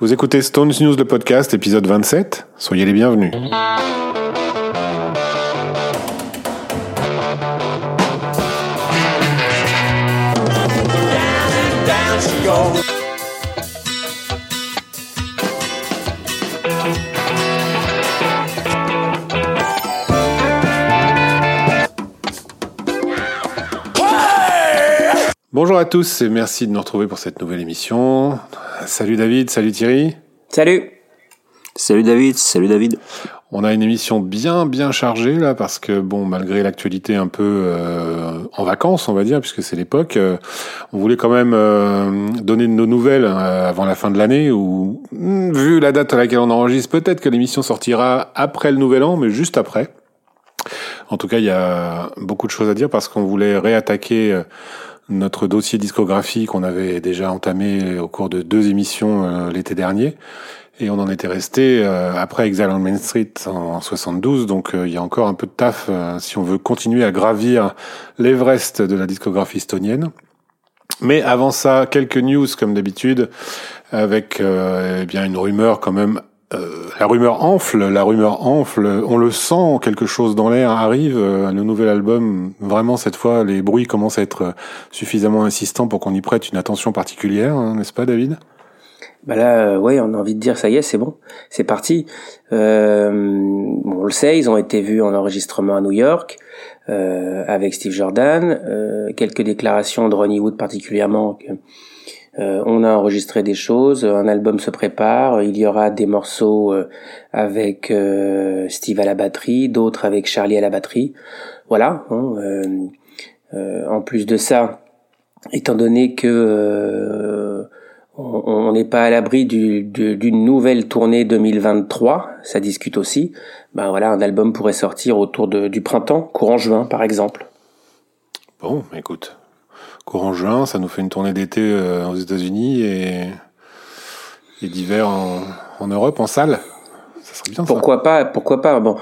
Vous écoutez Stones News, le podcast, épisode 27. Soyez les bienvenus. Bonjour à tous et merci de nous retrouver pour cette nouvelle émission. Salut David, salut Thierry. Salut. Salut David, salut David. On a une émission bien chargée là parce que bon, malgré l'actualité un peu en vacances, on va dire, puisque c'est l'époque, on voulait quand même donner de nos nouvelles avant la fin de l'année ou vu la date à laquelle on enregistre, peut-être que l'émission sortira après le Nouvel An, mais juste après. En tout cas, il y a beaucoup de choses à dire parce qu'on voulait réattaquer notre dossier discographie qu'on avait déjà entamé au cours de 2 émissions l'été dernier. Et on en était resté après Exile on Main Street en 72. Donc il y a encore un peu de taf si on veut continuer à gravir l'Everest de la discographie estonienne. Mais avant ça, quelques news comme d'habitude, avec bien une rumeur quand même. La rumeur enfle, on le sent, quelque chose dans l'air arrive, le nouvel album, vraiment cette fois les bruits commencent à être suffisamment insistants pour qu'on y prête une attention particulière, hein, n'est-ce pas David ? Bah là, ouais, on a envie de dire ça y est, c'est bon, c'est parti. On le sait, ils ont été vus en enregistrement à New York avec Steve Jordan, quelques déclarations de Ronnie Wood particulièrement. On a enregistré des choses, un album se prépare, il y aura des morceaux avec Steve à la batterie, d'autres avec Charlie à la batterie. Voilà. En plus de ça, étant donné que on n'est pas à l'abri d'une nouvelle tournée 2023, ça discute aussi. Ben voilà, un album pourrait sortir autour du printemps, courant juin par exemple. Bon, écoute. Courant juin, ça nous fait une tournée d'été aux États-Unis et d'hiver en Europe, en salle. Ça serait bien. Pourquoi pas. Bon,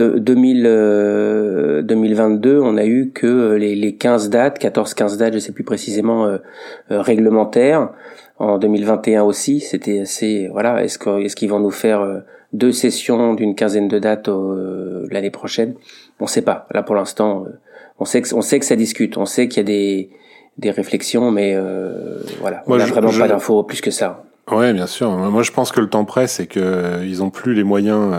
2022, on a eu que les 15 dates, 14-15 dates, je sais plus précisément, réglementaires. En 2021 aussi, c'était assez, voilà. Est-ce qu'ils vont nous faire 2 sessions d'une quinzaine de dates l'année prochaine? On sait pas. Là, pour l'instant, on sait que ça discute. On sait qu'il y a des réflexions, mais voilà, on n'a vraiment pas d'infos plus que ça. Ouais, bien sûr. Moi, je pense que le temps presse et que ils ont plus les moyens,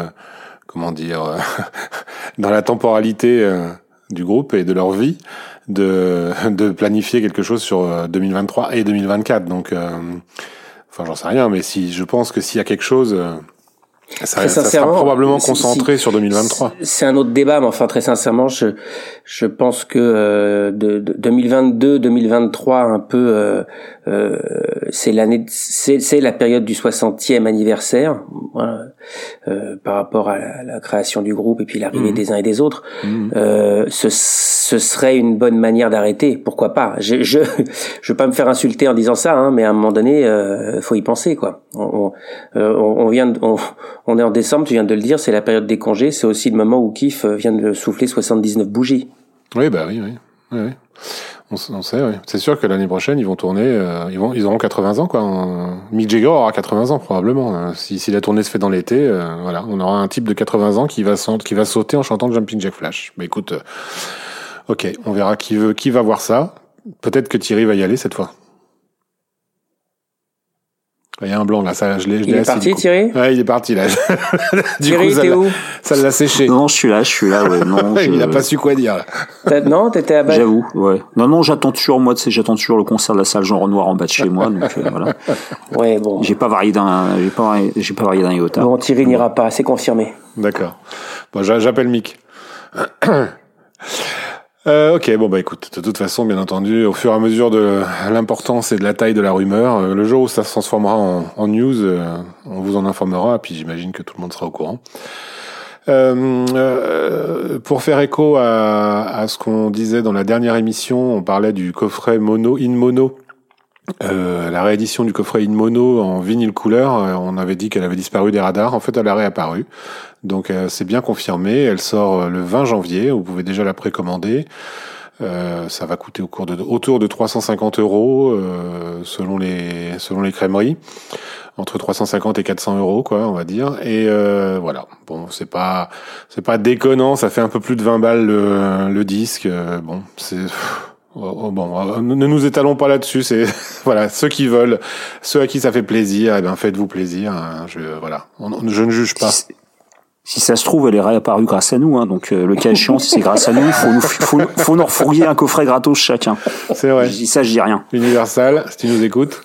dans la temporalité du groupe et de leur vie, de planifier quelque chose sur 2023 et 2024. Donc, j'en sais rien, mais je pense que s'il y a quelque chose. Ça sera probablement concentré sur 2023. C'est un autre débat, mais enfin très sincèrement, je pense que de 2022, 2023, un peu, c'est la période du 60e anniversaire, voilà, par rapport à la création du groupe et puis l'arrivée des uns et des autres. Ce serait une bonne manière d'arrêter. Pourquoi pas ? Je veux pas me faire insulter en disant ça, hein, mais à un moment donné, faut y penser, quoi. On est en décembre, tu viens de le dire, c'est la période des congés, c'est aussi le moment où Keith vient de souffler 79 bougies. Oui, bah oui. On sait, oui. C'est sûr que l'année prochaine, ils vont tourner, ils auront 80 ans, quoi. Mick Jagger aura 80 ans, probablement. Si la tournée se fait dans l'été, voilà, on aura un type de 80 ans qui va sauter en chantant Jumping Jack Flash. Mais écoute, ok, on verra qui va voir ça. Peut-être que Thierry va y aller cette fois. Il y a un blanc là, ça, je l'ai. Il est parti, Thierry ? Ouais, il est parti là. Thierry, t'es où ? Ça l'a séché. Non, je suis là, ouais. Non, il n'a pas su quoi dire. Non, t'étais à bas. J'avoue, ouais. Non, j'attends toujours le concert de la salle Jean Renoir en bas de chez moi, donc voilà. Ouais, bon. J'ai pas varié d'un iota. Bon, Thierry n'ira pas, c'est confirmé. D'accord. Bon, j'appelle Mick. Ok, bon bah écoute, de toute façon, bien entendu, au fur et à mesure de l'importance et de la taille de la rumeur, le jour où ça se transformera en news, on vous en informera, puis j'imagine que tout le monde sera au courant. Pour faire écho à ce qu'on disait dans la dernière émission, on parlait du coffret in mono. La réédition du coffret in mono en vinyle couleur, on avait dit qu'elle avait disparu des radars. En fait, elle a réapparu. Donc, c'est bien confirmé. Elle sort le 20 janvier. Vous pouvez déjà la précommander. Ça va coûter autour de 350 € selon les crèmeries. entre 350 et 400 euros, quoi, on va dire. Et voilà. Bon, c'est pas déconnant. Ça fait un peu plus de 20 balles le disque. Bon, c'est bon. Ne nous étalons pas là-dessus. C'est voilà, ceux qui veulent, ceux à qui ça fait plaisir, eh ben faites-vous plaisir. Hein, je ne juge pas. Si ça se trouve, elle est réapparue grâce à nous, hein, donc le cas échéant, si c'est grâce à nous, faut nous refourguer un coffret gratos chacun. C'est vrai. Je dis ça, je dis rien. Universal, si tu nous écoutes.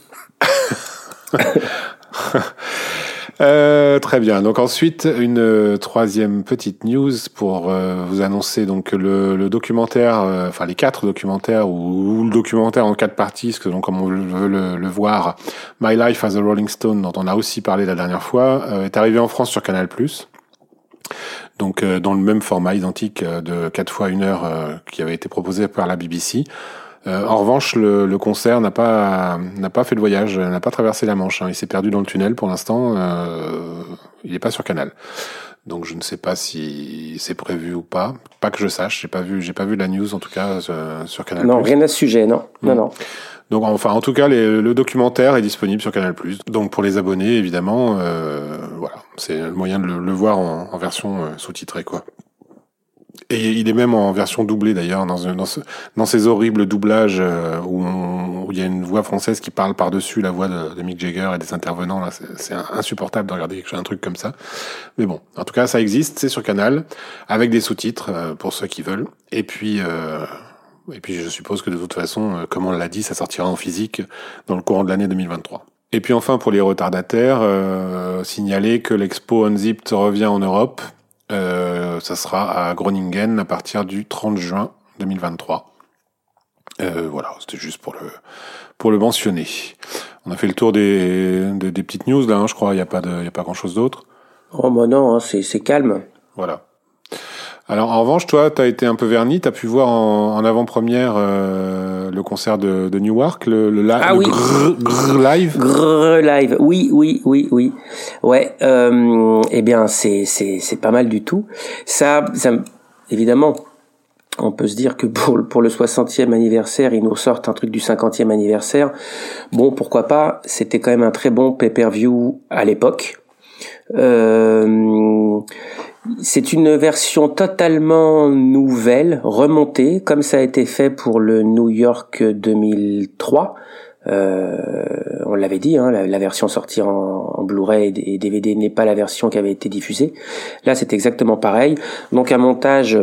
Très bien. Donc ensuite, une troisième petite news pour vous annoncer donc le documentaire, enfin les 4 documentaires ou le documentaire en 4 parties, parce que donc comme on veut le voir, My Life as a Rolling Stone, dont on a aussi parlé la dernière fois, est arrivé en France sur Canal+. Donc dans le même format identique de 4 fois 1 heure qui avait été proposé par la BBC. En revanche, le concert n'a pas fait le voyage, n'a pas traversé la Manche. Hein. Il s'est perdu dans le tunnel pour l'instant. Il n'est pas sur Canal. Donc je ne sais pas si c'est prévu ou pas. Pas que je sache. J'ai pas vu la news en tout cas sur Canal+. Non, rien à ce sujet, non. Non. Donc enfin, en tout cas, le documentaire est disponible sur Canal+. Donc pour les abonnés, évidemment, voilà, c'est le moyen de le voir en version sous-titrée, quoi. Et il est même en version doublée d'ailleurs, dans ces horribles doublages où il y a une voix française qui parle par-dessus la voix de Mick Jagger et des intervenants. Là, c'est insupportable de regarder un truc comme ça. Mais bon, en tout cas, ça existe, c'est sur Canal, avec des sous-titres pour ceux qui veulent. Et puis je suppose que de toute façon, comme on l'a dit, ça sortira en physique dans le courant de l'année 2023. Et puis enfin, pour les retardataires, signaler que l'expo Unzipped revient en Europe. Ça sera à Groningen à partir du 30 juin 2023. Voilà, c'était juste pour le mentionner. On a fait le tour des petites news là, hein, je crois. Il y a pas grand chose d'autre. Oh bah non, hein, c'est calme. Voilà. Alors en revanche, toi, t'as été un peu verni, t'as pu voir en avant-première le concert de Newark, le Grrr Live. Grrr Live, oui. Ouais, eh bien c'est pas mal du tout. Ça évidemment, on peut se dire que pour le 60e anniversaire, ils nous sortent un truc du 50e anniversaire. Bon, pourquoi pas, c'était quand même un très bon pay-per-view à l'époque. C'est une version totalement nouvelle, remontée, comme ça a été fait pour le New York 2003. On l'avait dit, hein, la version sortie en Blu-ray et DVD n'est pas la version qui avait été diffusée. Là, c'est exactement pareil. Donc un montage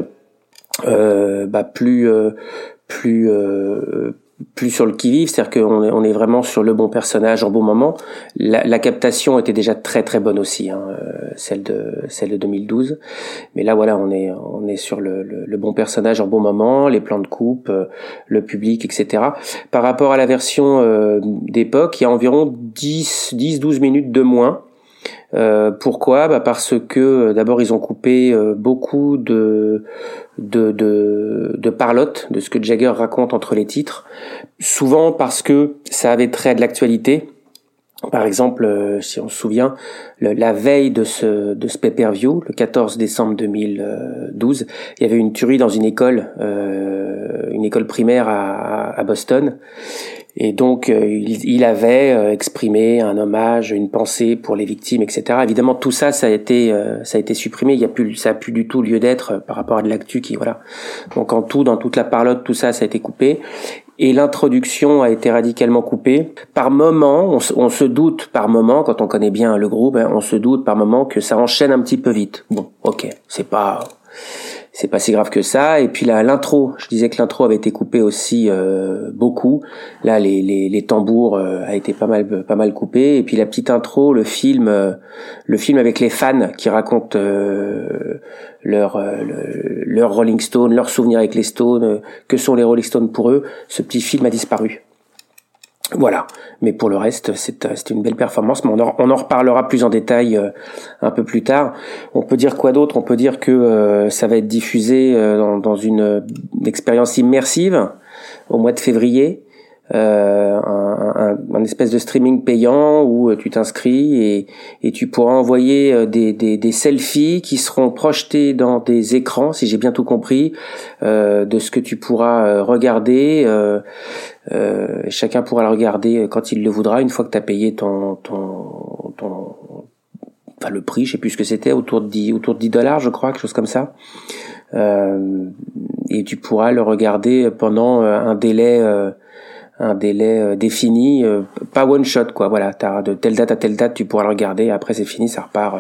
plus sur le qui-vive, c'est-à-dire qu'on est vraiment sur le bon personnage au bon moment. La captation était déjà très très bonne aussi, hein, celle de 2012. Mais là voilà, on est sur le bon personnage au bon moment, les plans de coupe, le public, etc. Par rapport à la version d'époque, il y a environ 10-12 minutes de moins. Pourquoi ? Parce que d'abord ils ont coupé beaucoup de parlotte, de ce que Jagger raconte entre les titres, souvent parce que ça avait trait à de l'actualité. Par exemple, si on se souvient, la veille de ce pay-per-view, le 14 décembre 2012, il y avait une tuerie dans une école primaire à Boston. Et donc, il avait exprimé un hommage, une pensée pour les victimes, etc. Évidemment, tout ça, ça a été supprimé. Ça a plus du tout lieu d'être par rapport à de l'actu qui, voilà. Donc, dans toute la parlotte, tout ça a été coupé. Et l'introduction a été radicalement coupée. Par moment, on se doute par moment, quand on connaît bien le groupe, hein, on se doute par moment que ça enchaîne un petit peu vite. Bon, ok, c'est pas si grave que ça. Et puis là, l'intro, je disais que l'intro avait été coupée aussi beaucoup. Là, les tambours a été pas mal coupé. Et puis la petite intro, le film avec les fans qui racontent leur Rolling Stone, leurs souvenirs avec les Stones, que sont les Rolling Stones pour eux. Ce petit film a disparu. Voilà, mais pour le reste, c'est une belle performance, mais on en reparlera plus en détail un peu plus tard. On peut dire quoi d'autre ? On peut dire que ça va être diffusé dans une expérience immersive au mois de février. un espèce de streaming payant où tu t'inscris et tu pourras envoyer des selfies qui seront projetés dans des écrans, si j'ai bien tout compris, de ce que tu pourras regarder. Chacun pourra le regarder quand il le voudra, une fois que tu as payé le prix, je sais plus ce que c'était, autour de $10, je crois, quelque chose comme ça. Et tu pourras le regarder pendant un délai défini, pas one shot, quoi. Voilà, t'as de telle date à telle date, tu pourras le regarder. Après, c'est fini, ça repart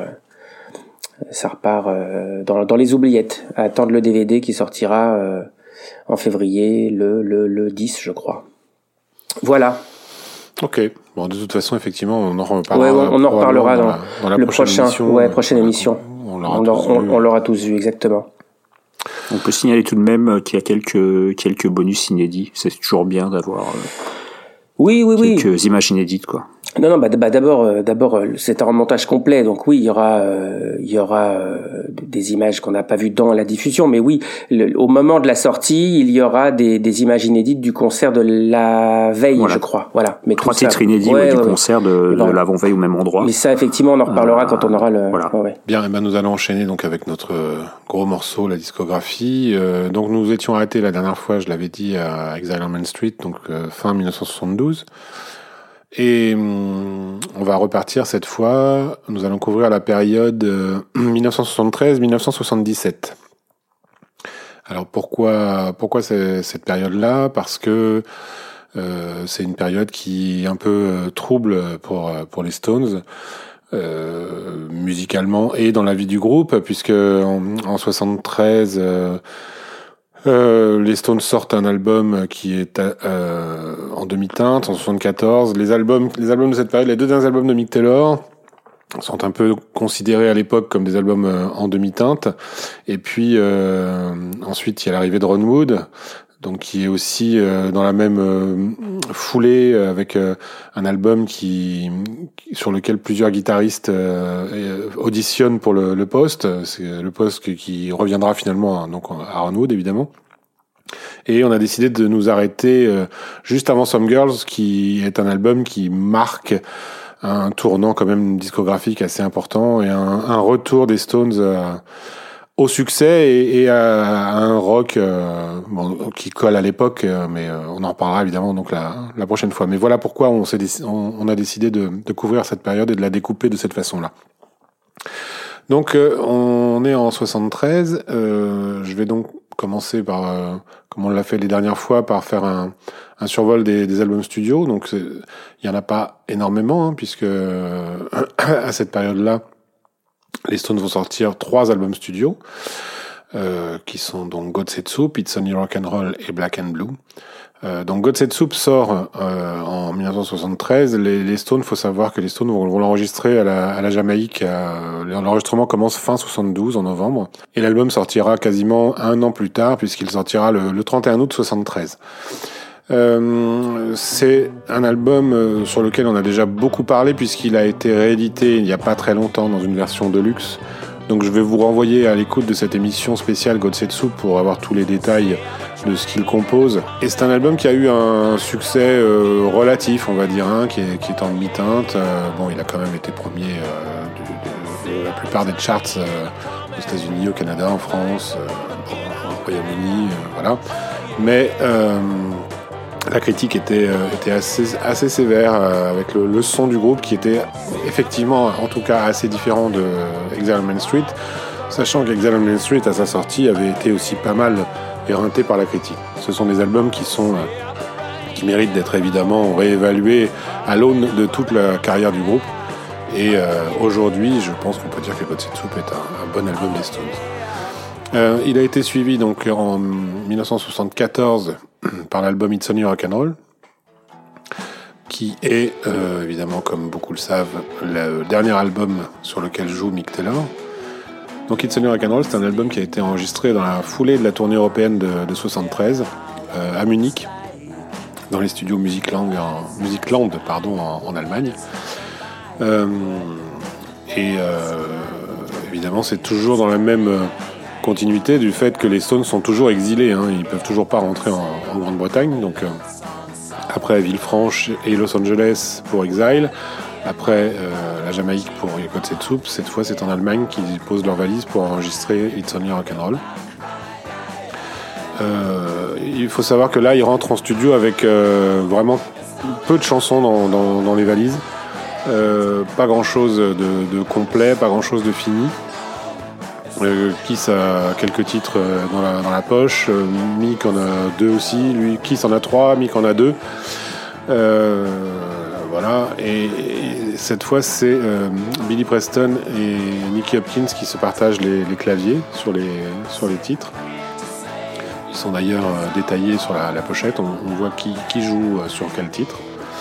dans les oubliettes. À attendre le DVD qui sortira en février, le 10, je crois. Voilà. Ok. Bon, de toute façon, effectivement, on en reparlera. Ouais, on en reparlera dans la le prochaine émission. Prochaine émission. On l'aura tous vu, exactement. On peut signaler tout de même qu'il y a quelques bonus inédits. C'est toujours bien d'avoir quelques images inédites, quoi. Non, d'abord, c'est un remontage complet, donc oui, il y aura des images qu'on n'a pas vues dans la diffusion, mais oui, au moment de la sortie, il y aura des images inédites du concert de la veille, voilà. Je crois. Voilà. Mais 3 titres inédits du concert de l'avant-veille au même endroit. Mais ça, effectivement, on en reparlera quand on aura le. Voilà. Ouais. Bien, et ben nous allons enchaîner donc avec notre gros morceau, la discographie. Donc nous étions arrêtés la dernière fois, je l'avais dit, à Exile on Main Street, donc fin 1972. Et on va repartir cette fois, nous allons couvrir la période 1973-1977. Alors pourquoi cette période-là ? Parce que c'est une période qui est un peu trouble pour les Stones, musicalement et dans la vie du groupe, puisque en 73... les Stones sortent un album qui est en demi-teinte, en 74. Les albums de cette période, les 2 derniers albums de Mick Taylor sont un peu considérés à l'époque comme des albums en demi-teinte. Et puis ensuite, il y a l'arrivée de Ron Wood, donc qui est aussi dans la même foulée avec un album sur lequel plusieurs guitaristes auditionnent pour le poste. C'est le poste qui reviendra finalement donc à Ron Wood, évidemment. Et on a décidé de nous arrêter juste avant Some Girls, qui est un album qui marque un tournant quand même discographique assez important et un retour des Stones au succès et à un rock qui colle à l'époque, mais on en reparlera évidemment donc la prochaine fois. Mais voilà pourquoi on a décidé de couvrir cette période et de la découper de cette façon-là. Donc on est en 73. Je vais donc commencer par, comme on l'a fait les dernières fois, par faire un survol des albums studio. Donc il y en a pas énormément, puisque à cette période-là, les Stones vont sortir 3 albums studio, qui sont donc God Save Soup, It's Only Rock and Roll et Black and Blue. Donc God Save Soup sort en 1973. Les Stones, faut savoir que les Stones vont l'enregistrer à la Jamaïque. L'enregistrement commence fin 72, en novembre, et l'album sortira quasiment 1 an plus tard, puisqu'il sortira le 31 août 73. C'est un album sur lequel on a déjà beaucoup parlé, puisqu'il a été réédité il n'y a pas très longtemps dans une version deluxe. Donc je vais vous renvoyer à l'écoute de cette émission spéciale God Save Soup pour avoir tous les détails de ce qu'il compose. Et c'est un album qui a eu un succès relatif, on va dire, qui est en demi-teinte. Bon, il a quand même été premier de la plupart des charts aux États-Unis, au Canada, en France, au Royaume-Uni, voilà. Mais la critique était assez sévère avec le son du groupe qui était effectivement, en tout cas, assez différent de Exile on Main Street, sachant qu'Exile on Main Street, à sa sortie, avait été aussi pas mal éreinté par la critique. Ce sont des albums qui méritent d'être évidemment réévalués à l'aune de toute la carrière du groupe. Et aujourd'hui, je pense qu'on peut dire que God Save Soup est un bon album des Stones. Il a été suivi donc en 1974 par l'album It's Only Rock and Roll, qui est évidemment, comme beaucoup le savent, le dernier album sur lequel joue Mick Taylor. Donc It's Only Rock and Roll, c'est un album qui a été enregistré dans la foulée de la tournée européenne de 73 à Munich, dans les studios Musicland en Allemagne. Évidemment, c'est toujours dans la même continuité du fait que les Stones sont toujours exilés, ils peuvent toujours pas rentrer en Grande-Bretagne. Donc après Villefranche et Los Angeles pour Exile. Après la Jamaïque pour God Save Soup. Cette fois, c'est en Allemagne qu'ils posent leurs valises pour enregistrer It's Only Rock'n'Roll. Il faut savoir que là, ils rentrent en studio avec vraiment peu de chansons dans les valises. Pas grand-chose de complet, pas grand-chose de fini. Kiss a quelques titres dans la poche. Mick en a 2 aussi. Lui, Kiss en a 3, Mick en a 2. Voilà. Et cette fois, c'est Billy Preston et Nicky Hopkins qui se partagent les claviers sur les titres. Ils sont d'ailleurs détaillés sur la pochette. On voit qui joue sur quel titre.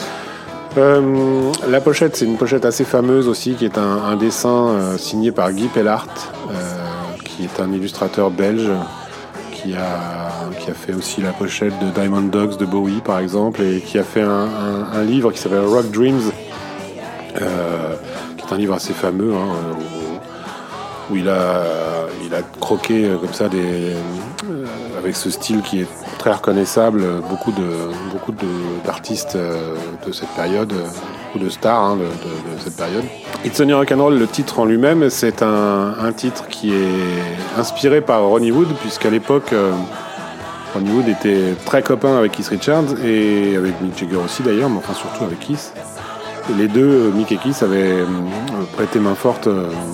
La pochette, c'est une pochette assez fameuse aussi, qui est un dessin signé par Guy Pellart, qui est un illustrateur belge, qui a fait aussi la pochette de Diamond Dogs de Bowie par exemple, et qui a fait un livre qui s'appelle Rock Dreams, qui est un livre assez fameux, où il a croqué comme ça avec ce style qui est très reconnaissable, beaucoup d'artistes de cette période, beaucoup de stars de cette période. It's Only Rock'n'Roll, le titre en lui-même, c'est un titre qui est inspiré par Ronnie Wood, puisqu'à l'époque Ronnie Wood était très copain avec Keith Richards et avec Mick Jagger aussi d'ailleurs, mais enfin surtout avec Keith. Et les deux, Mick et Keith, avaient prêté main forte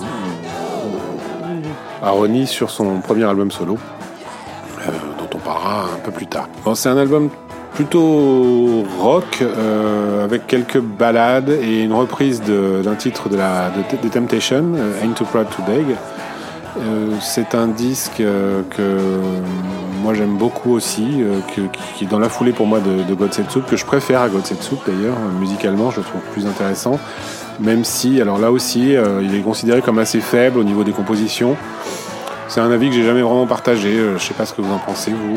à Ronnie sur son premier album solo, dont on parlera un peu plus tard. Bon, c'est un album plutôt rock, avec quelques ballades et une reprise d'un titre des Temptations, Ain't Too Proud to Beg. C'est un disque que moi j'aime beaucoup aussi, qui est dans la foulée pour moi de God Save Soup, que je préfère à God Save Soup d'ailleurs, musicalement je le trouve plus intéressant, même si, alors là aussi, il est considéré comme assez faible au niveau des compositions. C'est un avis que j'ai jamais vraiment partagé, je sais pas ce que vous en pensez vous,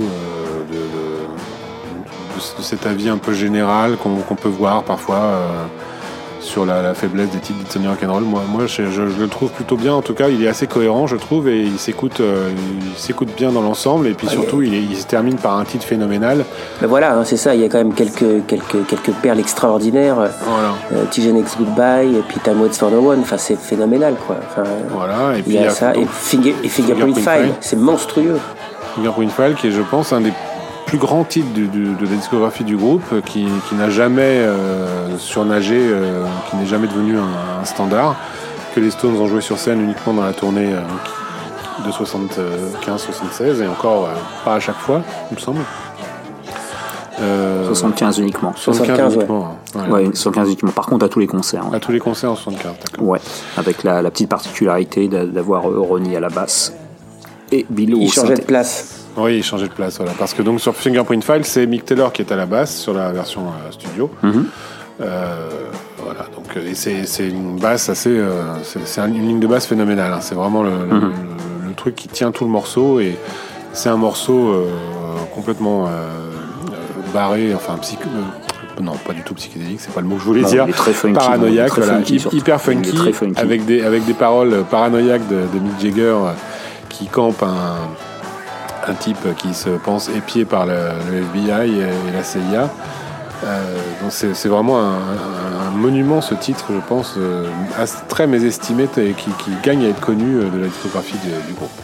de cet avis un peu général qu'on peut voir parfois sur la faiblesse des titres d'It's Only Rock'n'Roll. Moi je le trouve plutôt bien, en tout cas il est assez cohérent je trouve, et il s'écoute bien dans l'ensemble, et puis surtout il se termine par un titre phénoménal. Ben voilà, c'est ça, il y a quand même quelques perles extraordinaires. Voilà. TJNX Goodbye, et puis Time Waits for No One, enfin c'est phénoménal quoi. Enfin, voilà, et puis il y a ça, et Fingerprint File, c'est monstrueux. Fingerprint File qui est, je pense, un des plus grand titre de la discographie du groupe, qui n'a jamais surnagé, qui n'est jamais devenu un standard, que les Stones ont joué sur scène uniquement dans la tournée de 75-76, et encore pas à chaque fois, il me semble. 75 uniquement. 75 uniquement. Ouais, 75 uniquement. Par contre, à tous les concerts. À tous les concerts en 75, d'accord. Ouais, avec la petite particularité d'avoir Ronnie à la basse et Billy au synthé. Il changeait de place. Oui, il changeait de place, voilà. Parce que donc sur Fingerprint File, c'est Mick Taylor qui est à la basse sur la version studio. Voilà, donc et c'est une basse assez, c'est une ligne de basse phénoménale. Hein. C'est vraiment le truc qui tient tout le morceau, et c'est un morceau complètement barré, enfin non, pas du tout psychédélique, c'est pas le mot que je voulais dire. Funky, paranoïaque, voilà, hyper funky, funky. avec des paroles paranoïaques de Mick Jagger qui campe un type qui se pense épié par le FBI et la CIA. Donc c'est vraiment un monument, ce titre, je pense, très mésestimé, et qui gagne à être connu de la discographie du groupe.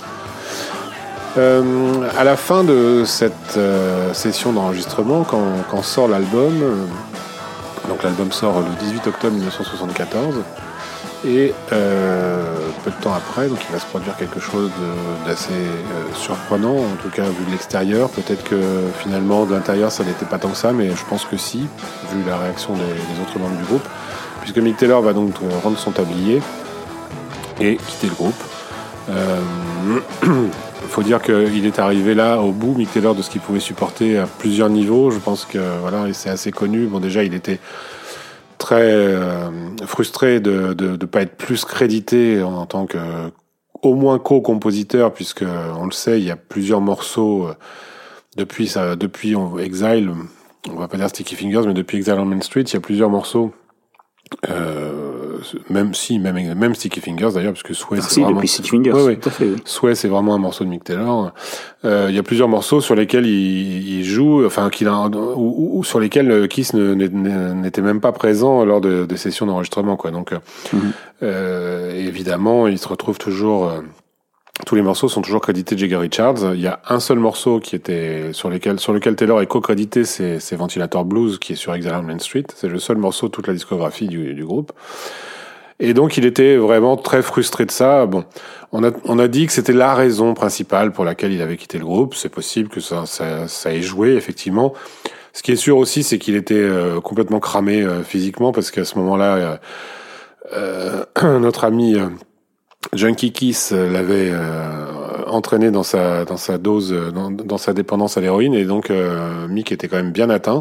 À la fin de cette session d'enregistrement, quand sort l'album, donc l'album sort le 18 octobre 1974, et peu de temps après, donc il va se produire quelque chose d'assez surprenant, en tout cas vu de l'extérieur. Peut-être que finalement de l'intérieur ça n'était pas tant que ça, mais je pense que si, vu la réaction des autres membres du groupe, puisque Mick Taylor va donc rendre son tablier et quitter le groupe. Il faut dire qu'il est arrivé là au bout, Mick Taylor, de ce qu'il pouvait supporter à plusieurs niveaux. Je pense que voilà, c'est assez connu. Bon, déjà il était très frustré de ne pas être plus crédité en tant que au moins co-compositeur, puisque on le sait, il y a plusieurs morceaux depuis Exile, on va pas dire Sticky Fingers, mais depuis Exile on Main Street, il y a plusieurs morceaux même Sticky Fingers d'ailleurs, parce que Sway c'est vraiment depuis Sticky Fingers. Ouais. Tout à fait. Sway, c'est vraiment un morceau de Mick Taylor. Il y a plusieurs morceaux sur lesquels il joue, enfin ou sur lesquels Kiss n'était même pas présent lors des sessions d'enregistrement, quoi. Donc évidemment, il se retrouve toujours. Tous les morceaux sont toujours crédités Jagger Richards. Il y a un seul morceau qui était sur lequel Taylor est co-crédité, c'est Ventilator Blues, qui est sur Exile on Main Street. C'est le seul morceau de toute la discographie du groupe. Et donc il était vraiment très frustré de ça. Bon, on a dit que c'était la raison principale pour laquelle il avait quitté le groupe. C'est possible que ça ait joué, effectivement. Ce qui est sûr aussi, c'est qu'il était complètement cramé physiquement, parce qu'à ce moment-là, notre ami Junkie Kiss l'avait entraîné dans sa dose, dans sa dépendance à l'héroïne, et donc Mick était quand même bien atteint.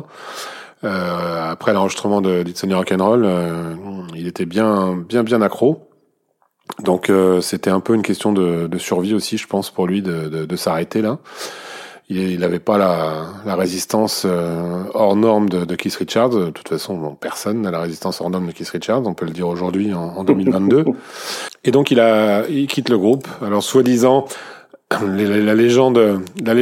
Après l'enregistrement d'It's Only Rock'n'Roll, il était bien accro. Donc c'était un peu une question de survie aussi, je pense, pour lui de s'arrêter là. Il n'avait pas la résistance hors norme de Keith Richards. De toute façon, bon, personne n'a la résistance hors norme de Keith Richards, on peut le dire aujourd'hui en 2022. Et donc il quitte le groupe. Alors soi-disant, la légende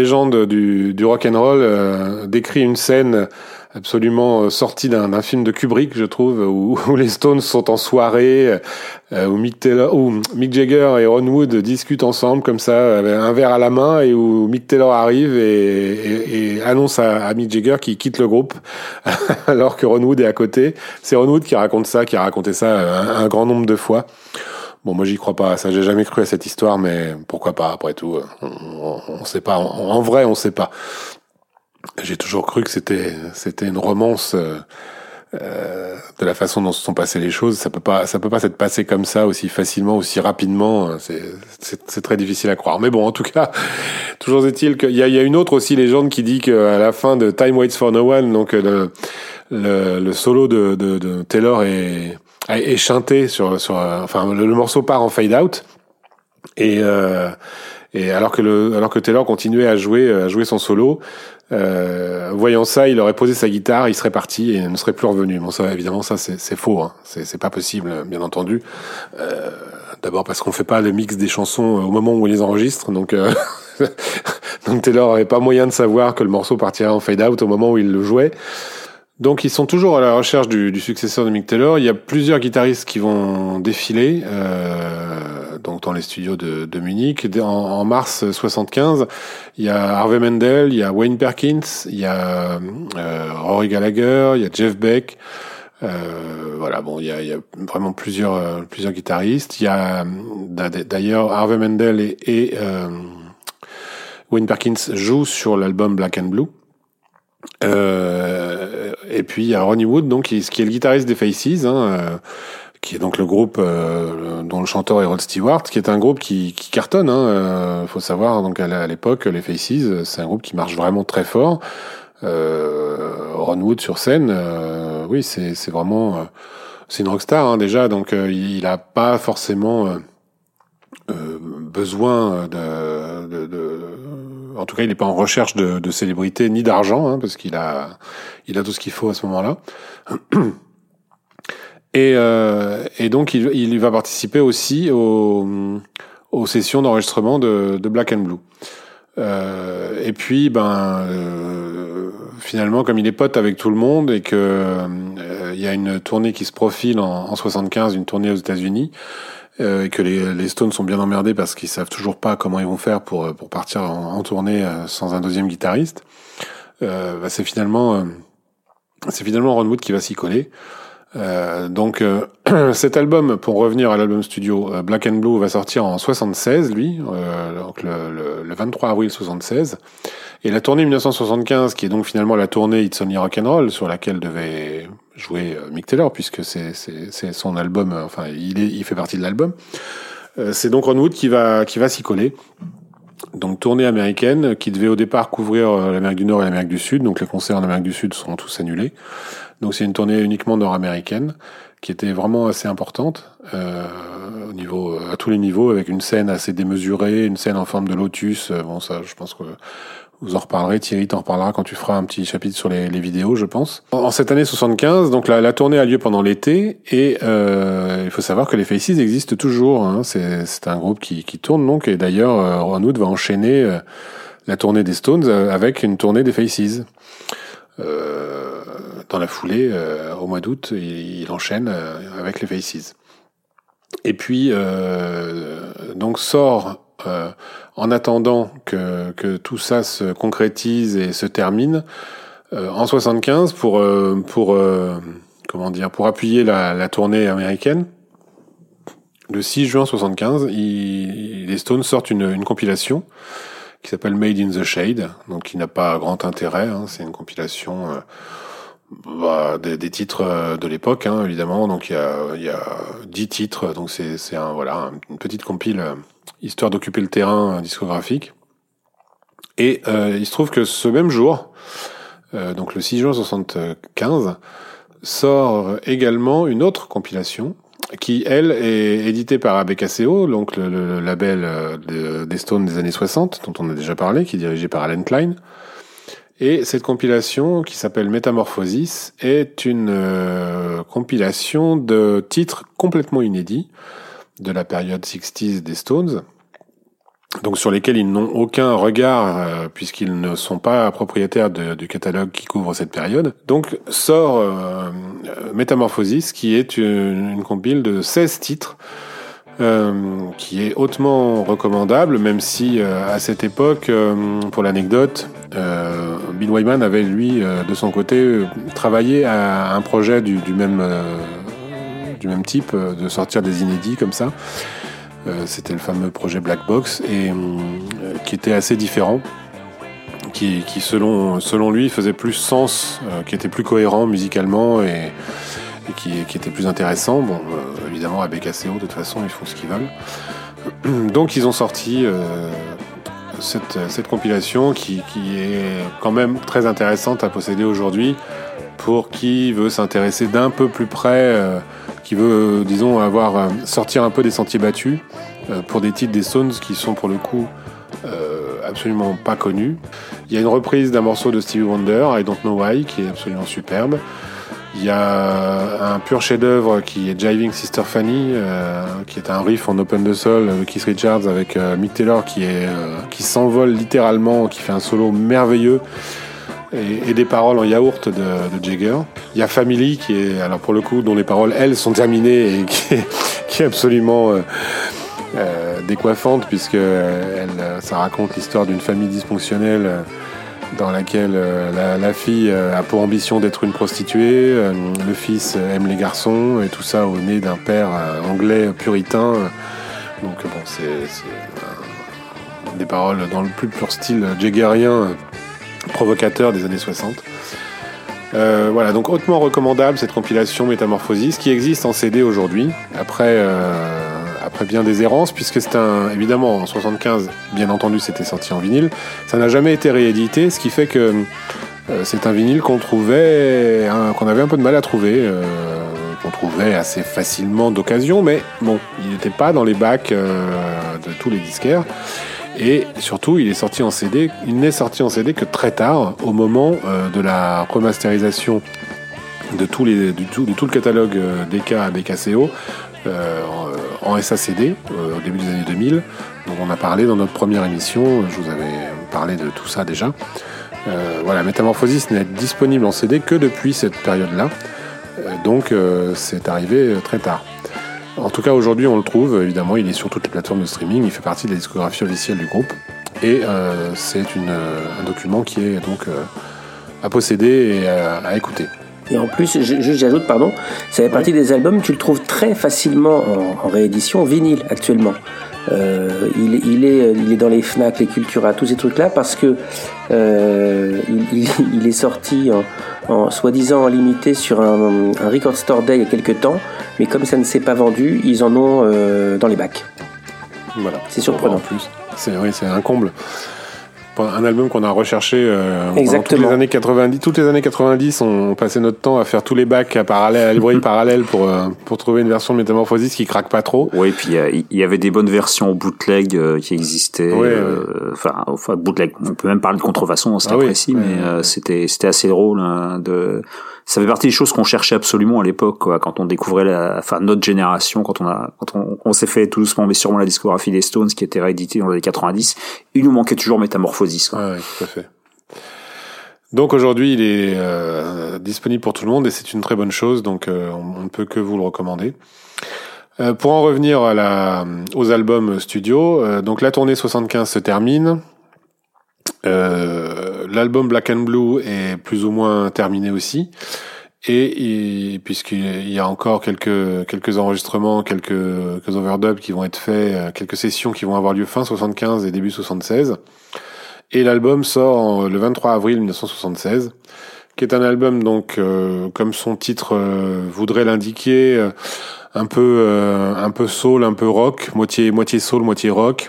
du rock'n'roll décrit une scène absolument sortie d'un film de Kubrick, je trouve, où les Stones sont en soirée, où Mick Jagger et Ron Wood discutent ensemble comme ça, avec un verre à la main, et où Mick Taylor arrive et annonce à Mick Jagger qu'il quitte le groupe, alors que Ron Wood est à côté. C'est Ron Wood qui a raconté ça un grand nombre de fois. Bon, moi j'y crois pas à ça, j'ai jamais cru à cette histoire, mais pourquoi pas, après tout, on sait pas, en vrai on sait pas. J'ai toujours cru que c'était une romance de la façon dont se sont passées les choses. Ça peut pas s'être passé comme ça aussi facilement, aussi rapidement. C'est très difficile à croire. Mais bon, en tout cas, toujours est-il qu'il y a une autre aussi légende qui dit qu'à la fin de Time Waits for No One, donc le solo de Taylor est chanté enfin le morceau part en fade out et alors que Taylor continuait à jouer son solo. Voyant ça, il aurait posé sa guitare, il serait parti et ne serait plus revenu. Bon, ça, évidemment, ça c'est faux, hein. C'est pas possible, bien entendu. D'abord parce qu'on fait pas le mix des chansons au moment où on les enregistre, donc Taylor avait pas moyen de savoir que le morceau partirait en fade out au moment où il le jouait. Donc ils sont toujours à la recherche du successeur de Mick Taylor. Il y a plusieurs guitaristes qui vont défiler donc dans les studios de Munich. En mars 75, il y a Harvey Mendel, il y a Wayne Perkins, il y a Rory Gallagher, il y a Jeff Beck. Voilà, bon, il y a vraiment plusieurs guitaristes. Il y a d'ailleurs Harvey Mendel et Wayne Perkins jouent sur l'album Black and Blue. Et puis il y a Ronnie Wood, donc qui est le guitariste des Faces, qui est donc le groupe dont le chanteur est Rod Stewart, qui est un groupe qui cartonne. Faut savoir, donc à l'époque, les Faces, c'est un groupe qui marche vraiment très fort. Ron Wood sur scène, oui, c'est vraiment c'est une rockstar déjà, donc il a pas forcément besoin en tout cas, il n'est pas en recherche de célébrité ni d'argent, parce qu'il a tout ce qu'il faut à ce moment-là. Et donc, il va participer aussi aux sessions d'enregistrement de Black and Blue. Et puis, finalement, comme il est pote avec tout le monde et que il y a une tournée qui se profile en 75, une tournée aux États-Unis. Et que les Stones sont bien emmerdés parce qu'ils savent toujours pas comment ils vont faire pour partir en tournée sans un deuxième guitariste. C'est finalement Ron Wood qui va s'y coller. Donc cet album, pour revenir à l'album studio, Black and Blue va sortir en 76, lui, donc le 23 avril 76. Et la tournée 1975, qui est donc finalement la tournée It's Only Rock'n'Roll, sur laquelle devait jouer Mick Taylor, puisque c'est son album, enfin il fait partie de l'album. C'est donc Ron Wood qui va s'y coller. Donc tournée américaine qui devait au départ couvrir l'Amérique du Nord et l'Amérique du Sud. Donc les concerts en Amérique du Sud seront tous annulés. Donc c'est une tournée uniquement nord-américaine qui était vraiment assez importante à tous les niveaux, avec une scène assez démesurée, une scène en forme de lotus. Bon, ça, je pense que Vous en reparlerez, Thierry t'en reparlera quand tu feras un petit chapitre sur les vidéos, je pense. En cette année 75, donc la tournée a lieu pendant l'été, et il faut savoir que les Faces existent toujours. Hein. C'est un groupe qui tourne donc, et d'ailleurs Ron Wood va enchaîner la tournée des Stones avec une tournée des Faces. Dans la foulée, au mois d'août, il enchaîne avec les Faces. Et puis donc sort en attendant que tout ça se concrétise et se termine en 75 pour appuyer la tournée américaine. Le 6 juin 75, les Stones sortent une compilation qui s'appelle Made in the Shade, donc qui n'a pas grand intérêt. Hein, c'est une compilation des titres de l'époque, hein, évidemment. Donc il y a 10 titres, donc c'est une petite compile histoire d'occuper le terrain discographique. Et il se trouve que ce même jour, donc le 6 juin 75, sort également une autre compilation qui, elle, est éditée par ABKCO, donc le label des Stones des années 60, dont on a déjà parlé, qui est dirigé par Alan Klein. Et cette compilation, qui s'appelle Metamorphosis, est une compilation de titres complètement inédits de la période 60s des Stones, donc sur lesquels ils n'ont aucun regard puisqu'ils ne sont pas propriétaires du catalogue qui couvre cette période. Donc sort Metamorphosis, qui est une compile de 16 titres qui est hautement recommandable, même si à cette époque, pour l'anecdote, Bill Wyman avait lui de son côté travaillé à un projet du même type, de sortir des inédits comme ça. C'était le fameux projet Black Box, et qui était assez différent, qui selon lui faisait plus sens, qui était plus cohérent musicalement et qui était plus intéressant. Bon, évidemment ABKCO, de toute façon ils font ce qu'ils veulent. Donc ils ont sorti cette compilation qui est quand même très intéressante à posséder aujourd'hui pour qui veut s'intéresser d'un peu plus près, qui veut, disons, sortir un peu des sentiers battus pour des titres des Stones qui sont pour le coup absolument pas connus. Il y a une reprise d'un morceau de Stevie Wonder, I Don't Know Why, qui est absolument superbe. Il y a un pur chef-d'œuvre qui est Jiving Sister Fanny, qui est un riff en Open the Soul de Keith Richards avec Mick Taylor qui s'envole littéralement, qui fait un solo merveilleux. Et des paroles en yaourt de Jagger. Il y a Family qui est, alors pour le coup, dont les paroles, elles, sont terminées et qui est absolument décoiffante, puisque ça raconte l'histoire d'une famille dysfonctionnelle dans laquelle la fille a pour ambition d'être une prostituée, le fils aime les garçons, et tout ça au nez d'un père anglais puritain. Donc bon, c'est des paroles dans le plus pur style jaggerien, provocateur des années 60. Voilà, donc hautement recommandable cette compilation Métamorphosis, qui existe en CD aujourd'hui, après bien des errances, puisque c'est évidemment en 75, bien entendu c'était sorti en vinyle, ça n'a jamais été réédité, ce qui fait que c'est un vinyle qu'on avait un peu de mal à trouver, qu'on trouvait assez facilement d'occasion, mais bon, il n'était pas dans les bacs de tous les disquaires. Et surtout, il n'est sorti en CD que très tard, au moment de la remasterisation de tout le catalogue DK à BKCO en SACD au début des années 2000. Donc on a parlé dans notre première émission, je vous avais parlé de tout ça déjà. Voilà, Métamorphosis n'est disponible en CD que depuis cette période-là, donc c'est arrivé très tard. En tout cas, aujourd'hui, on le trouve, évidemment, il est sur toutes les plateformes de streaming, il fait partie de la discographie officielle du groupe, et c'est un document qui est donc à posséder et à écouter. Et en plus, j'ajoute, ça fait partie des albums, tu le trouves très facilement en réédition vinyle actuellement. Il est dans les Fnac, les Cultura, tous ces trucs-là, parce que il est sorti en soi-disant limité sur un Record Store Day il y a quelques temps, mais comme ça ne s'est pas vendu, ils en ont dans les bacs. Voilà. C'est surprenant. En plus, c'est un comble. un album qu'on a recherché Exactement. Toutes les années 90. Toutes les années 90, on passait notre temps à faire tous les bacs à librairie parallèle pour trouver une version de Metamorphosis qui craque pas trop. Oui, puis il y avait des bonnes versions bootleg qui existaient. Enfin bootleg. On peut même parler de contrefaçon dans ce cas précis, mais c'était assez drôle ça fait partie des choses qu'on cherchait absolument à l'époque, quoi, quand on découvrait notre génération, quand on s'est fait tout doucement mais sûrement la discographie des Stones qui était rééditée dans les années 90, il nous manquait toujours Metamorphosis, quoi. Ouais, tout à fait. Donc aujourd'hui, il est disponible pour tout le monde et c'est une très bonne chose, donc on ne peut que vous le recommander. Pour en revenir aux albums studio, donc la tournée 75 se termine. L'album Black and Blue est plus ou moins terminé aussi, et puisqu'il y a encore quelques enregistrements, quelques overdubs qui vont être faits, quelques sessions qui vont avoir lieu fin 75 et début 76, et l'album sort le 23 avril 1976, qui est un album donc comme son titre voudrait l'indiquer, un peu soul, un peu rock, moitié soul, moitié rock.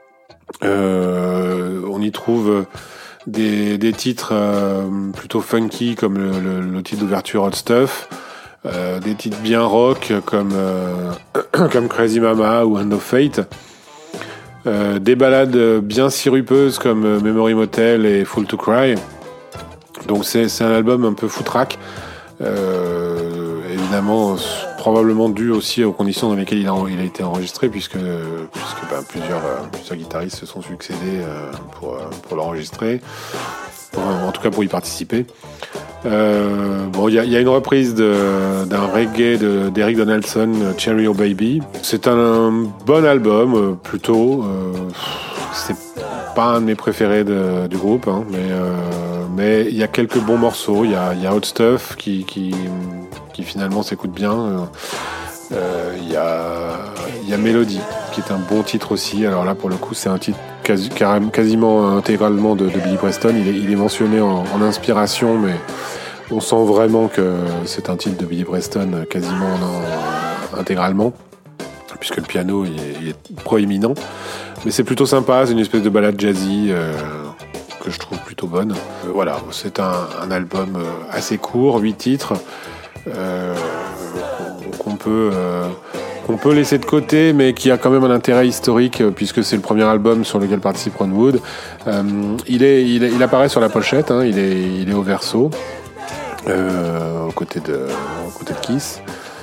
On y trouve des titres plutôt funky comme le titre d'ouverture Hot Stuff, des titres bien rock comme Crazy Mama ou Hand of Fate, des ballades bien sirupeuses comme Memory Motel et Fool to Cry. Donc c'est un album un peu foutraque, évidemment probablement dû aussi aux conditions dans lesquelles il a été enregistré, puisque plusieurs guitaristes se sont succédés pour l'enregistrer, en tout cas pour y participer. Il y a une reprise d'un reggae d'Eric Donaldson, Cherry Oh Baby. C'est un bon album, plutôt. C'est pas un de mes préférés du groupe, hein, mais il y a quelques bons morceaux. Il y a Hot Stuff qui finalement s'écoute bien. Il y a Melody qui est un bon titre aussi. Alors là, pour le coup, c'est un titre quasiment intégralement de Billy Preston. Il est mentionné en inspiration, mais on sent vraiment que c'est un titre de Billy Preston quasiment intégralement, puisque le piano il est proéminent. Mais c'est plutôt sympa, c'est une espèce de ballade jazzy que je trouve plutôt bonne. Voilà, c'est un album assez court, 8 titres, qu'on peut laisser de côté, mais qui a quand même un intérêt historique, puisque c'est le premier album sur lequel participe Ron Wood. Il apparaît sur la pochette, hein, il est au verso, aux côtés de Kiss.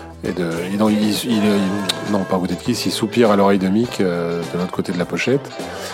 Non, pas à côté de Kiss, il soupire à l'oreille de Mick de l'autre côté de la pochette.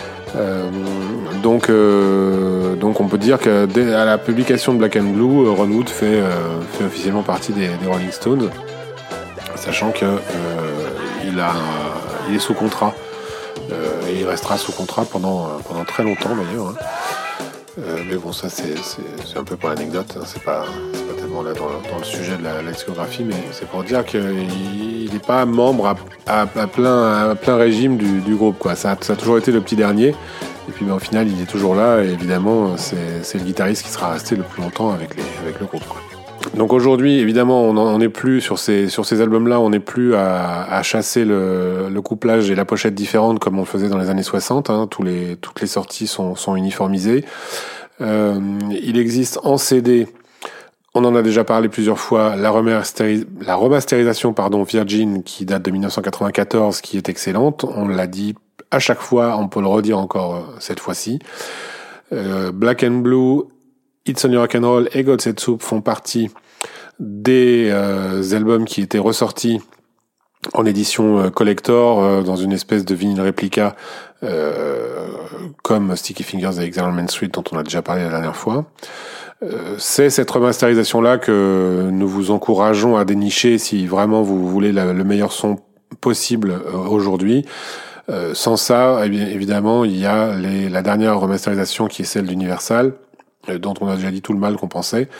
Donc on peut dire qu'à la publication de Black and Blue, Ron Wood fait officiellement partie des Rolling Stones, sachant que il est sous contrat, et il restera sous contrat pendant très longtemps d'ailleurs, hein. Mais bon, ça c'est un peu pour l'anecdote, hein. C'est pas tellement là dans le sujet de la discographie, mais c'est pour dire qu'il n'est pas membre à plein régime du groupe, quoi. Ça a toujours été le petit dernier, et puis au final il est toujours là, et évidemment c'est le guitariste qui sera resté le plus longtemps avec le groupe, quoi. Donc aujourd'hui, évidemment, on n'est plus sur ces albums-là, on n'est plus à chasser le couplage et la pochette différente comme on le faisait dans les années 60. Hein, toutes les sorties sont uniformisées. Il existe en CD, on en a déjà parlé plusieurs fois, la remasterisation Virgin qui date de 1994, qui est excellente. On l'a dit à chaque fois, on peut le redire encore cette fois-ci. Black and Blue, It's on Your Rock'n'Roll et God Said Soup font partie des albums qui étaient ressortis en édition collector, dans une espèce de vinyle réplica, comme Sticky Fingers et Exile on Main Street dont on a déjà parlé la dernière fois. C'est cette remasterisation-là que nous vous encourageons à dénicher si vraiment vous voulez le meilleur son possible aujourd'hui. Sans ça, évidemment, il y a la dernière remasterisation qui est celle d'Universal, dont on a déjà dit tout le mal qu'on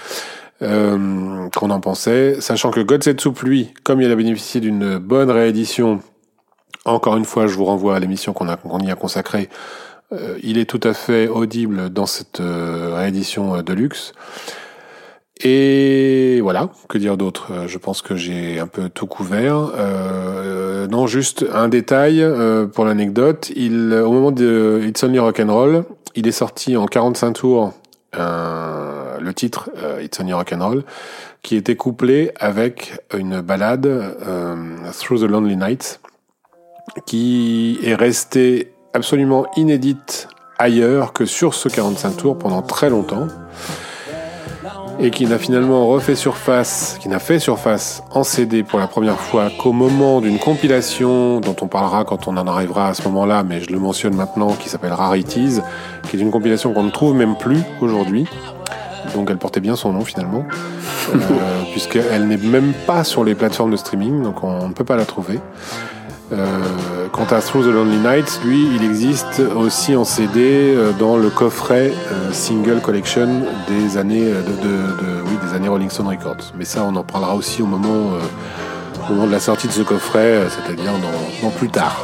en pensait, sachant que God Said Soup, lui, comme il a bénéficié d'une bonne réédition, encore une fois, je vous renvoie à l'émission qu'on y a consacrée, il est tout à fait audible dans cette réédition de luxe. Et voilà, que dire d'autre ? Je pense que j'ai un peu tout couvert. Non, juste un détail pour l'anecdote. Au moment de It's Only Rock'n'Roll, il est sorti en 45 tours le titre It's Only Rock'n'Roll, qui était couplé avec une ballade Through the Lonely Nights, qui est restée absolument inédite ailleurs que sur ce 45 tours pendant très longtemps. Et qui n'a finalement fait surface en CD pour la première fois qu'au moment d'une compilation dont on parlera quand on en arrivera à ce moment-là, mais je le mentionne maintenant, qui s'appelle Rarities, qui est une compilation qu'on ne trouve même plus aujourd'hui. Donc elle portait bien son nom finalement, puisqu'elle n'est même pas sur les plateformes de streaming, donc on ne peut pas la trouver. Quant à Through the Lonely Nights, lui, il existe aussi en CD dans le coffret Single Collection des années des années Rolling Stone Records. Mais ça, on en parlera aussi au moment de la sortie de ce coffret, c'est-à-dire dans plus tard.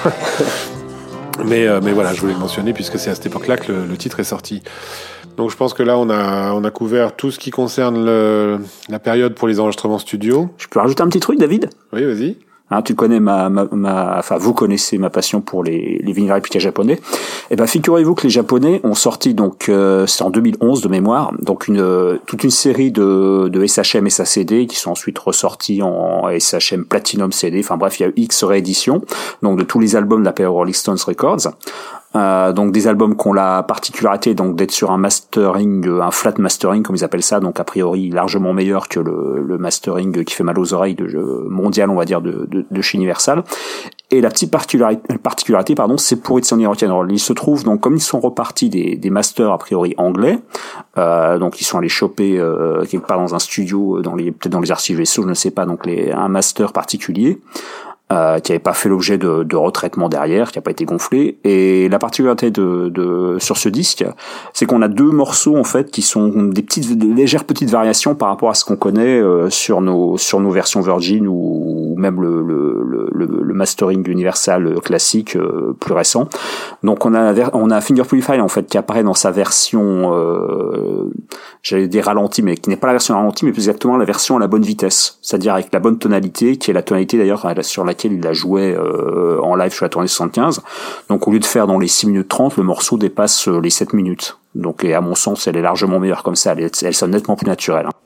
mais voilà, je voulais le mentionner puisque c'est à cette époque-là que le titre est sorti. Donc je pense que là, on a couvert tout ce qui concerne la période pour les enregistrements studio. Je peux rajouter un petit truc, David ? Oui, vas-y. Hein, tu connais vous connaissez ma passion pour les vinyles répliqués japonais. Eh ben, figurez-vous que les Japonais ont sorti donc, c'est en 2011 de mémoire, donc toute une série de SHM SACD qui sont ensuite ressortis en SHM Platinum CD. Enfin bref, il y a eu X rééditions, donc de tous les albums de la période Rolling Stones Records. Donc des albums qui ont la particularité donc d'être sur un mastering, un flat mastering comme ils appellent ça, donc a priori largement meilleur que le mastering qui fait mal aux oreilles mondial, on va dire, de chez Universal. Et la petite particularité, c'est pour It's Only Rock'n'Roll. Il se trouve donc, comme ils sont repartis des masters a priori anglais, donc ils sont allés choper quelque part dans un studio, peut-être dans les archives SO, je ne sais pas, donc un master particulier. Qui n'avait pas fait l'objet de retraitement derrière, qui n'a pas été gonflé. Et la particularité sur ce disque, c'est qu'on a deux morceaux en fait qui sont des légères petites variations par rapport à ce qu'on connaît sur nos versions Virgin ou même le mastering Universal classique plus récent. Donc on a Finger Purifier en fait qui apparaît dans sa version j'allais dire ralentie, mais qui n'est pas la version ralentie, mais plus exactement la version à la bonne vitesse, c'est-à-dire avec la bonne tonalité, qui est la tonalité d'ailleurs sur laquelle il la jouait en live sur la tournée 75. Donc au lieu de faire dans les 6 minutes 30, le morceau dépasse les 7 minutes. Donc et à mon sens, elle est largement meilleure comme ça, elle sonne nettement plus naturelle. Hein.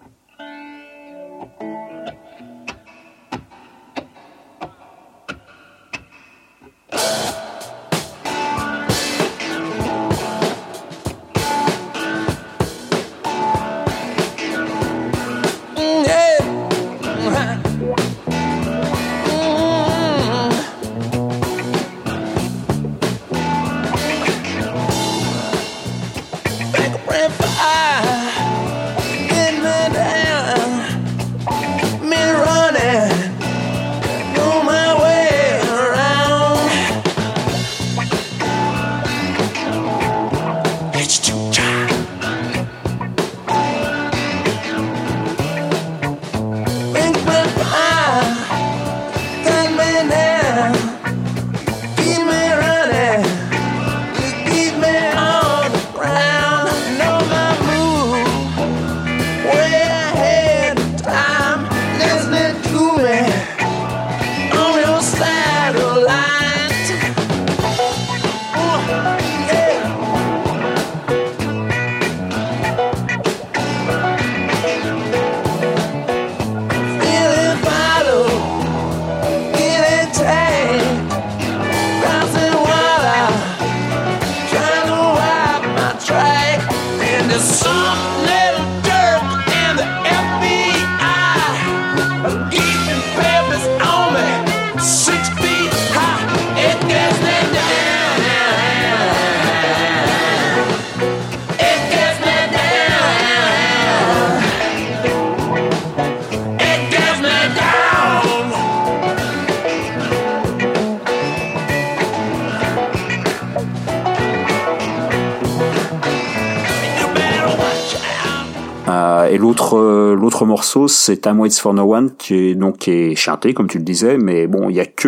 Et l'autre morceau, c'est Time Waits for No One, qui est chanté, comme tu le disais, mais bon, il y a que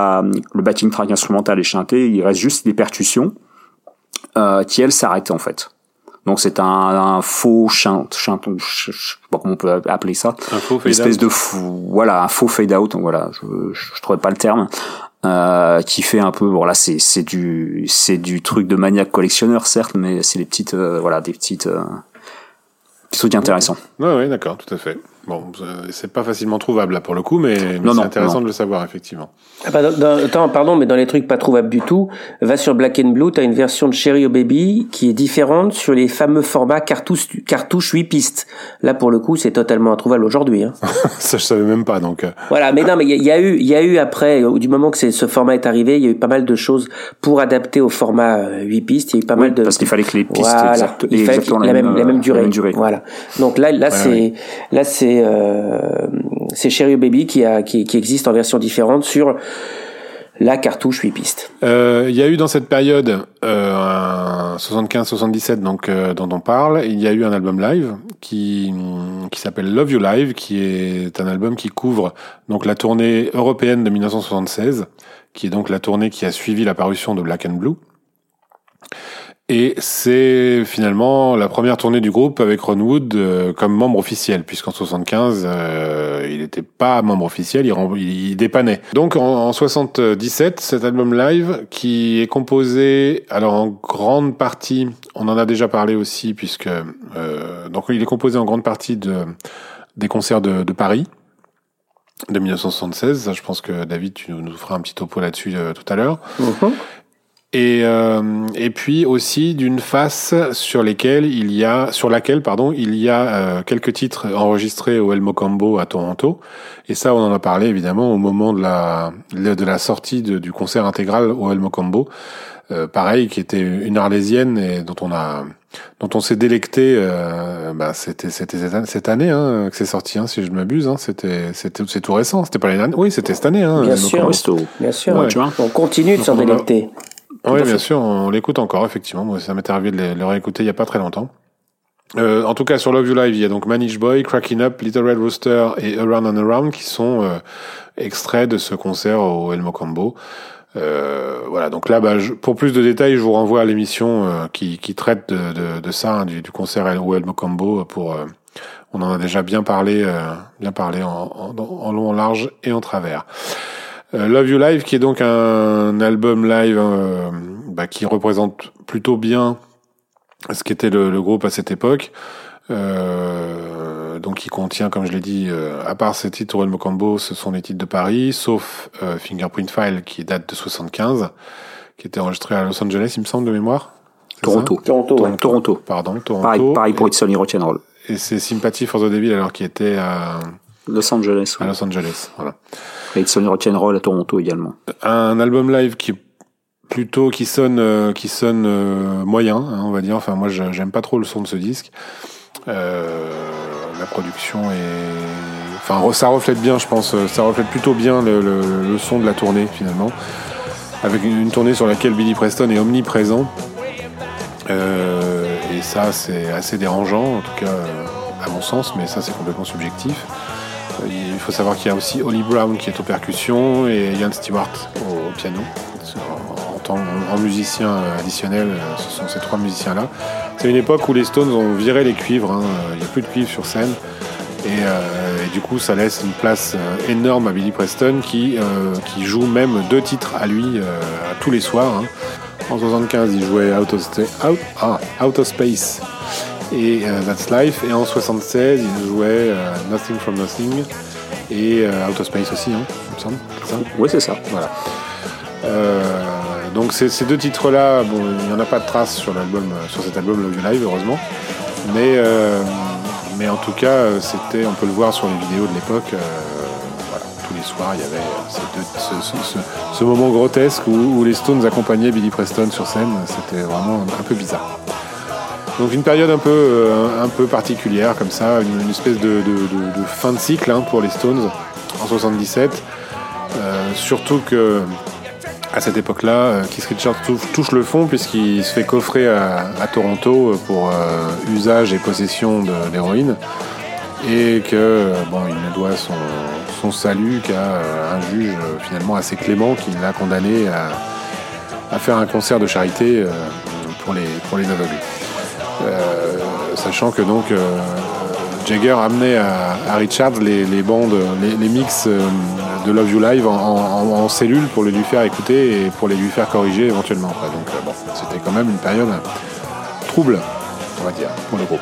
le backing track instrumental est chanté, il reste juste des percussions, qui elles s'arrêtent en fait. Donc c'est un faux chant, je sais pas comment on peut appeler ça. Un faux fade espèce out. de un faux fade out. Donc voilà, je trouvais pas le terme. Qui fait un peu, voilà, c'est du truc de maniaque collectionneur certes, mais c'est des petites, des petits trucs intéressants. Ouais, d'accord, tout à fait. Bon, c'est pas facilement trouvable là pour le coup, mais c'est intéressant de le savoir effectivement. Attends, pardon, mais dans les trucs pas trouvables du tout, va sur Black and Blue, t'as une version de Cherry Oh Baby qui est différente sur les fameux formats cartouche 8 pistes. Là pour le coup, c'est totalement introuvable aujourd'hui. Hein. Ça je savais même pas donc. Voilà, mais non, mais il y a eu après, du moment que ce format est arrivé, il y a eu pas mal de choses pour adapter au format 8 pistes. Il y a eu pas mal de parce qu'il fallait que les pistes il fallait la même durée. Voilà. Donc là c'est Cherry Oh Baby qui existe en version différente sur la cartouche 8 pistes. Il y a eu dans cette période 75-77 donc dont on parle, il y a eu un album live qui s'appelle Love You Live, qui est un album qui couvre donc la tournée européenne de 1976, qui est donc la tournée qui a suivi la parution de Black and Blue. Et c'est finalement la première tournée du groupe avec Ron Wood comme membre officiel, puisqu'en 75, il n'était pas membre officiel, il dépannait. Donc en 77, cet album live qui est composé, alors en grande partie, on en a déjà parlé aussi, puisque donc il est composé en grande partie des concerts de Paris de 1976. Ça, je pense que David, tu nous feras un petit topo là-dessus tout à l'heure. Mm-hmm. Et puis aussi d'une face sur laquelle il y a quelques titres enregistrés au El Mocambo à Toronto. Et ça, on en a parlé évidemment au moment de la sortie du concert intégral au El Mocambo. Pareil, qui était une arlésienne et dont on s'est délecté. C'était cette année que c'est sorti, si je ne m'abuse. C'est tout récent. C'était pas l'année dernière. Oui, c'était cette année. Bien sûr. Ouais. On continue de s'en délecter. Oui, bien sûr, on l'écoute encore, effectivement. Moi, ça m'est arrivé de le réécouter il y a pas très longtemps. En tout cas, sur Love You Live, il y a donc Manish Boy, Cracking Up, Little Red Rooster et Around and Around qui sont extraits de ce concert au El Mocambo. Voilà, donc là, pour plus de détails, je vous renvoie à l'émission qui traite de ça, du concert au El Mocambo. On en a déjà bien parlé en long, en large et en travers. Love You Live, qui est donc un album live qui représente plutôt bien ce qu'était le groupe à cette époque. Donc il contient, comme je l'ai dit, à part ces titres au El Mocambo, ce sont des titres de Paris, sauf Fingerprint File qui date de 75, qui était enregistré à Los Angeles, il me semble, de mémoire. Toronto. Pardon, Toronto. Pareil pour It's Only Rock'n'Roll. Et c'est Sympathy for the Devil, alors qui était à Los Angeles. À Los Angeles, voilà. Et It's Only Rock'n'Roll à Toronto également. Un album live qui sonne moyen, on va dire. Enfin, moi, j'aime pas trop le son de ce disque. La production ça reflète bien, je pense. Ça reflète plutôt bien le son de la tournée, finalement. Avec une tournée sur laquelle Billy Preston est omniprésent. Et ça, c'est assez dérangeant, en tout cas, à mon sens, mais ça, c'est complètement subjectif. Il faut savoir qu'il y a aussi Holly Brown qui est aux percussions et Ian Stewart au piano. En musicien additionnel, ce sont ces trois musiciens-là. C'est une époque où les Stones ont viré les cuivres, il n'y a plus de cuivre sur scène. Et du coup, ça laisse une place énorme à Billy Preston qui joue même 2 titres à lui tous les soirs. En 75, il jouait Out of Space et That's Life, et en 76 il jouait Nothing from Nothing et Out of Space aussi, il me semble. C'est ça ? Oui, c'est ça. Voilà. Donc ces 2 titres-là, il n'y en a pas de traces sur cet album Love You Live, heureusement, mais en tout cas, on peut le voir sur les vidéos de l'époque. Voilà, tous les soirs, il y avait ce moment grotesque où les Stones accompagnaient Billy Preston sur scène. C'était vraiment un peu bizarre. Donc une période un peu particulière comme ça, une espèce de fin de cycle pour les Stones en 77. Surtout que à cette époque-là, Keith Richards touche le fond puisqu'il se fait coffrer à Toronto pour usage et possession d'héroïne, et que il ne doit son salut qu'à un juge finalement assez clément qui l'a condamné à faire un concert de charité pour les aveugles. Sachant que donc Jagger amenait à Richards les bandes, les mix de Love You Live en cellule pour les lui faire écouter et pour les lui faire corriger éventuellement. Donc bon, c'était quand même une période trouble, on va dire, pour le groupe.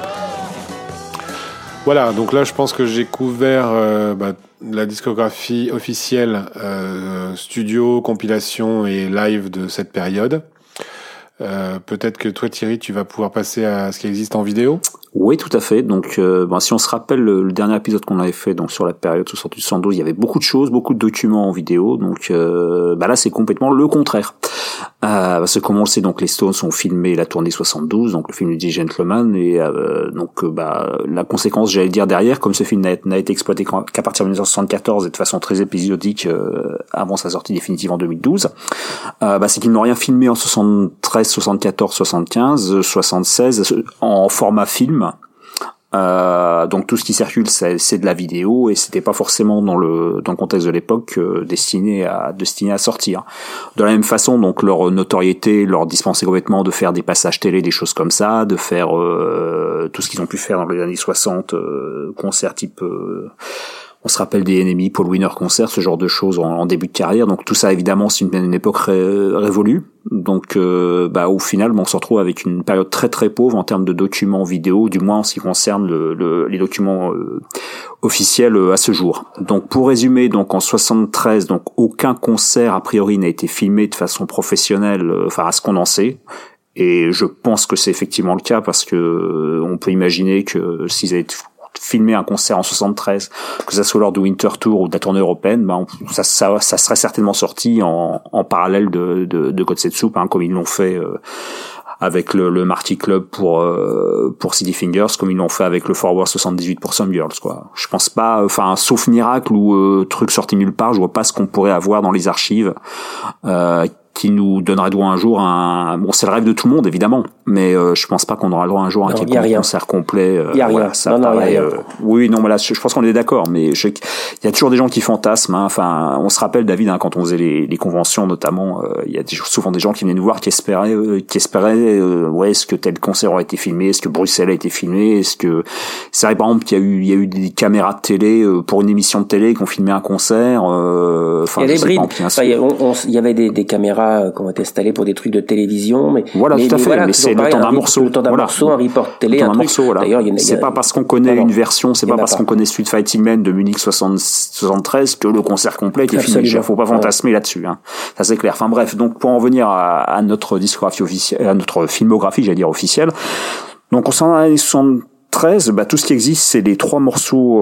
Voilà, donc là je pense que j'ai couvert la discographie officielle, studio, compilation et live de cette période. Peut-être que toi Thierry, tu vas pouvoir passer à ce qui existe en vidéo. Oui, tout à fait. Donc, si on se rappelle le dernier épisode qu'on avait fait, donc sur la période 68-72, il y avait beaucoup de choses, beaucoup de documents en vidéo. Donc, là, c'est complètement le contraire. Parce que comme on le sait, donc les Stones ont filmé la tournée 72, donc le film du The Gentleman, et la conséquence, j'allais dire derrière, comme ce film n'a été exploité qu'à partir de 1974 et de façon très épisodique avant sa sortie définitive en 2012, c'est qu'ils n'ont rien filmé en 73, 74, 75, 76 en format film. Donc tout ce qui circule c'est de la vidéo et c'était pas forcément dans le contexte de l'époque destiné à sortir. De la même façon, donc leur notoriété leur dispensait complètement de faire des passages télé, des choses comme ça, de faire tout ce qu'ils ont pu faire dans les années 60, concerts type on se rappelle des NME, Paul Winner Concert, ce genre de choses en début de carrière. Donc tout ça, évidemment, c'est une époque révolue. Donc, au final, on se retrouve avec une période très très pauvre en termes de documents vidéo, du moins en ce qui concerne les documents officiels à ce jour. Donc, pour résumer, donc en 73, donc aucun concert a priori n'a été filmé de façon professionnelle, à ce qu'on en sait. Et je pense que c'est effectivement le cas parce que on peut imaginer que s'ils avaient filmer un concert en 73, que ça soit lors du Winter Tour ou de la tournée européenne, ça serait certainement sorti en parallèle de Godset Soup, comme ils l'ont fait avec le Marty Club pour City Fingers, comme ils l'ont fait avec le Forward 78 pour Some Girls, quoi. Je pense pas, sauf miracle ou truc sorti nulle part, je vois pas ce qu'on pourrait avoir dans les archives qui nous donnerait droit un jour c'est le rêve de tout le monde évidemment, mais je pense pas qu'on aura le droit un jour à un concert complet. Il y a rien. Ça paraît, oui, non, mais là je pense qu'on est d'accord, mais il y a toujours des gens qui fantasment. On se rappelle, David, quand on faisait les conventions notamment, il y a souvent des gens qui venaient nous voir qui espéraient, est-ce que tel concert aurait été filmé, est-ce que Bruxelles a été filmé, est-ce que c'est vrai par exemple qu'il y a eu des caméras de télé pour une émission de télé qui ont filmé un concert. Il y a des brides. Il y avait des caméras qui ont été installées pour des trucs de télévision, mais tout à fait. Mais c'est le temps d'un morceau. Le temps d'un morceau, un report télé, un truc. D'ailleurs, c'est pas parce qu'on connaît une version, c'est pas parce qu'on connaît Street Fighting Man de Munich 73 que le concert complet est filmé. Faut pas fantasmer là-dessus. Ça c'est clair. Bref, donc pour en venir à notre discographie officielle, à notre filmographie, j'allais dire officielle. Donc on s'en a 73, tout ce qui existe, c'est les 3 morceaux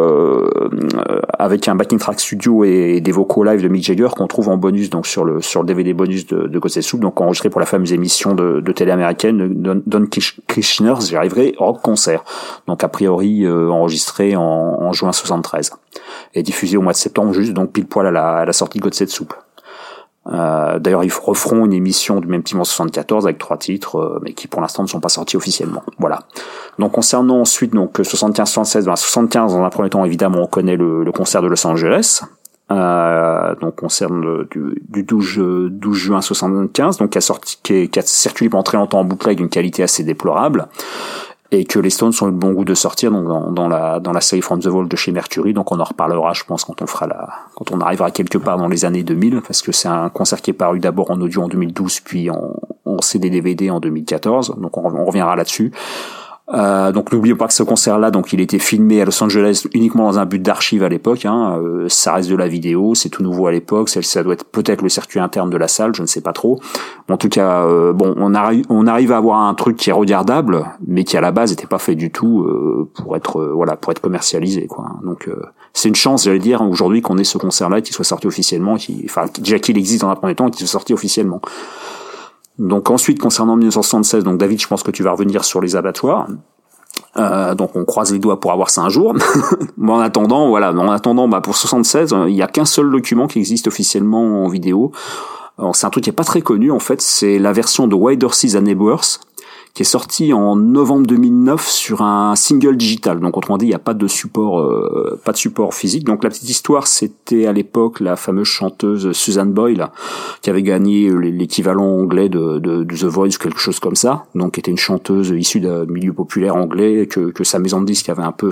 avec un backing track studio et des vocaux live de Mick Jagger qu'on trouve en bonus, donc sur le DVD bonus de Godset Soup, donc enregistré pour la fameuse émission de télé américaine Don Kirshner's J'y arriverai Rock Concert, donc a priori enregistré en juin 73 et diffusé au mois de septembre, juste donc pile poil à la sortie de Godset Soup. D'ailleurs, ils referont une émission du même type en 74 avec 3 titres, mais qui pour l'instant ne sont pas sortis officiellement. Voilà. Donc concernant ensuite 75-76, 75 dans un premier temps évidemment on connaît le concert de Los Angeles. Donc concerne du 12 juin 75, donc qui a circulé pendant très longtemps en bootleg d'une qualité assez déplorable. Et que les Stones ont eu le bon goût de sortir dans la série From the Vault de chez Mercury. Donc on en reparlera, je pense, quand on arrivera quelque part dans les années 2000, parce que c'est un concert qui est paru d'abord en audio en 2012, puis en CD-DVD en 2014. Donc on reviendra là-dessus. Donc n'oublions pas que ce concert-là, donc il était filmé à Los Angeles uniquement dans un but d'archive à l'époque. Ça reste de la vidéo, c'est tout nouveau à l'époque. Ça doit être peut-être le circuit interne de la salle, je ne sais pas trop. Mais en tout cas, on arrive à avoir un truc qui est regardable, mais qui à la base n'était pas fait du tout pour être commercialisé, quoi. Donc c'est une chance, j'allais dire, aujourd'hui qu'on ait ce concert-là qui soit sorti officiellement, déjà qu'il existe dans un premier temps et qu'il soit sorti officiellement. Donc ensuite, concernant 1976, donc David, je pense que tu vas revenir sur les abattoirs. Donc on croise les doigts pour avoir ça un jour. Mais en attendant, pour 76, il y a qu'un seul document qui existe officiellement en vidéo. Alors, c'est un truc qui est pas très connu en fait, c'est la version de Wider Seas and Neighbors, qui est sorti en novembre 2009 sur un single digital. Donc autrement dit, il n'y a pas de support physique. Donc la petite histoire, c'était à l'époque la fameuse chanteuse Susan Boyle qui avait gagné l'équivalent anglais de The Voice, quelque chose comme ça. Donc était une chanteuse issue d'un milieu populaire anglais que sa maison de disques avait un peu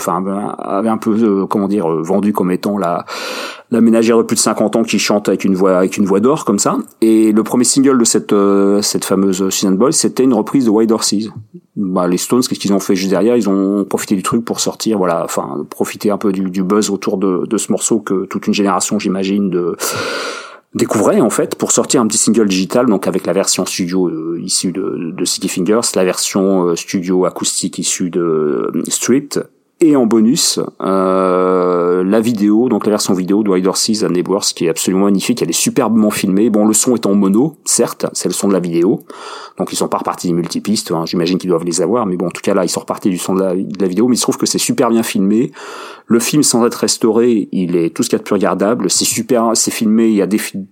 vendu comme étant la ménagère de plus de 50 ans qui chante avec une voix d'or comme ça. Et le premier single de cette fameuse Susan Boyle, c'était une reprise de White Horses. Les Stones, qu'est-ce qu'ils ont fait juste derrière? Ils ont profité du truc pour sortir, profiter un peu du buzz autour de ce morceau que toute une génération, j'imagine, découvrait en fait, pour sortir un petit single digital, donc avec la version studio issue de Sticky Fingers, la version studio acoustique issue de Stripped, et en bonus la vidéo, donc la version vidéo de White Horses and Neighbors, qui est absolument magnifique. Elle est superbement filmée. Bon, le son est en mono, certes, c'est le son de la vidéo, donc ils sont pas repartis des multipistes, j'imagine qu'ils doivent les avoir, mais bon, en tout cas là, ils sont repartis du son de la vidéo, mais il se trouve que c'est super bien filmé. Le film, sans être restauré, il est tout ce qu'il y a de plus regardable. C'est filmé, il y a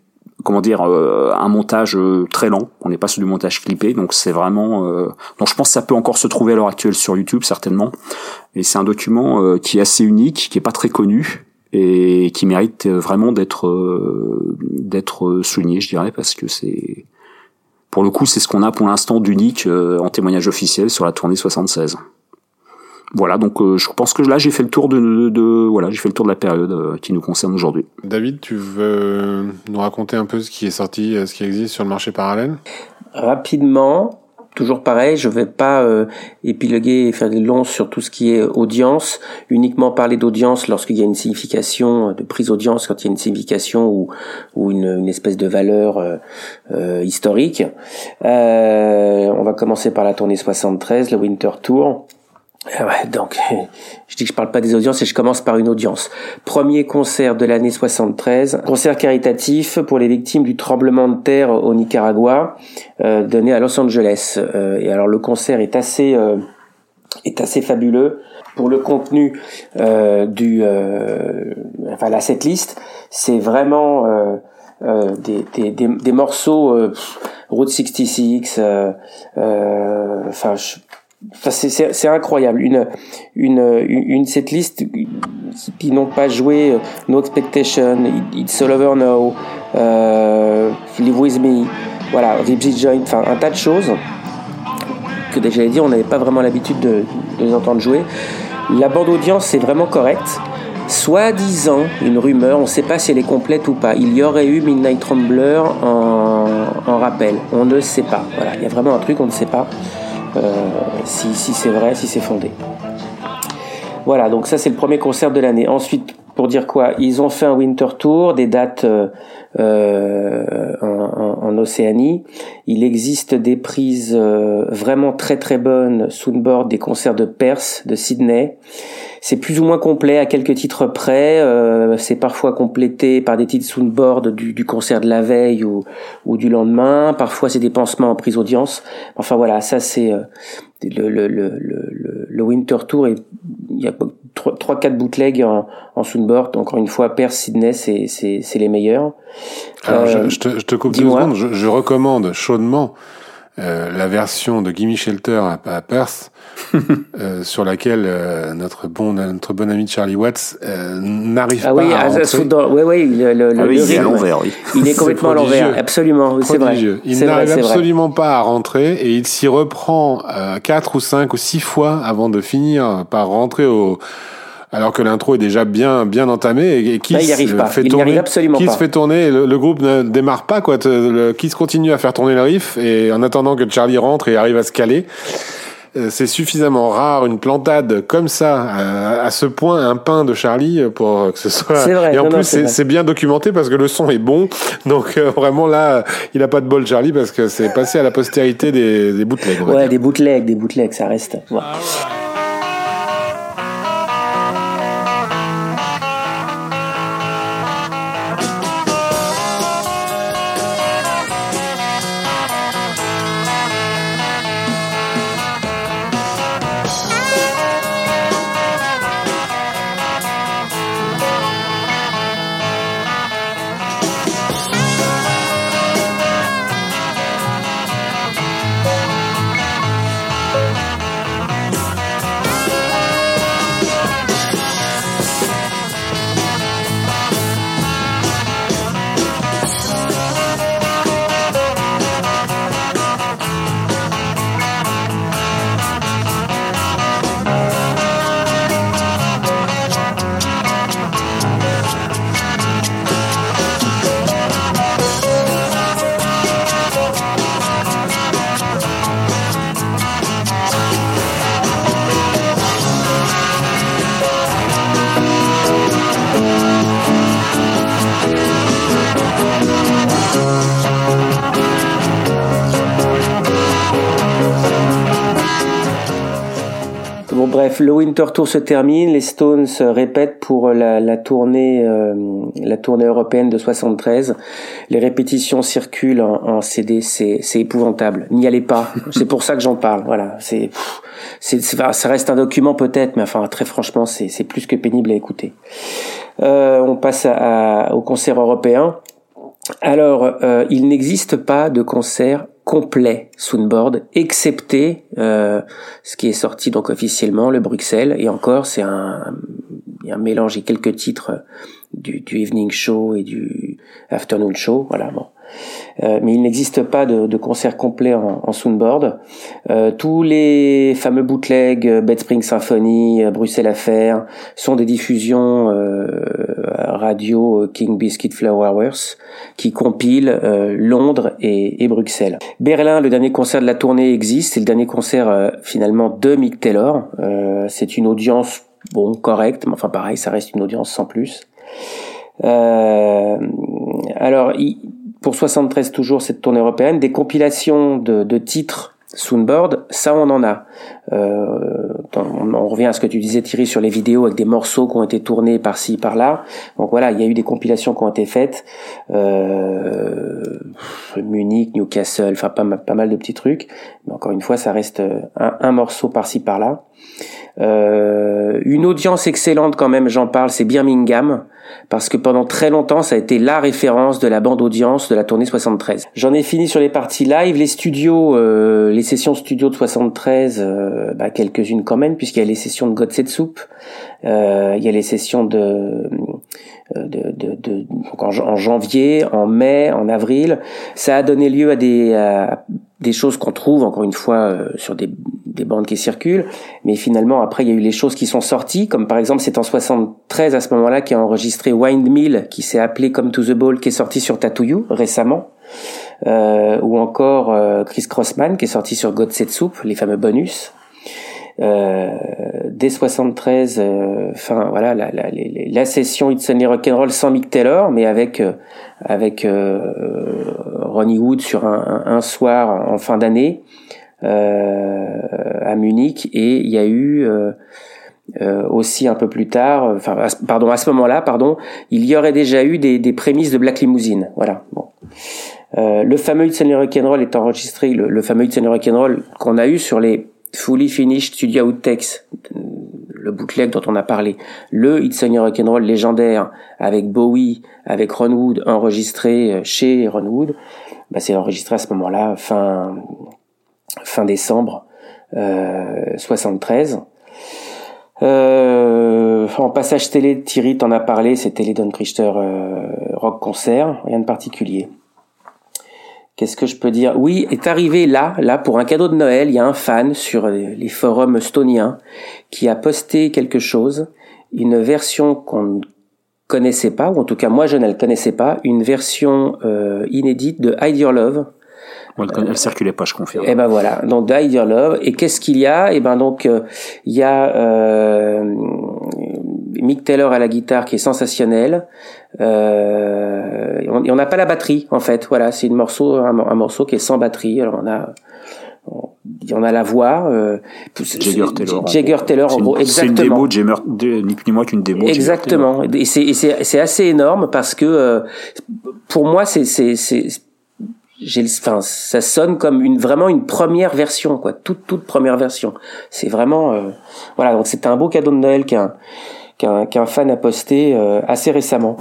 un montage très lent. On n'est pas sur du montage clippé, donc c'est vraiment. Donc je pense que ça peut encore se trouver à l'heure actuelle sur YouTube certainement. Et c'est un document qui est assez unique, qui est pas très connu et qui mérite vraiment d'être souligné, je dirais, parce que c'est, pour le coup, c'est ce qu'on a pour l'instant d'unique en témoignage officiel sur la tournée 76. Voilà, donc je pense que là j'ai fait le tour j'ai fait le tour de la période qui nous concerne aujourd'hui. David, tu veux nous raconter un peu ce qui est sorti, ce qui existe sur le marché parallèle? Rapidement, toujours pareil, je vais pas épiloguer et faire des longs sur tout ce qui est audience, uniquement parler d'audience lorsqu'il y a une signification de prise audience, quand il y a une signification ou une espèce de valeur historique. On va commencer par la tournée 73, le Winter Tour. Ouais, donc je dis que je parle pas des audiences et je commence par une audience. Premier concert de l'année 73, concert caritatif pour les victimes du tremblement de terre au Nicaragua, donné à Los Angeles. Et alors le concert est assez fabuleux. Pour le contenu la setlist, c'est vraiment des morceaux Route 66, c'est incroyable, une setlist qui n'ont pas joué No Expectation, It's All Over Now, Live With Me, voilà, Ribsy Joint, enfin un tas de choses que déjà dit on n'avait pas vraiment l'habitude de les entendre jouer. La bande audience c'est vraiment correct. Soi-disant, une rumeur, on ne sait pas si elle est complète ou pas, il y aurait eu Midnight Rambler en rappel, on ne sait pas. Voilà, il y a vraiment un truc on ne sait pas. Si c'est vrai, si c'est fondé. Voilà, donc ça c'est le premier concert de l'année. Ensuite, pour dire quoi, ils ont fait un Winter Tour, des dates en Océanie. Il existe des prises vraiment très très bonnes Soundboard, des concerts de Perth, de Sydney. C'est plus ou moins complet à quelques titres près. C'est parfois complété par des titres Soundboard du concert de la veille ou du lendemain. Parfois c'est des pansements en prise audience. Enfin voilà, ça c'est le Winter Tour. Et il y a 3-4 bootlegs en Soundboard. Encore une fois, Perth, Sydney, c'est les meilleurs. Alors je te coupe 2 secondes. Je recommande chaudement la version de Gimme Shelter à Perth, sur laquelle notre bon ami Charlie Watts n'arrive pas à rentrer. Il est à l'envers, oui. Il est complètement à l'envers, absolument, c'est vrai. Il n'arrive absolument pas à rentrer et il s'y reprend 4 ou 5 ou 6 fois avant de finir par rentrer alors que l'intro est déjà bien entamée et Kiss se fait tourner, le groupe ne démarre pas quoi, Kiss continue à faire tourner le riff et en attendant que Charlie rentre et arrive à se caler. C'est suffisamment rare une plantade comme ça à ce point un pain de Charlie pour que ce soit. C'est vrai, et en plus c'est bien documenté parce que le son est bon, donc vraiment là il a pas de bol Charlie parce que c'est passé à la postérité des bootlegs. Ouais, des bootlegs ça reste. Ouais. le Winter Tour se termine, les Stones répètent pour la tournée européenne de 73. Les répétitions circulent en CD, c'est épouvantable. N'y allez pas. C'est pour ça que j'en parle. Voilà, ça reste un document peut-être, mais enfin très franchement, c'est plus que pénible à écouter. On passe au concert européen. Alors, il n'existe pas de concert complet Soundboard, excepté ce qui est sorti donc officiellement, le Bruxelles, et encore c'est un mélange, et quelques titres du Evening Show et du Afternoon Show, voilà, bon. Mais il n'existe pas de concert complet en Soundboard. Tous les fameux bootlegs, Bed Spring Symphony, Bruxelles Affair, sont des diffusions radio King Biscuit Flowerworks qui compilent Londres et Bruxelles. Berlin, le dernier concert de la tournée existe, c'est le dernier concert finalement de Mick Taylor. C'est une audience correcte, mais enfin pareil, ça reste une audience sans plus. Alors, pour 73 toujours, cette tournée européenne, des compilations de titres Soundboard, ça on en a. On revient à ce que tu disais Thierry sur les vidéos avec des morceaux qui ont été tournés par-ci, par-là. Donc voilà, il y a eu des compilations qui ont été faites. Munich, Newcastle, enfin pas mal de petits trucs. Mais encore une fois, ça reste un morceau par-ci, par-là. Une audience excellente quand même, j'en parle, c'est Birmingham, parce que pendant très longtemps ça a été la référence de la bande audience de la tournée 73. J'en ai fini sur les parties live, les studios, les sessions studio de 73, quelques-unes quand même, puisqu'il y a les sessions de God Save Soup, il y a les sessions donc en janvier, en mai, en avril. Ça a donné lieu à des choses qu'on trouve encore une fois sur des bandes qui circulent, mais finalement après il y a eu les choses qui sont sorties, comme par exemple c'est en 73 à ce moment-là qui a enregistré Windmill, qui s'est appelé Come to the Ball, qui est sorti sur Tattoo You récemment, ou encore Chris Crossman qui est sorti sur God Save Soup, les fameux bonus. Dès 73, voilà, la session It's Only Rock'n'Roll sans Mick Taylor, mais avec Ronnie Wood sur un soir en fin d'année à Munich, et il y a eu aussi un peu plus tard, à ce moment-là, il y aurait déjà eu des prémices de Black Limousine, voilà. Bon. Le fameux It's Only Rock'n'Roll est enregistré, le fameux It's Only Rock'n'Roll qu'on a eu sur les Fully Finished Studio Outtakes, le bootleg dont on a parlé, le It's Only Rock'n'Roll légendaire avec Bowie, avec Ron Wood, enregistré chez Ron Wood, c'est enregistré à ce moment-là, fin décembre 73. En passage télé, Thierry t'en a parlé, c'était les Don Crichter Rock Concert, rien de particulier. Qu'est-ce que je peux dire? Oui, est arrivé là, pour un cadeau de Noël, il y a un fan sur les forums stoniens qui a posté quelque chose, une version qu'on ne connaissait pas, ou en tout cas moi je ne la connaissais pas, une version inédite de Hide Your Love. Elle circulait pas, je confirme. Et voilà, donc Hide Your Love. Et qu'est-ce qu'il y a? Il y a Mick Taylor à la guitare qui est sensationnel. On n'a pas la batterie en fait. Voilà, c'est un morceau qui est sans batterie. Alors on a la voix. Jagger Taylor en gros, exactement. C'est une démo, ni plus ni moins qu'une démo. Exactement. Et c'est assez énorme parce que pour moi ça sonne comme vraiment une première version, quoi, toute première version. C'est vraiment voilà, donc c'était un beau cadeau de Noël qu'un fan a posté assez récemment.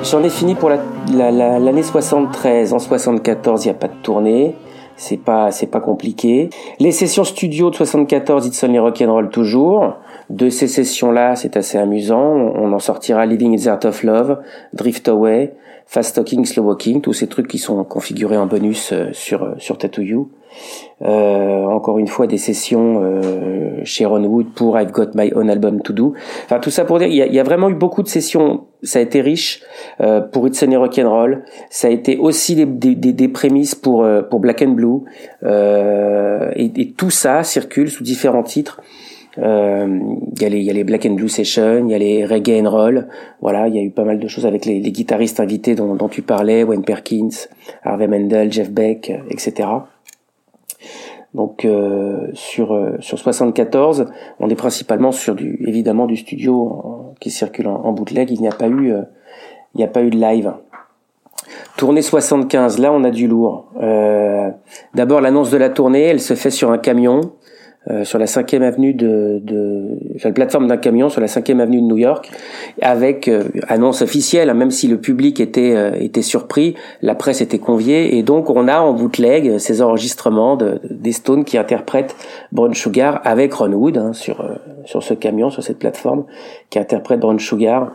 j'en ai fini pour l'année 73. En 74, il n'y a pas de tournée. C'est pas compliqué. Les sessions studio de 74, It's Only Rock'n'Roll toujours. De ces sessions-là, c'est assez amusant. On en sortira Living in the Art of Love, Drift Away, Fast Talking, Slow Walking, tous ces trucs qui sont configurés en bonus sur Tattoo You. Encore une fois, des sessions chez Ron Wood pour I've Got My Own Album to Do. Enfin, tout ça pour dire, il y a vraiment eu beaucoup de sessions. Ça a été riche pour It's Only Rock'n'Roll. Ça a été aussi des prémices pour Black and Blue. Et tout ça circule sous différents titres. Il y a les Black and Blue Sessions, il y a les Reggae and Roll. Voilà, il y a eu pas mal de choses avec les guitaristes invités dont tu parlais, Wayne Perkins, Harvey Mendel, Jeff Beck, etc. Donc sur 74, on est principalement sur évidemment du studio qui circule en bootleg. Il n'y a pas eu de live. Tournée 75, là on a du lourd. D'abord l'annonce de la tournée, elle se fait sur un camion. Sur la 5e avenue sur la plateforme d'un camion sur la 5e avenue de New York, avec annonce officielle, hein, même si le public était surpris, la presse était conviée, et donc on a en bootleg ces enregistrements des Stones qui interprètent Brown Sugar avec Ron Wood, hein, sur ce camion, sur cette plateforme, qui interprète Brown Sugar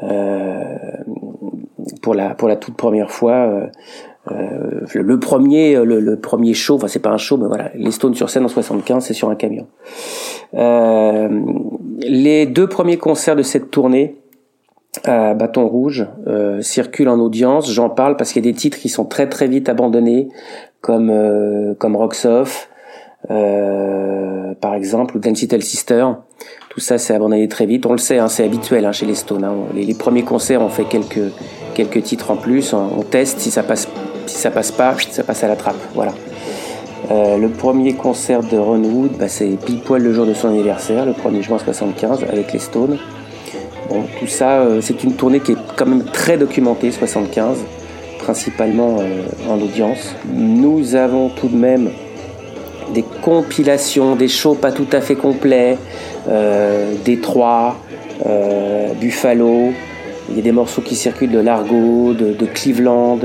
pour la toute première fois. Le premier show, enfin c'est pas un show, mais voilà, les Stones sur scène en 75, c'est sur un camion. Les 2 premiers concerts de cette tournée à Bâton Rouge circulent en audience. J'en parle parce qu'il y a des titres qui sont très très vite abandonnés, comme Rocks Off, par exemple, ou Dance Little Sister. Tout ça c'est abandonné très vite. On le sait, hein, c'est habituel, hein, chez les Stones. Hein. Les premiers concerts, on fait quelques titres en plus. On teste, si ça passe pas, ça passe à la trappe. Voilà. Le premier concert de Ron Wood, c'est pile poil le jour de son anniversaire, le 1er juin 75, avec les Stones. Bon, tout ça, c'est une tournée qui est quand même très documentée, 75, principalement en audience. Nous avons tout de même des compilations, des shows pas tout à fait complets, Détroit, Buffalo. Il y a des morceaux qui circulent de Largo, de Cleveland,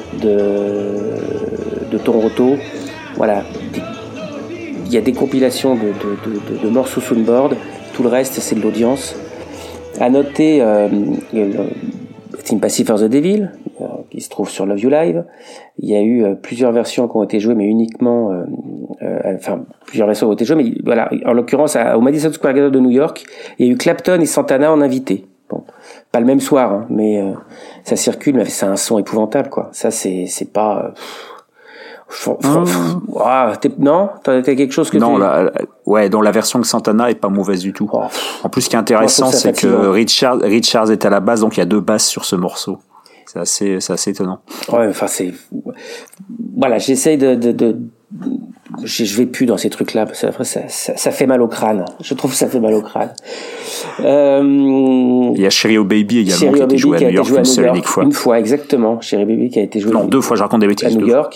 de Toronto. Voilà. Il y a des compilations de morceaux soundboard. Tout le reste, c'est de l'audience. À noter Sympathy for the Devil, qui se trouve sur Love You Live. Il y a eu plusieurs versions qui ont été jouées, mais uniquement... plusieurs versions ont été jouées, mais voilà. En l'occurrence, au Madison Square Garden de New York, il y a eu Clapton et Santana en invité. Bon, pas le même soir, hein, mais ça circule, mais c'est un son épouvantable, quoi. Ça, c'est pas... non, t'as quelque chose que non, dans la version de Santana est pas mauvaise du tout. En plus, ce qui est intéressant, c'est que Richards est à la basse, donc il y a 2 basses sur ce morceau. C'est assez étonnant. Ouais, enfin voilà, j'essaye je vais plus dans ces trucs-là parce que après ça fait mal au crâne. Je trouve que ça fait mal au crâne. Il y a Cherry Oh Baby également qui a été joué à New York une seule unique fois. Une fois, exactement. Cherry Baby qui a été joué. Non, 2 fois. Je raconte des bêtises. À New York.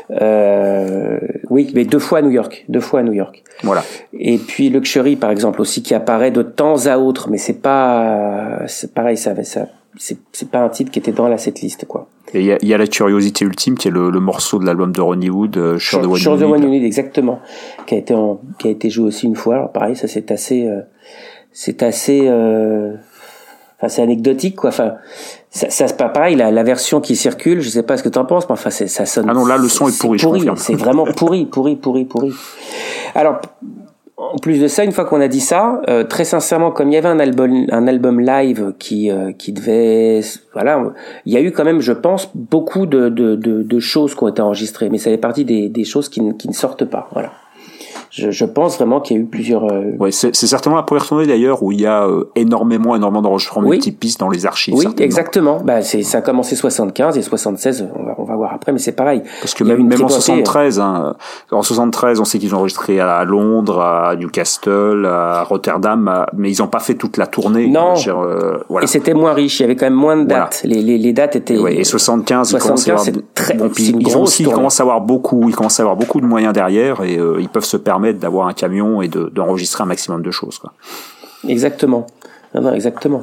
Oui, mais 2 fois à New York. Voilà. Et puis Luxury, par exemple, aussi, qui apparaît de temps à autre, mais c'est pareil, c'est pas un titre qui était dans la setlist, quoi. Et il y a la Curiosité Ultime, qui est le morceau de l'album de Ronnie Wood, Sure the One You Need, exactement, qui a été joué aussi une fois. Alors pareil, ça c'est assez, c'est anecdotique, quoi. Enfin, ça c'est pas pareil. La version qui circule, je sais pas ce que t'en penses, mais enfin, ça sonne. Ah non, là le son est pourri. Je confirme. C'est vraiment pourri. Alors, en plus de ça, une fois qu'on a dit ça, très sincèrement, comme il y avait un album live qui devait, voilà, il y a eu quand même, je pense, beaucoup de choses qui ont été enregistrées, mais ça fait partie des choses qui ne sortent pas, voilà. Je pense vraiment qu'il y a eu plusieurs... Ouais, c'est certainement la première tournée d'ailleurs où il y a énormément d'enregistrements multipistes dans les archives. Oui, certainement. Exactement. Ça a commencé 75 et 76, on va voir après, mais c'est pareil. Parce que même en 73, en 73, on sait qu'ils ont enregistré à Londres, à Newcastle, à Rotterdam, mais ils n'ont pas fait toute la tournée. Non. Voilà. Et c'était moins riche, il y avait quand même moins de dates. Voilà. Les dates étaient... Ouais, et 75, ils commencent à avoir beaucoup de moyens derrière et ils peuvent se permettre d'avoir un camion et d'enregistrer un maximum de choses, quoi. Exactement. Non, exactement.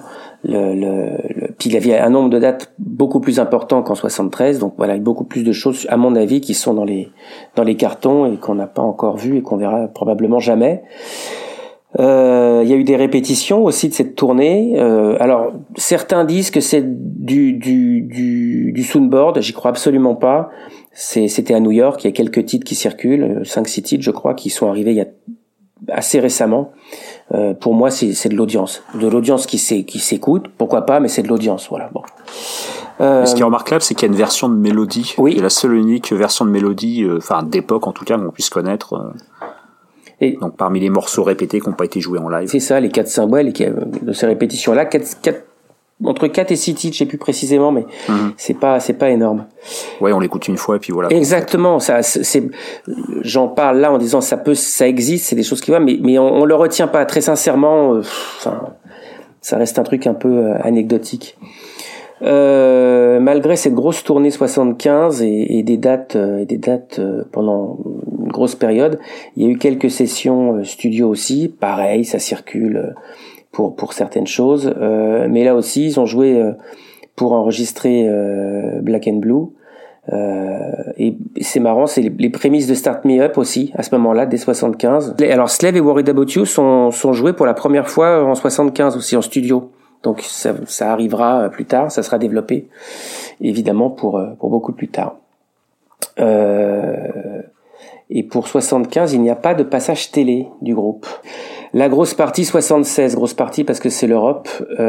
Puis il y avait un nombre de dates beaucoup plus important qu'en 73, donc voilà, beaucoup plus de choses, à mon avis, qui sont dans les cartons et qu'on n'a pas encore vu et qu'on verra probablement jamais. Il y a eu des répétitions aussi de cette tournée. Alors certains disent que c'est du soundboard, j'y crois absolument pas. C'était à New York, il y a quelques titres qui circulent, 5-6 titres je crois, qui sont arrivés il y a assez récemment. Pour moi c'est de l'audience qui s'écoute, pourquoi pas, mais c'est de l'audience, voilà. Bon. Ce qui est remarquable, c'est qu'il y a une version de mélodie, oui. qui est la seule et unique version de mélodie, d'époque en tout cas, qu'on puisse connaître. Et donc parmi les morceaux répétés qui n'ont pas été joués en live. C'est ça, les 4 cymbales de ces répétitions-là, entre 4 et 6 titres, je sais plus précisément, mais c'est pas énorme. Ouais, on l'écoute une fois et puis voilà. Exactement, j'en parle là en disant ça existe, c'est des choses qui vont, mais on le retient pas, très sincèrement, ça reste un truc un peu anecdotique. Malgré cette grosse tournée 75 et des dates pendant une grosse période, il y a eu quelques sessions studio aussi, pareil, ça circule pour certaines choses, mais là aussi ils ont joué pour enregistrer Black and Blue, et c'est marrant, c'est les prémices de Start Me Up aussi à ce moment-là, dès 75. Alors Slave et Worried About You sont joués pour la première fois en 75 aussi en studio. Donc ça arrivera plus tard, ça sera développé évidemment pour beaucoup plus tard. Et pour 75, il n'y a pas de passage télé du groupe. La grosse partie 76, grosse partie parce que c'est l'Europe.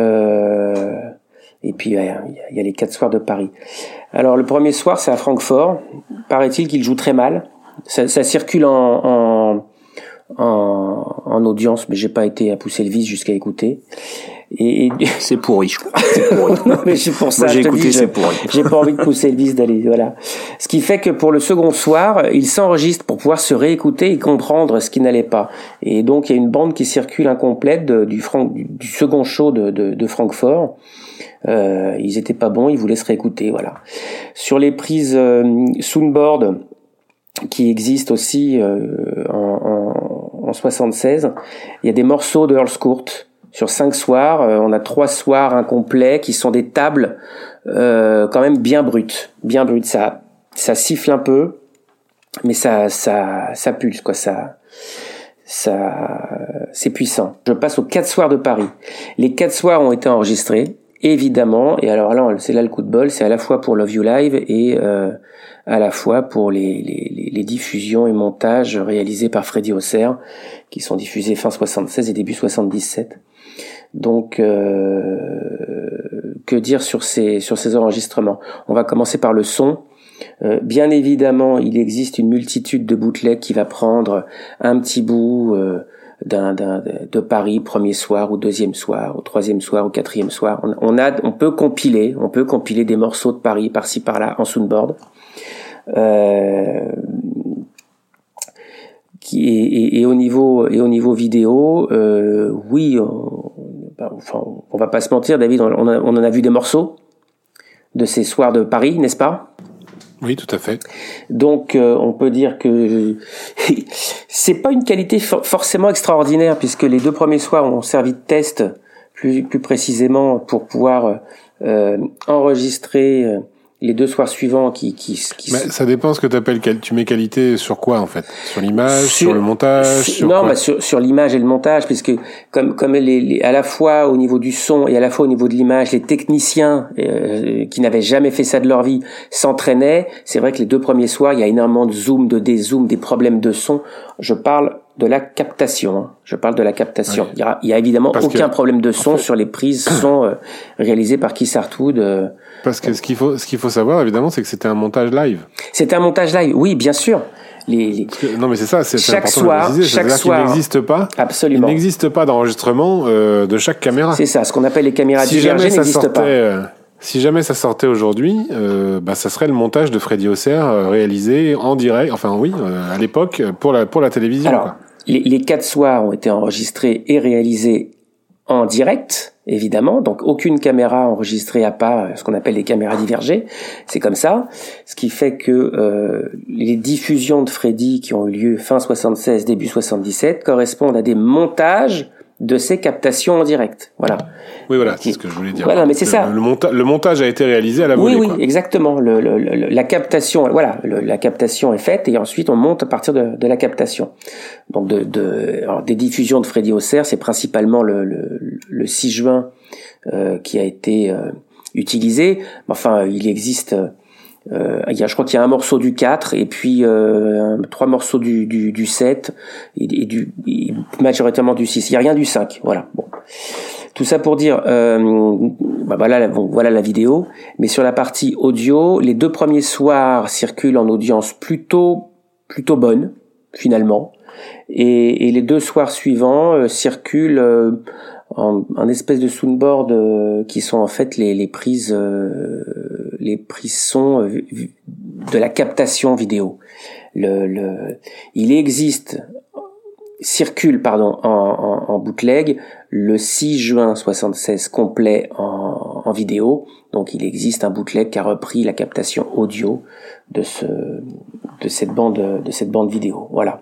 Et puis il y a les 4 soirs de Paris. Alors le premier soir, c'est à Francfort. Paraît-il qu'il joue très mal. Ça circule en audience, mais j'ai pas été à pousser le vis jusqu'à écouter. Et c'est pourri, je crois. C'est pourri. Non, mais c'est pour ça. Moi, j'ai écouté, c'est pourri. J'ai pas envie de pousser le vis d'aller, voilà. Ce qui fait que pour le second soir, il s'enregistre pour pouvoir se réécouter et comprendre ce qui n'allait pas. Et donc, il y a une bande qui circule incomplète du second show de Francfort. Ils étaient pas bons, ils voulaient se réécouter, voilà. Sur les prises soundboard qui existent aussi en 76, il y a des morceaux de Earl Court. Sur 5 soirs, on a 3 soirs incomplets qui sont des tables quand même bien brutes. Ça siffle un peu, mais ça pulse, quoi. C'est puissant. Je passe aux 4 soirs de Paris. Les 4 soirs ont été enregistrés, évidemment. Et alors là, c'est là le coup de bol. C'est à la fois pour Love You Live et à la fois pour les diffusions et montages réalisés par Freddy Auxerre, qui sont diffusés fin 76 et début 77. Donc, que dire sur ces enregistrements? On va commencer par le son. Bien évidemment, il existe une multitude de bootlegs qui va prendre un petit bout de Paris, premier soir ou deuxième soir, ou troisième soir ou quatrième soir. On peut compiler des morceaux de Paris par-ci par-là en soundboard. Et au niveau vidéo, oui, on va pas se mentir, David, on en a vu des morceaux de ces soirs de Paris, n'est-ce pas? Oui, tout à fait. Donc, on peut dire que c'est pas une qualité forcément extraordinaire, puisque les 2 premiers soirs ont servi de test, plus précisément, pour pouvoir enregistrer les 2 soirs suivants qui Mais ça dépend ce que tu mets qualité sur quoi, en fait? Sur l'image, sur le montage, sur l'image et le montage, puisque comme à la fois au niveau du son et à la fois au niveau de l'image, les techniciens qui n'avaient jamais fait ça de leur vie s'entraînaient. C'est vrai que les 2 premiers soirs, il y a énormément de zoom, de dézoom, des problèmes de son. Je parle de la captation. Ouais. Il y a évidemment aucun problème de son sur les prises son réalisées par Keith Hartwood. Parce que ce qu'il faut savoir, évidemment, c'est que c'était un montage live. C'était un montage live, oui, bien sûr. Non, mais c'est ça, c'est chaque important soir, de préciser. C'est-à-dire qu'il n'existe pas. Absolument. Il n'existe pas d'enregistrement de chaque caméra. C'est ça, ce qu'on appelle les caméras divergées n'existe pas. Si jamais ça sortait aujourd'hui, ça serait le montage de Freddy Auxerre réalisé en direct. Enfin oui, à l'époque pour la télévision. Alors, quoi. Les 4 soirs ont été enregistrés et réalisés en direct, évidemment, donc aucune caméra enregistrée à part ce qu'on appelle les caméras divergées, c'est comme ça, ce qui fait que les diffusions de Freddy qui ont eu lieu fin 76, début 77 correspondent à des montages de ces captations en direct. Voilà. Oui, voilà, c'est ce que je voulais dire. Voilà, mais c'est ça. Le montage a été réalisé à la volée. Oui, quoi. Exactement. La captation, voilà, la captation est faite et ensuite on monte à partir de la captation. Donc alors, des diffusions de Freddy Auxerre, c'est principalement le 6 juin qui a été utilisé. Enfin, il existe. Je crois qu'il y a un morceau du 4 et puis 3 morceaux du 7 et majoritairement du 6. Il y a rien du 5. Voilà. Bon. Tout ça pour dire voilà la vidéo, mais sur la partie audio, les 2 premiers soirs circulent en audience plutôt bonne finalement et les 2 soirs suivants circulent en espèce de soundboard qui sont en fait les prises son de la captation vidéo. Circule en bootleg le 6 juin 76 complet en vidéo. Donc il existe un bootleg qui a repris la captation audio de cette bande vidéo. Voilà.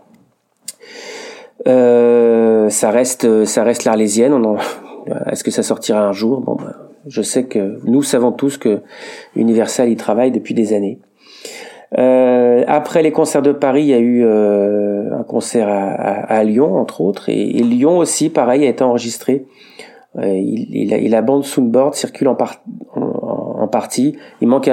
Ça reste l'Arlésienne. Est-ce que ça sortira un jour? Bon, je sais que nous savons tous que Universal y travaille depuis des années. Après les concerts de Paris, il y a eu un concert à Lyon, entre autres, et Lyon aussi, pareil, a été enregistré. La bande soundboard circule en partie. Il manque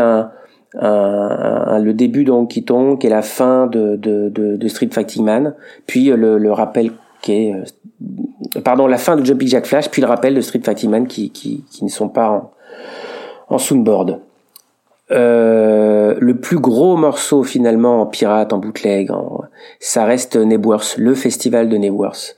le début de Honky Tonk et la fin de Street Fighting Man, puis le rappel qui est la fin de Jumping Jack Flash, puis le rappel de Street Fighting Man qui ne sont pas en soundboard. Le plus gros morceau finalement en pirate, en bootleg, ça reste Nebworth, le festival de Nebworth.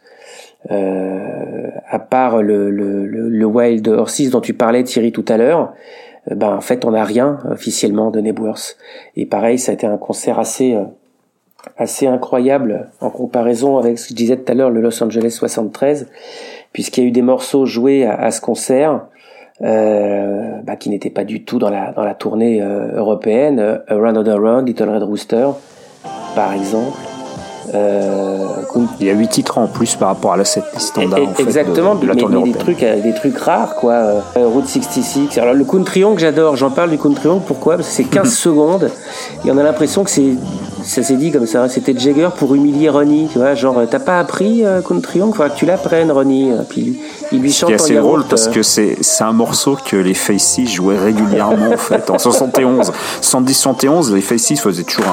À part le Wild Horses dont tu parlais, Thierry, tout à l'heure, en fait on n'a rien officiellement de Nebworth. Et pareil, ça a été un concert assez incroyable en comparaison avec ce que je disais tout à l'heure, le Los Angeles 73, puisqu'il y a eu des morceaux joués à ce concert qui n'étaient pas du tout dans la tournée européenne. Around and Around, Little Red Rooster, par exemple. Il y a 8 titres en plus par rapport à la setlist standard. Exactement, de la tournée européenne. des trucs rares, quoi. Route 66. Alors le Country Honk, j'adore. J'en parle du Country Honk. Pourquoi? Parce que c'est 15 secondes et on a l'impression que ça s'est dit comme ça. C'était Jagger pour humilier Ronnie, tu vois. Genre, t'as pas appris Country Honk? Faudra que tu l'apprennes, Ronnie. Puis il lui chante en yaourt. C'est drôle parce que c'est un morceau que les Faces jouaient régulièrement en fait. En 70-71, les Faces faisaient toujours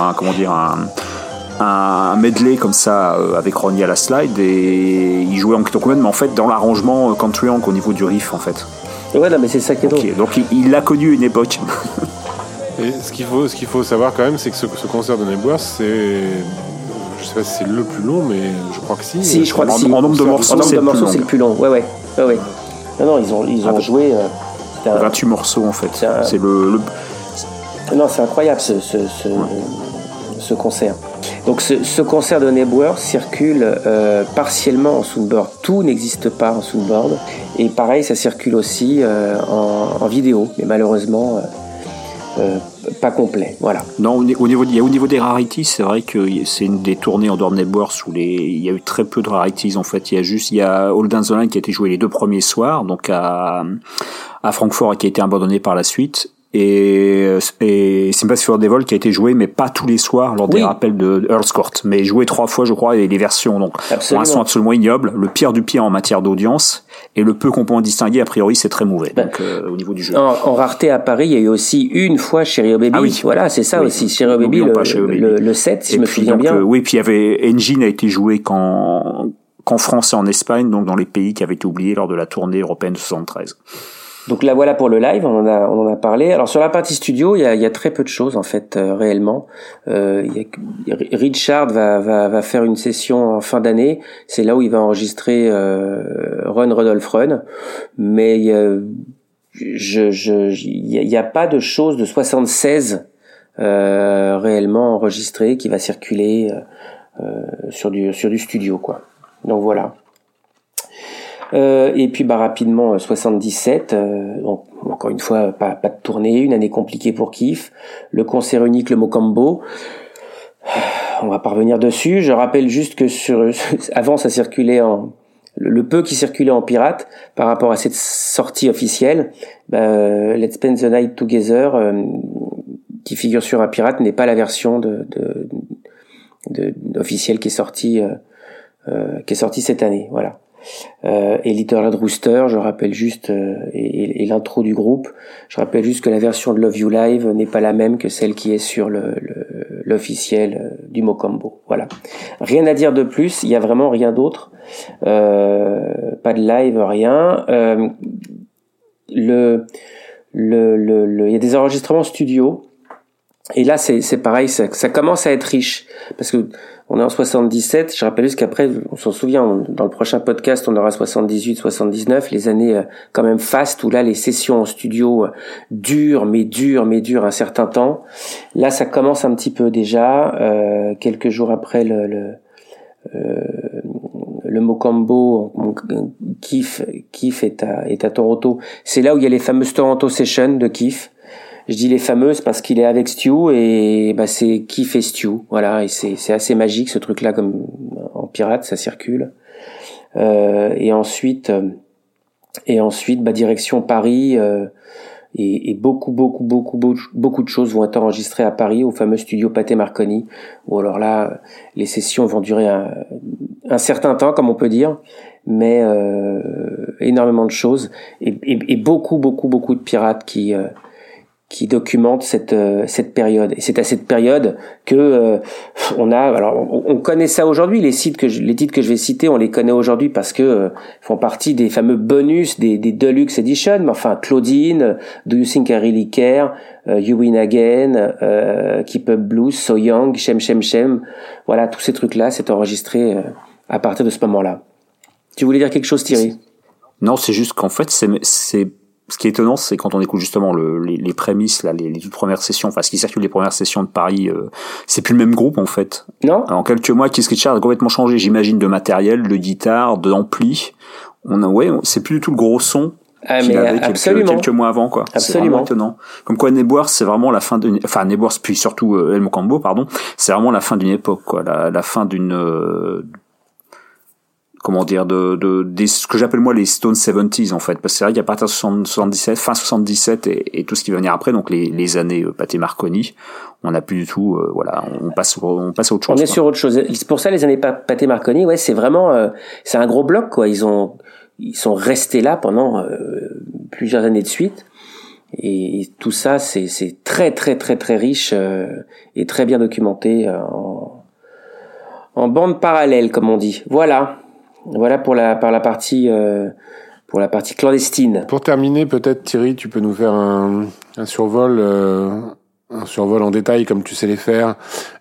un medley comme ça avec Ronnie à la slide et il jouait en Honky mais en fait dans l'arrangement Country Honk au niveau du riff en fait. Ouais, non, mais c'est ça qui est drôle. Donc il a connu une époque. Et ce qu'il faut savoir quand même, c'est que ce concert de Nebworth, c'est, je sais pas si c'est le plus long, mais je crois que si. Si, je crois que si. En nombre de morceaux, c'est le plus long. Ouais. Non, ils ont joué 28 morceaux en fait. C'est le... Non, c'est incroyable ce concert. Donc ce concert de Nebworth circule partiellement en soundboard. Tout n'existe pas en soundboard. Et pareil, ça circule aussi en vidéo, mais malheureusement pas complet. Voilà. Non, au niveau des rarities, c'est vrai que c'est une des tournées en dehors de Nebworth où il y a eu très peu de rarities en fait. Il y a All Down the Line qui a été joué les 2 premiers soirs, donc à Francfort et qui a été abandonné par la suite. Et Sympathy for the Devil qui a été joué mais pas tous les soirs lors des rappels de Earl's Court, mais joué 3 fois je crois, et les versions donc pour un son absolument ignoble, le pire du pire en matière d'audience, et le peu qu'on peut en distinguer a priori c'est très mauvais donc au niveau du jeu. En rareté à Paris il y a eu aussi une fois Cherry Baby. Ah oui, voilà, c'est ça aussi, Cherry Baby, le 7 si je me souviens bien. Oui, puis il y avait Engine a été joué qu'en France et en Espagne, donc dans les pays qui avaient été oubliés lors de la tournée européenne de 73. Donc là voilà pour le live, on en a parlé. Alors sur la partie studio, il y a très peu de choses en fait réellement. Richard va faire une session en fin d'année. C'est là où il va enregistrer Run Rudolph Run. Mais il y a pas de choses de 76 réellement enregistrées qui va circuler sur du studio quoi. Donc voilà. Et puis rapidement 77, donc encore une fois pas de tournée, une année compliquée pour Kiff, le concert unique le Mocambo, on va pas revenir dessus. Je rappelle juste que avant ça circulait le peu qui circulait en pirate par rapport à cette sortie officielle. Let's Spend the Night Together, qui figure sur un pirate, n'est pas la version officielle qui est sortie cette année. Voilà. Et Little Red Rooster, je rappelle juste, et l'intro du groupe, je rappelle juste que la version de Love You Live n'est pas la même que celle qui est sur l'officiel du Mocambo. Voilà. Rien à dire de plus, il y a vraiment rien d'autre. Pas de live, rien. Il y a des enregistrements studio. Et là, c'est pareil, ça commence à être riche. Parce que on est en 77, je rappelle juste qu'après, on s'en souvient, dans le prochain podcast, on aura 78, 79, les années quand même fastes, où là, les sessions en studio durent un certain temps. Là, ça commence un petit peu déjà, quelques jours après le Mocambo, Keef est à Toronto. C'est là où il y a les fameuses Toronto Sessions de Keef. Je dis les fameuses parce qu'il est avec Stu et c'est Keef et Stu, voilà, et c'est assez magique ce truc-là, comme en pirate ça circule. Et ensuite direction Paris, et beaucoup de choses vont être enregistrées à Paris au fameux studio Pathé Marconi, où alors là les sessions vont durer un certain temps, comme on peut dire, mais énormément de choses et beaucoup de pirates qui documente cette période. Et c'est à cette période que on connaît ça aujourd'hui. Les titres que je vais citer, on les connaît aujourd'hui parce que font partie des fameux bonus des Deluxe Edition. Mais enfin, Claudine, Do You Think I Really Care, You Win Again, Keep Up Blues, So Young, Shem Shem Shem. Voilà, tous ces trucs-là, c'est enregistré à partir de ce moment-là. Tu voulais dire quelque chose, Thierry? Non, c'est juste qu'en fait, ce qui est étonnant, c'est quand on écoute justement les prémices, là, les toutes premières sessions, enfin ce qui circule les premières sessions de Paris, c'est plus le même groupe en fait. Non. En quelques mois, Keith Richards a complètement changé, j'imagine, de matériel, de guitare, d'ampli. C'est plus du tout le gros son qu'il avait quelques mois avant, quoi. Absolument. C'est vraiment étonnant. Comme quoi, Nebworth, c'est vraiment la fin Nebworth, puis surtout El Mocambo, pardon, c'est vraiment la fin d'une époque, quoi, la fin d'une comment dire, ce que j'appelle moi les Stone 70s en fait, parce que c'est vrai qu'à partir de 77, fin 77 et tout ce qui va venir après, donc les années Pathé Marconi, on n'a plus du tout, on passe à autre chose. On est sur autre chose. C'est pour ça les années Pathé Marconi, ouais, c'est vraiment, c'est un gros bloc, quoi. Ils sont restés là pendant plusieurs années de suite. Et tout ça, c'est très riche et très bien documenté en bande parallèle, comme on dit. Voilà pour la partie clandestine. Pour terminer, peut-être Thierry, tu peux nous faire un survol en détail, comme tu sais les faire,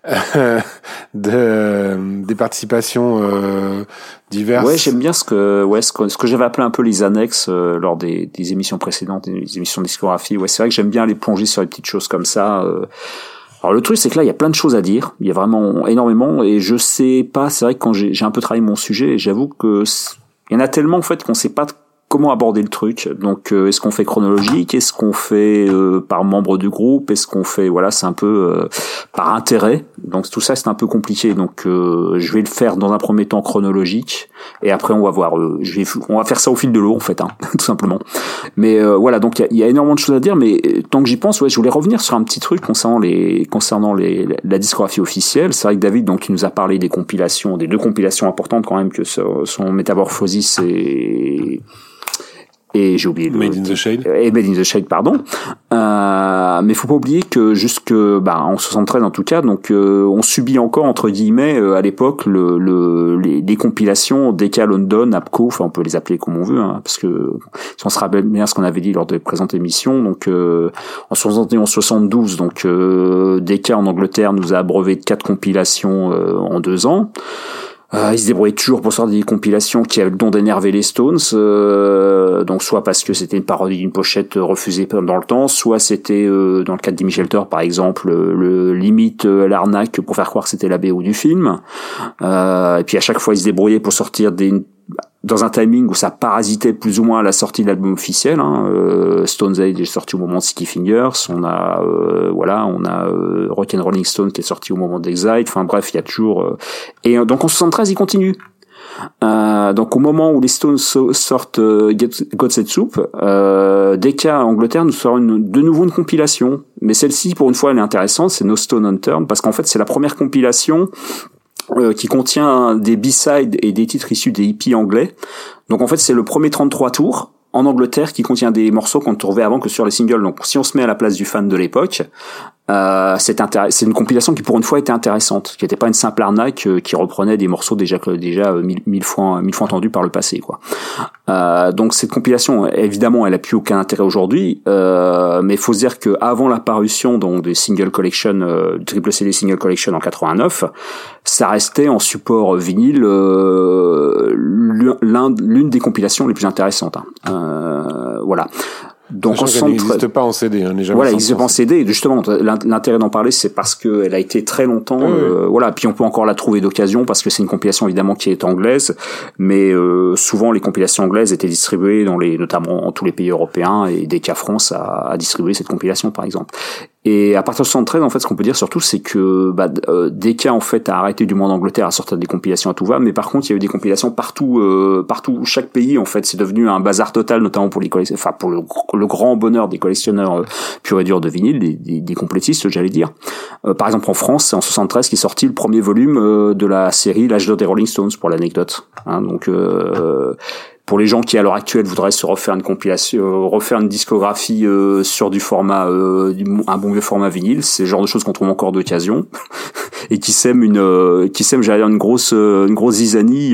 des participations diverses. Ouais, j'aime bien ce que j'avais appelé un peu les annexes lors des émissions précédentes, des émissions de discographie. Ouais, c'est vrai que j'aime bien aller plonger sur les petites choses comme ça. Alors le truc, c'est que là il y a plein de choses à dire, il y a vraiment énormément, et je sais pas, c'est vrai que quand j'ai un peu travaillé mon sujet, j'avoue que il y en a tellement en fait qu'on sait pas comment aborder le truc. Donc est-ce qu'on fait chronologique, est-ce qu'on fait par membre du groupe, est-ce qu'on fait c'est un peu par intérêt. Donc tout ça c'est un peu compliqué. Donc je vais le faire dans un premier temps chronologique et après on va voir on va faire ça au fil de l'eau en fait tout simplement. Mais donc il y a énormément de choses à dire, mais tant que j'y pense, je voulais revenir sur un petit truc concernant la discographie officielle. C'est vrai que David donc il nous a parlé des deux compilations importantes quand même que sont Metamorphosis et j'ai oublié Made in the Shade. Et Made in the Shade, pardon. Mais faut pas oublier que en 73 en tout cas, donc on subit encore entre guillemets à l'époque les compilations DK London, APCO, enfin on peut les appeler comme on veut, parce que si on se rappelle bien ce qu'on avait dit lors des présentes émissions, donc en 71-72, donc DK en Angleterre nous a abreuvé de 4 compilations en 2 ans. Ils se débrouillaient toujours pour sortir des compilations qui avaient le don d'énerver les Stones, donc soit parce que c'était une parodie d'une pochette refusée dans le temps, soit c'était dans le cas de Jimmy Shelter par exemple limite l'arnaque pour faire croire que c'était la BO du film, et puis à chaque fois ils se débrouillaient pour sortir dans un timing où ça parasitait plus ou moins la sortie de l'album officiel. Stones Age est sorti au moment de Sticky Fingers. On a Rock and Rolling Stone qui est sorti au moment d'Exile. Enfin bref, il y a toujours. Et donc en 73, il continue. Donc au moment où les Stones sortent God Save Soup, Decca Angleterre nous sort de nouveau une compilation, mais celle-ci pour une fois elle est intéressante, c'est No Stone Unturned, parce qu'en fait c'est la première compilation qui contient des B-sides et des titres issus des hippies anglais. Donc en fait c'est le premier 33 tours en Angleterre qui contient des morceaux qu'on ne trouvait avant que sur les singles. Donc si on se met à la place du fan de l'époque, c'est une compilation qui pour une fois était intéressante, qui n'était pas une simple arnaque qui reprenait des morceaux déjà mille fois entendus par le passé, quoi. Donc cette compilation, évidemment, elle a plus aucun intérêt aujourd'hui, mais il faut se dire que avant la parution donc des single collection, du triple CD single collection en 89, ça restait en support vinyle l'une des compilations les plus intéressantes. Voilà. Donc elle n'existe pas en CD, hein, voilà, il n'existe pas en CD. Justement, l'intérêt d'en parler, c'est parce que elle a été très longtemps. Voilà, puis on peut encore la trouver d'occasion parce que c'est une compilation évidemment qui est anglaise, mais souvent les compilations anglaises étaient distribuées notamment en tous les pays européens, et Decca France a distribué cette compilation par exemple. Et à partir de 73, en fait, ce qu'on peut dire surtout, c'est que Decca en fait a arrêté du monde d'Angleterre à sortir des compilations à tout va, mais par contre, il y a eu des compilations partout, chaque pays en fait, c'est devenu un bazar total, notamment pour pour le grand bonheur des collectionneurs purs et durs de vinyle, des complétistes, j'allais dire. Par exemple, en France, c'est en 73 qu'est sorti le premier volume de la série L'âge d'or des Rolling Stones, pour l'anecdote. Hein, donc pour les gens qui à l'heure actuelle voudraient se refaire une compilation, refaire une discographie sur du format, un bon vieux format vinyle, c'est le genre de choses qu'on trouve encore d'occasion et qui sème j'allais dire une grosse zizanie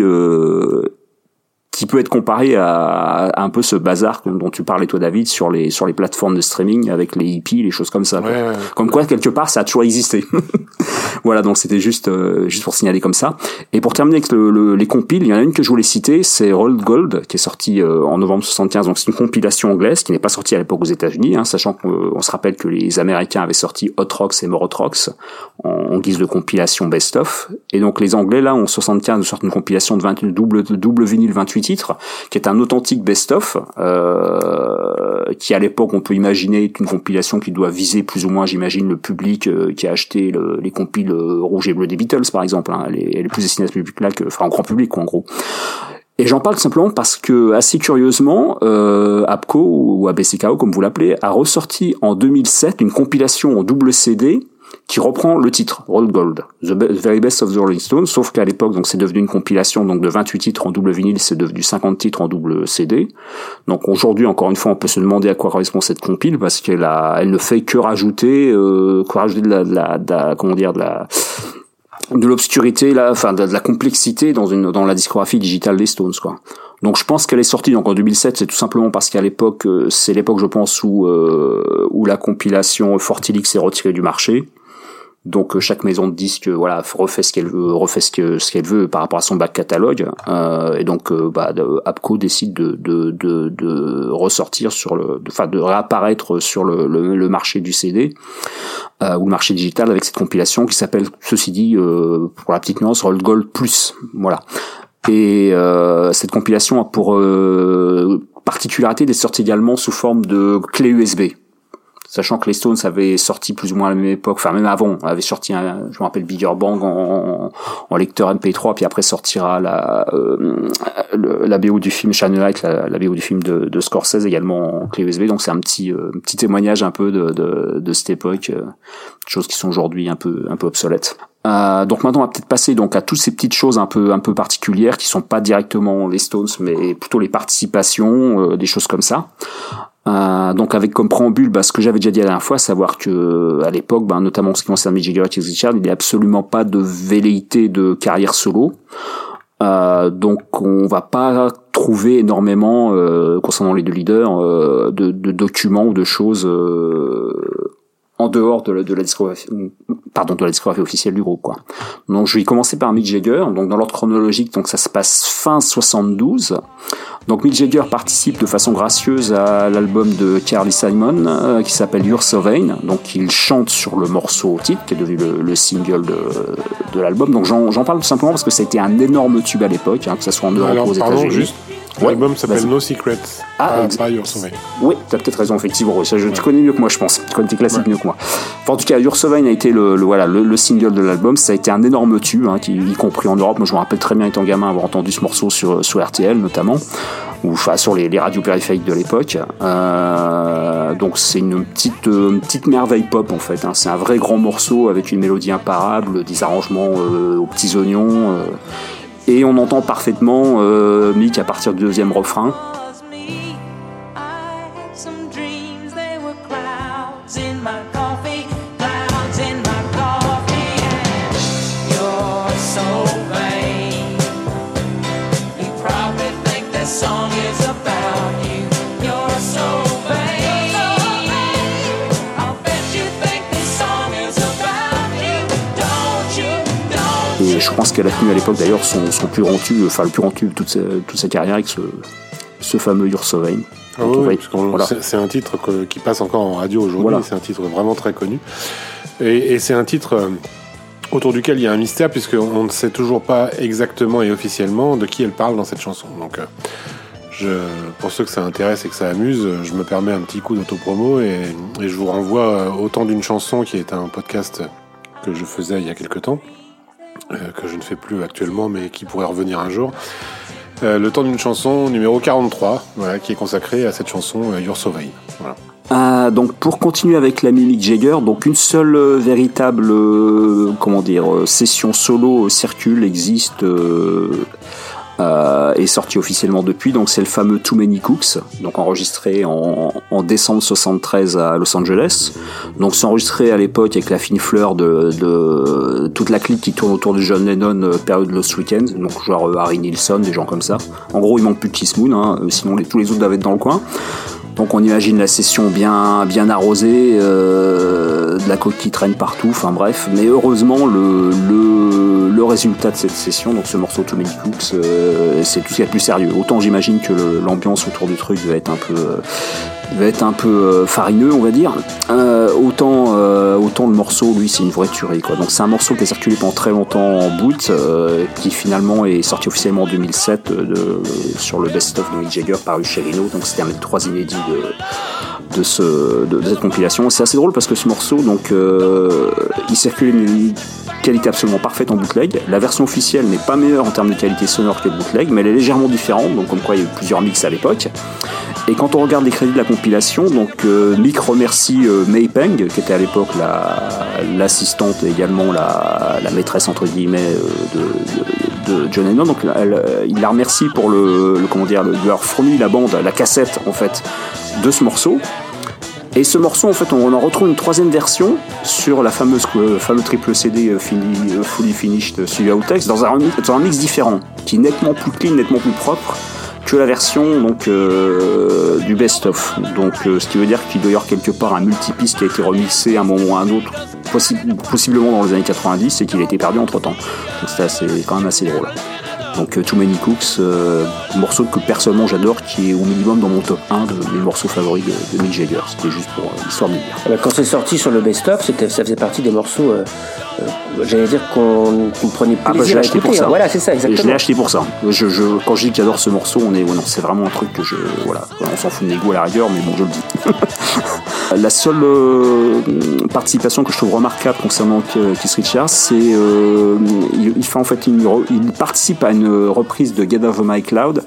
qui peut être comparé à un peu ce bazar dont tu parlais toi David sur les plateformes de streaming avec les hippies, les choses comme ça. Ouais. Comme quoi quelque part ça a toujours existé. Voilà, donc c'était juste pour signaler comme ça. Et pour terminer avec les compiles, il y en a une que je voulais citer, c'est Rolled Gold, qui est sortie en novembre 75. Donc c'est une compilation anglaise qui n'est pas sortie à l'époque aux États-Unis, hein, sachant qu'on se rappelle que les Américains avaient sorti Hot Rocks et More Hot Rocks en guise de compilation best-of. Et donc les Anglais là en 75 nous sortent une compilation de double vinyle 28 titres, qui est un authentique best-of, qui à l'époque on peut imaginer une compilation qui doit viser plus ou moins, j'imagine, le public qui a acheté les compiles rouge et bleu des Beatles par exemple, hein. Elle est plus destinée à ce public-là en grand public quoi, en gros. Et j'en parle simplement parce que, assez curieusement, ABKO ou ABCKO comme vous l'appelez, a ressorti en 2007 une compilation en double CD qui reprend le titre Rolled Gold, The Very Best of the Rolling Stones, sauf qu'à l'époque donc c'est devenu une compilation donc de 28 titres en double vinyle, c'est devenu 50 titres en double CD. Donc aujourd'hui encore une fois on peut se demander à quoi correspond cette compile, parce qu'elle ne fait que rajouter de l'obscurité là, enfin de la complexité dans la discographie digitale des Stones quoi. Donc je pense qu'elle est sortie donc en 2007, c'est tout simplement parce qu'à l'époque c'est l'époque je pense où la compilation Fortilix est retirée du marché. Donc chaque maison de disques refait ce qu'elle veut par rapport à son back catalogue, et donc ABKO décide de ressortir de réapparaître sur le marché du CD ou le marché digital avec cette compilation qui s'appelle, ceci dit, pour la petite nuance, Rolled Gold Plus. Voilà. Et cette compilation a pour particularité d'être sortie également sous forme de clé USB. Sachant que les Stones avaient sorti plus ou moins à la même époque, enfin même avant, avaient sorti je me rappelle Bigger Bang en lecteur MP3, puis après sortira la BO du film Shine Light, la BO du film de Scorsese également en clé USB. Donc c'est un petit témoignage un peu de cette époque, choses qui sont aujourd'hui un peu obsolètes. Donc maintenant on va peut-être passer donc à toutes ces petites choses un peu particulières qui sont pas directement les Stones mais plutôt les participations, des choses comme ça. Donc avec comme préambule ce que j'avais déjà dit la dernière fois, savoir que à l'époque, notamment en ce qui concerne Mick Jagger et Keith Richards, il n'y a absolument pas de velléité de carrière solo. Donc on va pas trouver énormément concernant les deux leaders de documents ou de choses en dehors de la discographie officielle du groupe quoi. Donc je vais commencer par Mick Jagger. Donc dans l'ordre chronologique, donc ça se passe fin 72. Donc Mick Jagger participe de façon gracieuse à l'album de Carly Simon qui s'appelle You're So Vain. Donc il chante sur le morceau titre qui est devenu le single de l'album. Donc j'en parle tout simplement parce que ça a été un énorme tube à l'époque, que ça soit en Europe ou aux États-Unis. L'album s'appelle No Secrets. Pas Your Soul. Oui, t'as peut-être raison, effectivement. Ça, tu connais mieux que moi, je pense. Tu connais tes classiques mieux que moi. Enfin, en tout cas, Your Soul a été le single de l'album. Ça a été un énorme tube, y compris en Europe. Moi, je me rappelle très bien, étant gamin, avoir entendu ce morceau sur RTL, notamment, ou sur les radios périphériques de l'époque. Donc, c'est une petite merveille pop, en fait. C'est un vrai grand morceau avec une mélodie imparable, des arrangements aux petits oignons. Et on entend parfaitement Mick à partir du deuxième refrain. Je pense qu'elle a tenu à l'époque d'ailleurs son plus grand tube, le plus grand tube de toute sa carrière avec ce fameux Your Soul. Oui, c'est un titre qui passe encore en radio aujourd'hui, c'est un titre vraiment très connu. Et c'est un titre autour duquel il y a un mystère, puisqu'on ne sait toujours pas exactement et officiellement de qui elle parle dans cette chanson. Donc, pour ceux que ça intéresse et que ça amuse, je me permets un petit coup d'autopromo et je vous renvoie au temps d'une chanson, qui est un podcast que je faisais il y a quelque temps. Que je ne fais plus actuellement, mais qui pourrait revenir un jour. Le temps d'une chanson numéro 43, qui est consacré à cette chanson Your Soul. Voilà. Donc pour continuer avec l'ami Mick Jagger, donc une seule véritable session solo circule, existe, est sorti officiellement depuis, donc c'est le fameux Too Many Cooks, donc enregistré en décembre 73 à Los Angeles. Donc c'est enregistré à l'époque avec la fine fleur de toute la clique qui tourne autour de John Lennon, période Lost Weekend, donc genre Harry Nilsson, des gens comme ça. En gros, il manque plus de Keith Moon, sinon tous les autres doivent être dans le coin. Donc on imagine la session bien arrosée, de la coke qui traîne partout, enfin bref. Mais heureusement, le résultat de cette session, donc ce morceau Too Many Cooks, c'est tout ce qu'il y a de plus sérieux. Autant j'imagine que l'ambiance autour du truc va être un peu farineux, on va dire. Autant le morceau, lui, c'est une vraie tuerie, quoi. Donc c'est un morceau qui a circulé pendant très longtemps en boot, qui finalement est sorti officiellement en 2007 sur le best-of de Mick Jagger paru chez Rhino. Donc c'était un des 3 inédits de cette compilation. C'est assez drôle parce que ce morceau, donc il circule une qualité absolument parfaite en bootleg. La version officielle n'est pas meilleure en termes de qualité sonore que le bootleg, mais elle est légèrement différente, donc comme quoi il y a eu plusieurs mix à l'époque. Et quand on regarde les crédits de la compilation, donc Mick remercie May Peng, qui était à l'époque l'assistante et également la maîtresse entre guillemets de John Lennon. Donc il la remercie pour lui avoir fourni la bande, la cassette en fait de ce morceau. Et ce morceau, en fait, on en retrouve une 3e version sur la fameux triple CD Fully Finished Studio Outtakes dans un mix différent, qui est nettement plus clean, nettement plus propre que la version donc du best-of. Donc ce qui veut dire qu'il doit y avoir quelque part un multipiste qui a été remixé à un moment ou à un autre, possiblement dans les années 90, et qu'il a été perdu entre-temps. Donc c'est quand même assez drôle. Donc Too Many Cooks, morceau que personnellement j'adore, qui est au minimum dans mon top 1 de mes morceaux favoris de Mick Jagger. C'était juste pour l'histoire de dire. Quand c'est sorti sur le best-of, ça faisait partie des morceaux, j'allais dire qu'on prenait plaisir à écouter. Pour ça. Voilà, c'est ça, exactement. Et je l'ai acheté pour ça. Quand je dis que j'adore ce morceau, c'est vraiment un truc que on s'en fout de mes goûts à la rigueur, mais bon, je le dis. La seule participation que je trouve remarquable concernant Keith Richards, c'est il fait en fait il participe à une reprise de Get Over My Cloud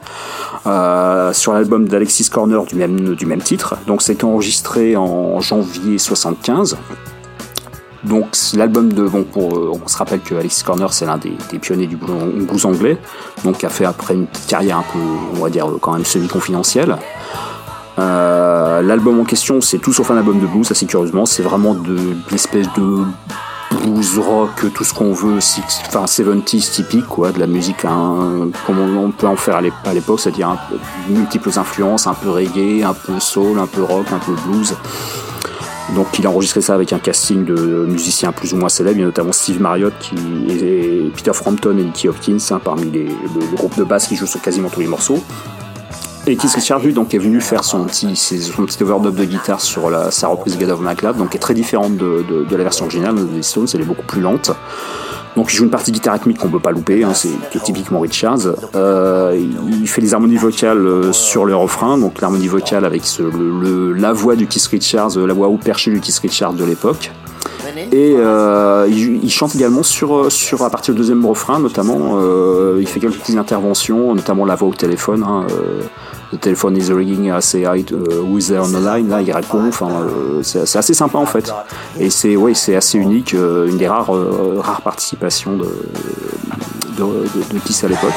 sur l'album d'Alexis Corner du même titre. Donc c'est enregistré en janvier 75. Donc l'album on se rappelle que Alexis Corner, c'est l'un des pionniers du blues anglais, donc a fait après une petite carrière un peu, on va dire quand même semi-confidentielle. L'album en question, c'est tout sauf un album de blues, assez curieusement, c'est vraiment de l'espèce de blues rock, tout ce qu'on veut, 70s typique, quoi, de la musique comme on peut en faire à l'époque, c'est-à-dire multiples influences, un peu reggae, un peu soul, un peu rock, un peu blues. Donc il a enregistré ça avec un casting de musiciens plus ou moins célèbres, il y a notamment Steve Marriott, et Peter Frampton et Nicky Hopkins, parmi le groupe de basse qui joue sur quasiment tous les morceaux. Et Keith Richards, lui, donc, est venu faire son petit overdub de guitare sur sa reprise Get Over My Cloud, donc qui est très différente de la version originale des Stones, elle est beaucoup plus lente. Donc il joue une partie guitare rythmique qu'on peut pas louper, qui est typiquement Richards. Il fait les harmonies vocales sur le refrain, donc l'harmonie vocale avec la voix du Keith Richards, la voix haut perché du Keith Richards de l'époque. Et il chante également à partir du deuxième refrain, notamment. Il fait quelques petites interventions, notamment la voix au téléphone. The telephone is ringing, I say hi, who's there on the line. Là, il répond. Enfin, c'est assez sympa en fait. Et c'est assez unique, une des rares participations de Kiss à l'époque.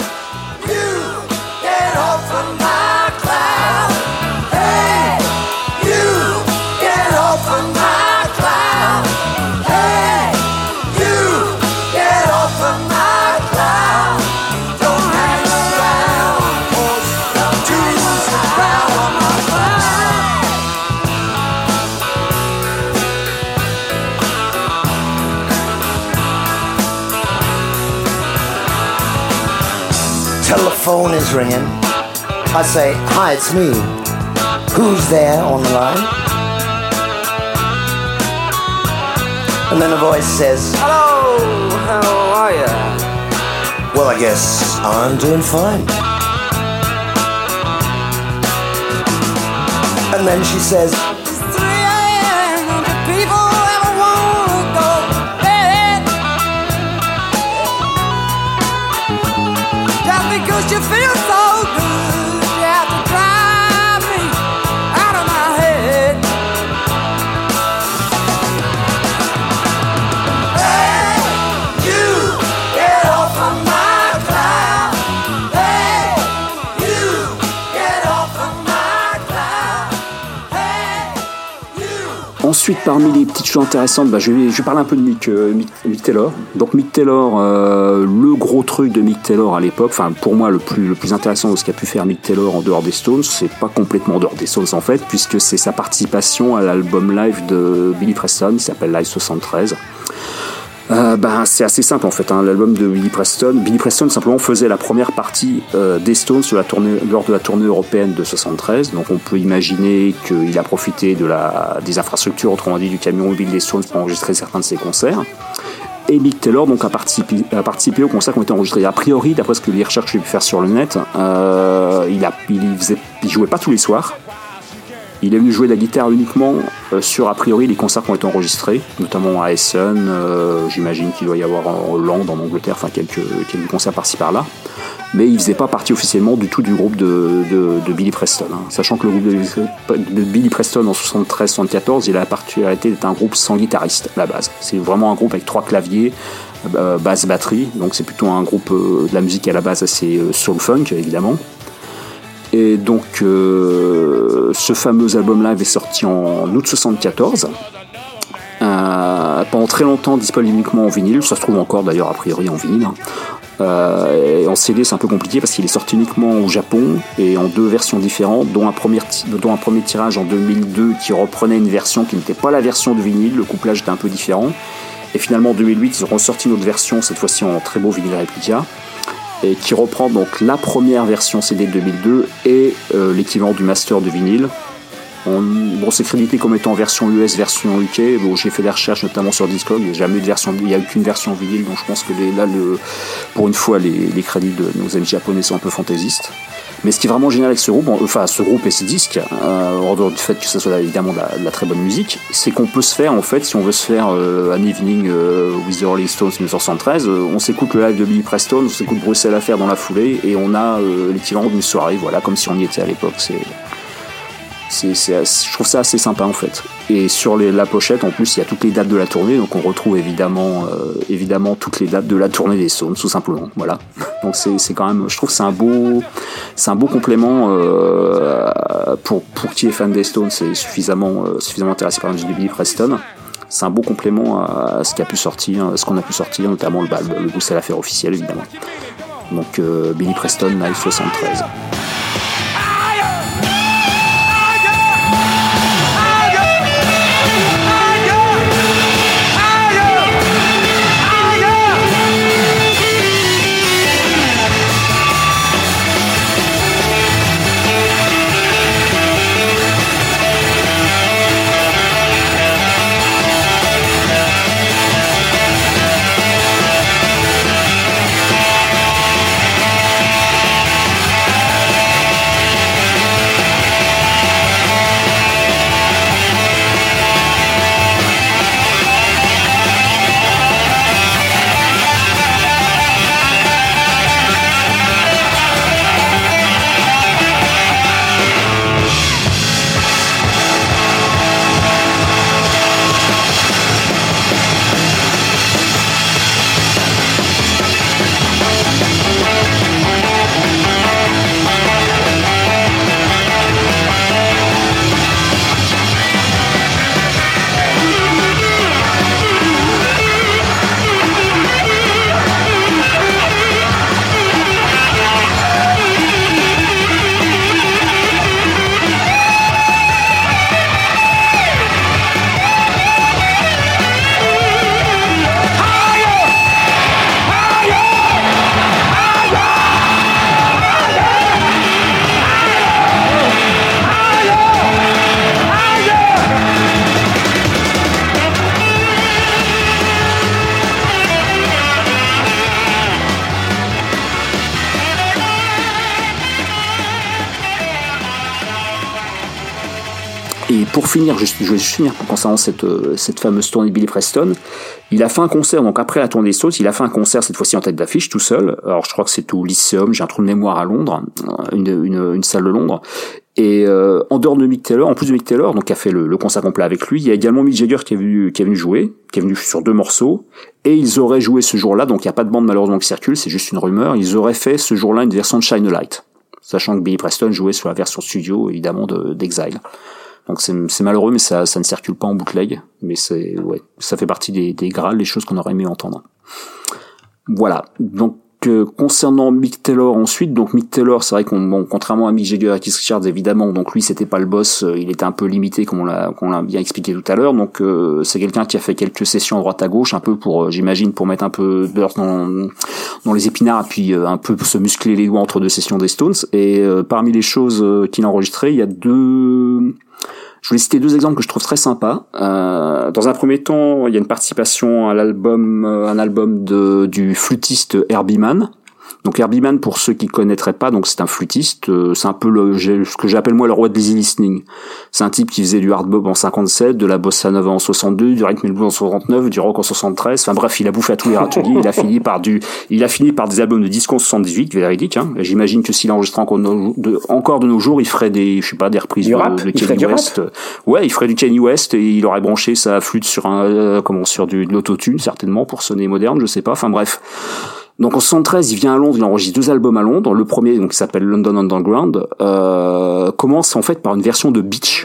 Phone is ringing. I say, hi, it's me. Who's there on the line? And then a voice says, hello, how are you? Well, I guess I'm doing fine. And then she says, it's 3 a.m. Do people ever want to go to bed? Just because you feel so good, you have to drive me out of my head. Hey, you get off of my cloud. Hey, you get off of my cloud. Hey, you. Ensuite, parmi les petites choses intéressantes, je vais parler un peu de Mick Taylor. Donc Mick Taylor, le gros truc de Mick Taylor à l'époque, enfin pour moi le plus intéressant de ce qu'a pu faire Mick Taylor en dehors des Stones, c'est pas complètement en dehors des Stones en fait, puisque c'est sa participation à l'album live de Billy Preston, qui s'appelle Live 73. C'est assez simple en fait, l'album de Billy Preston. Billy Preston simplement faisait la première partie des Stones lors de la tournée européenne de 73. Donc on peut imaginer qu'il a profité des infrastructures, autrement dit du camion mobile des Stones, pour enregistrer certains de ses concerts. Et Mick Taylor donc a participé aux concerts qui ont été enregistrés. A priori, d'après ce que les recherches que j'ai pu faire sur le net, il jouait pas tous les soirs. Il est venu jouer de la guitare uniquement sur, a priori, les concerts qui ont été enregistrés, notamment à Essen, j'imagine qu'il doit y avoir en Hollande, en Angleterre, enfin quelques concerts par-ci par-là. Mais il faisait pas partie officiellement du tout du groupe de Billy Preston. Sachant que le groupe de Billy Preston en 73-74, il a la particularité d'être un groupe sans guitariste à la base. C'est vraiment un groupe avec 3 claviers, basse, batterie, donc c'est plutôt un groupe de la musique à la base assez soul-funk évidemment. Et donc ce fameux album live est sorti en août 74, pendant très longtemps disponible uniquement en vinyle, ça se trouve encore d'ailleurs a priori en vinyle. Et en CD c'est un peu compliqué parce qu'il est sorti uniquement au Japon et en 2 versions différentes, dont un premier tirage en 2002 qui reprenait une version qui n'était pas la version de vinyle, le couplage était un peu différent. Et finalement en 2008 ils ont ressorti une autre version, cette fois-ci en très beau vinyle réplica, et qui reprend donc la première version CD de 2002 et l'équivalent du master de vinyle. C'est crédité comme étant version US, version UK. J'ai fait des recherches notamment sur Discog, il n'y a aucune version vinyle, donc je pense que pour une fois les crédits de nos amis japonais sont un peu fantaisistes. Mais ce qui est vraiment génial avec ce groupe et ce disque, en dehors du fait que ce soit évidemment de la très bonne musique, c'est qu'on peut se faire, en fait, si on veut se faire un Evening with the Rolling Stones 1973, on s'écoute le live de Billy Preston, on s'écoute Bruxelles Affair dans la foulée, et on a l'équivalent d'une soirée, voilà, comme si on y était à l'époque. Je trouve ça assez sympa en fait. Et sur la pochette, en plus, il y a toutes les dates de la tournée, donc on retrouve évidemment toutes les dates de la tournée des Stones, tout simplement. Voilà. Donc c'est quand même, je trouve que c'est un beau complément pour qui est fan des Stones, c'est suffisamment intéressé par la musique de Billy Preston. C'est un beau complément à ce qu'on a pu sortir, notamment le Bruxelles Affair officiel évidemment. Donc Billy Preston, Live 73. Et pour finir, je vais juste finir concernant cette fameuse tournée Billy Preston. Il a fait un concert, donc après la tournée des Stones, il a fait un concert cette fois-ci en tête d'affiche tout seul. Alors je crois que c'est au Lyceum, j'ai un trou de mémoire à Londres, une salle de Londres. Et en dehors de Mick Taylor, en plus de Mick Taylor, donc qui a fait le concert complet avec lui, il y a également Mick Jagger qui est venu jouer, qui est venu sur 2 morceaux. Et ils auraient joué ce jour-là, donc il n'y a pas de bande malheureusement qui circule, c'est juste une rumeur. Ils auraient fait ce jour-là une version de Shine a Light, sachant que Billy Preston jouait sur la version studio évidemment d'Exile. Donc c'est malheureux, mais ça ne circule pas en bootleg. Mais ça fait partie des grâles, les choses qu'on aurait aimé entendre. Voilà. Donc concernant Mick Taylor ensuite, donc Mick Taylor, c'est vrai contrairement à Mick Jagger et Keith Richards évidemment, donc lui c'était pas le boss, il était un peu limité comme on l'a bien expliqué tout à l'heure. Donc c'est quelqu'un qui a fait quelques sessions à droite à gauche, un peu j'imagine pour mettre un peu beurre dans les épinards et puis un peu pour se muscler les doigts entre 2 sessions des Stones. Et parmi les choses qu'il a enregistrées, il y a je voulais citer 2 exemples que je trouve très sympas. Dans un premier temps, il y a une participation à un album du flûtiste Herbie Mann. Donc Herbie Mann, pour ceux qui connaîtraient pas, donc c'est un flûtiste, c'est un peu ce que j'appelle moi le roi de l'easy listening. C'est un type qui faisait du hard bop en 57, de la bossa nova en 62, du rhythm and blues en 69, du rock en 73. Enfin bref, il a bouffé à tous les râteliers. Il a fini par des albums de disco en 78, véridique. Hein. J'imagine que s'il enregistrait encore de nos jours, il ferait des reprises de Kanye West. Ouais, il ferait du Kanye West et il aurait branché sa flûte sur de l'autotune certainement pour sonner moderne, je sais pas. Enfin bref. Donc en 73, il vient à Londres, il enregistre 2 albums à Londres. Le premier, donc qui s'appelle London Underground, commence en fait par une version de Beach.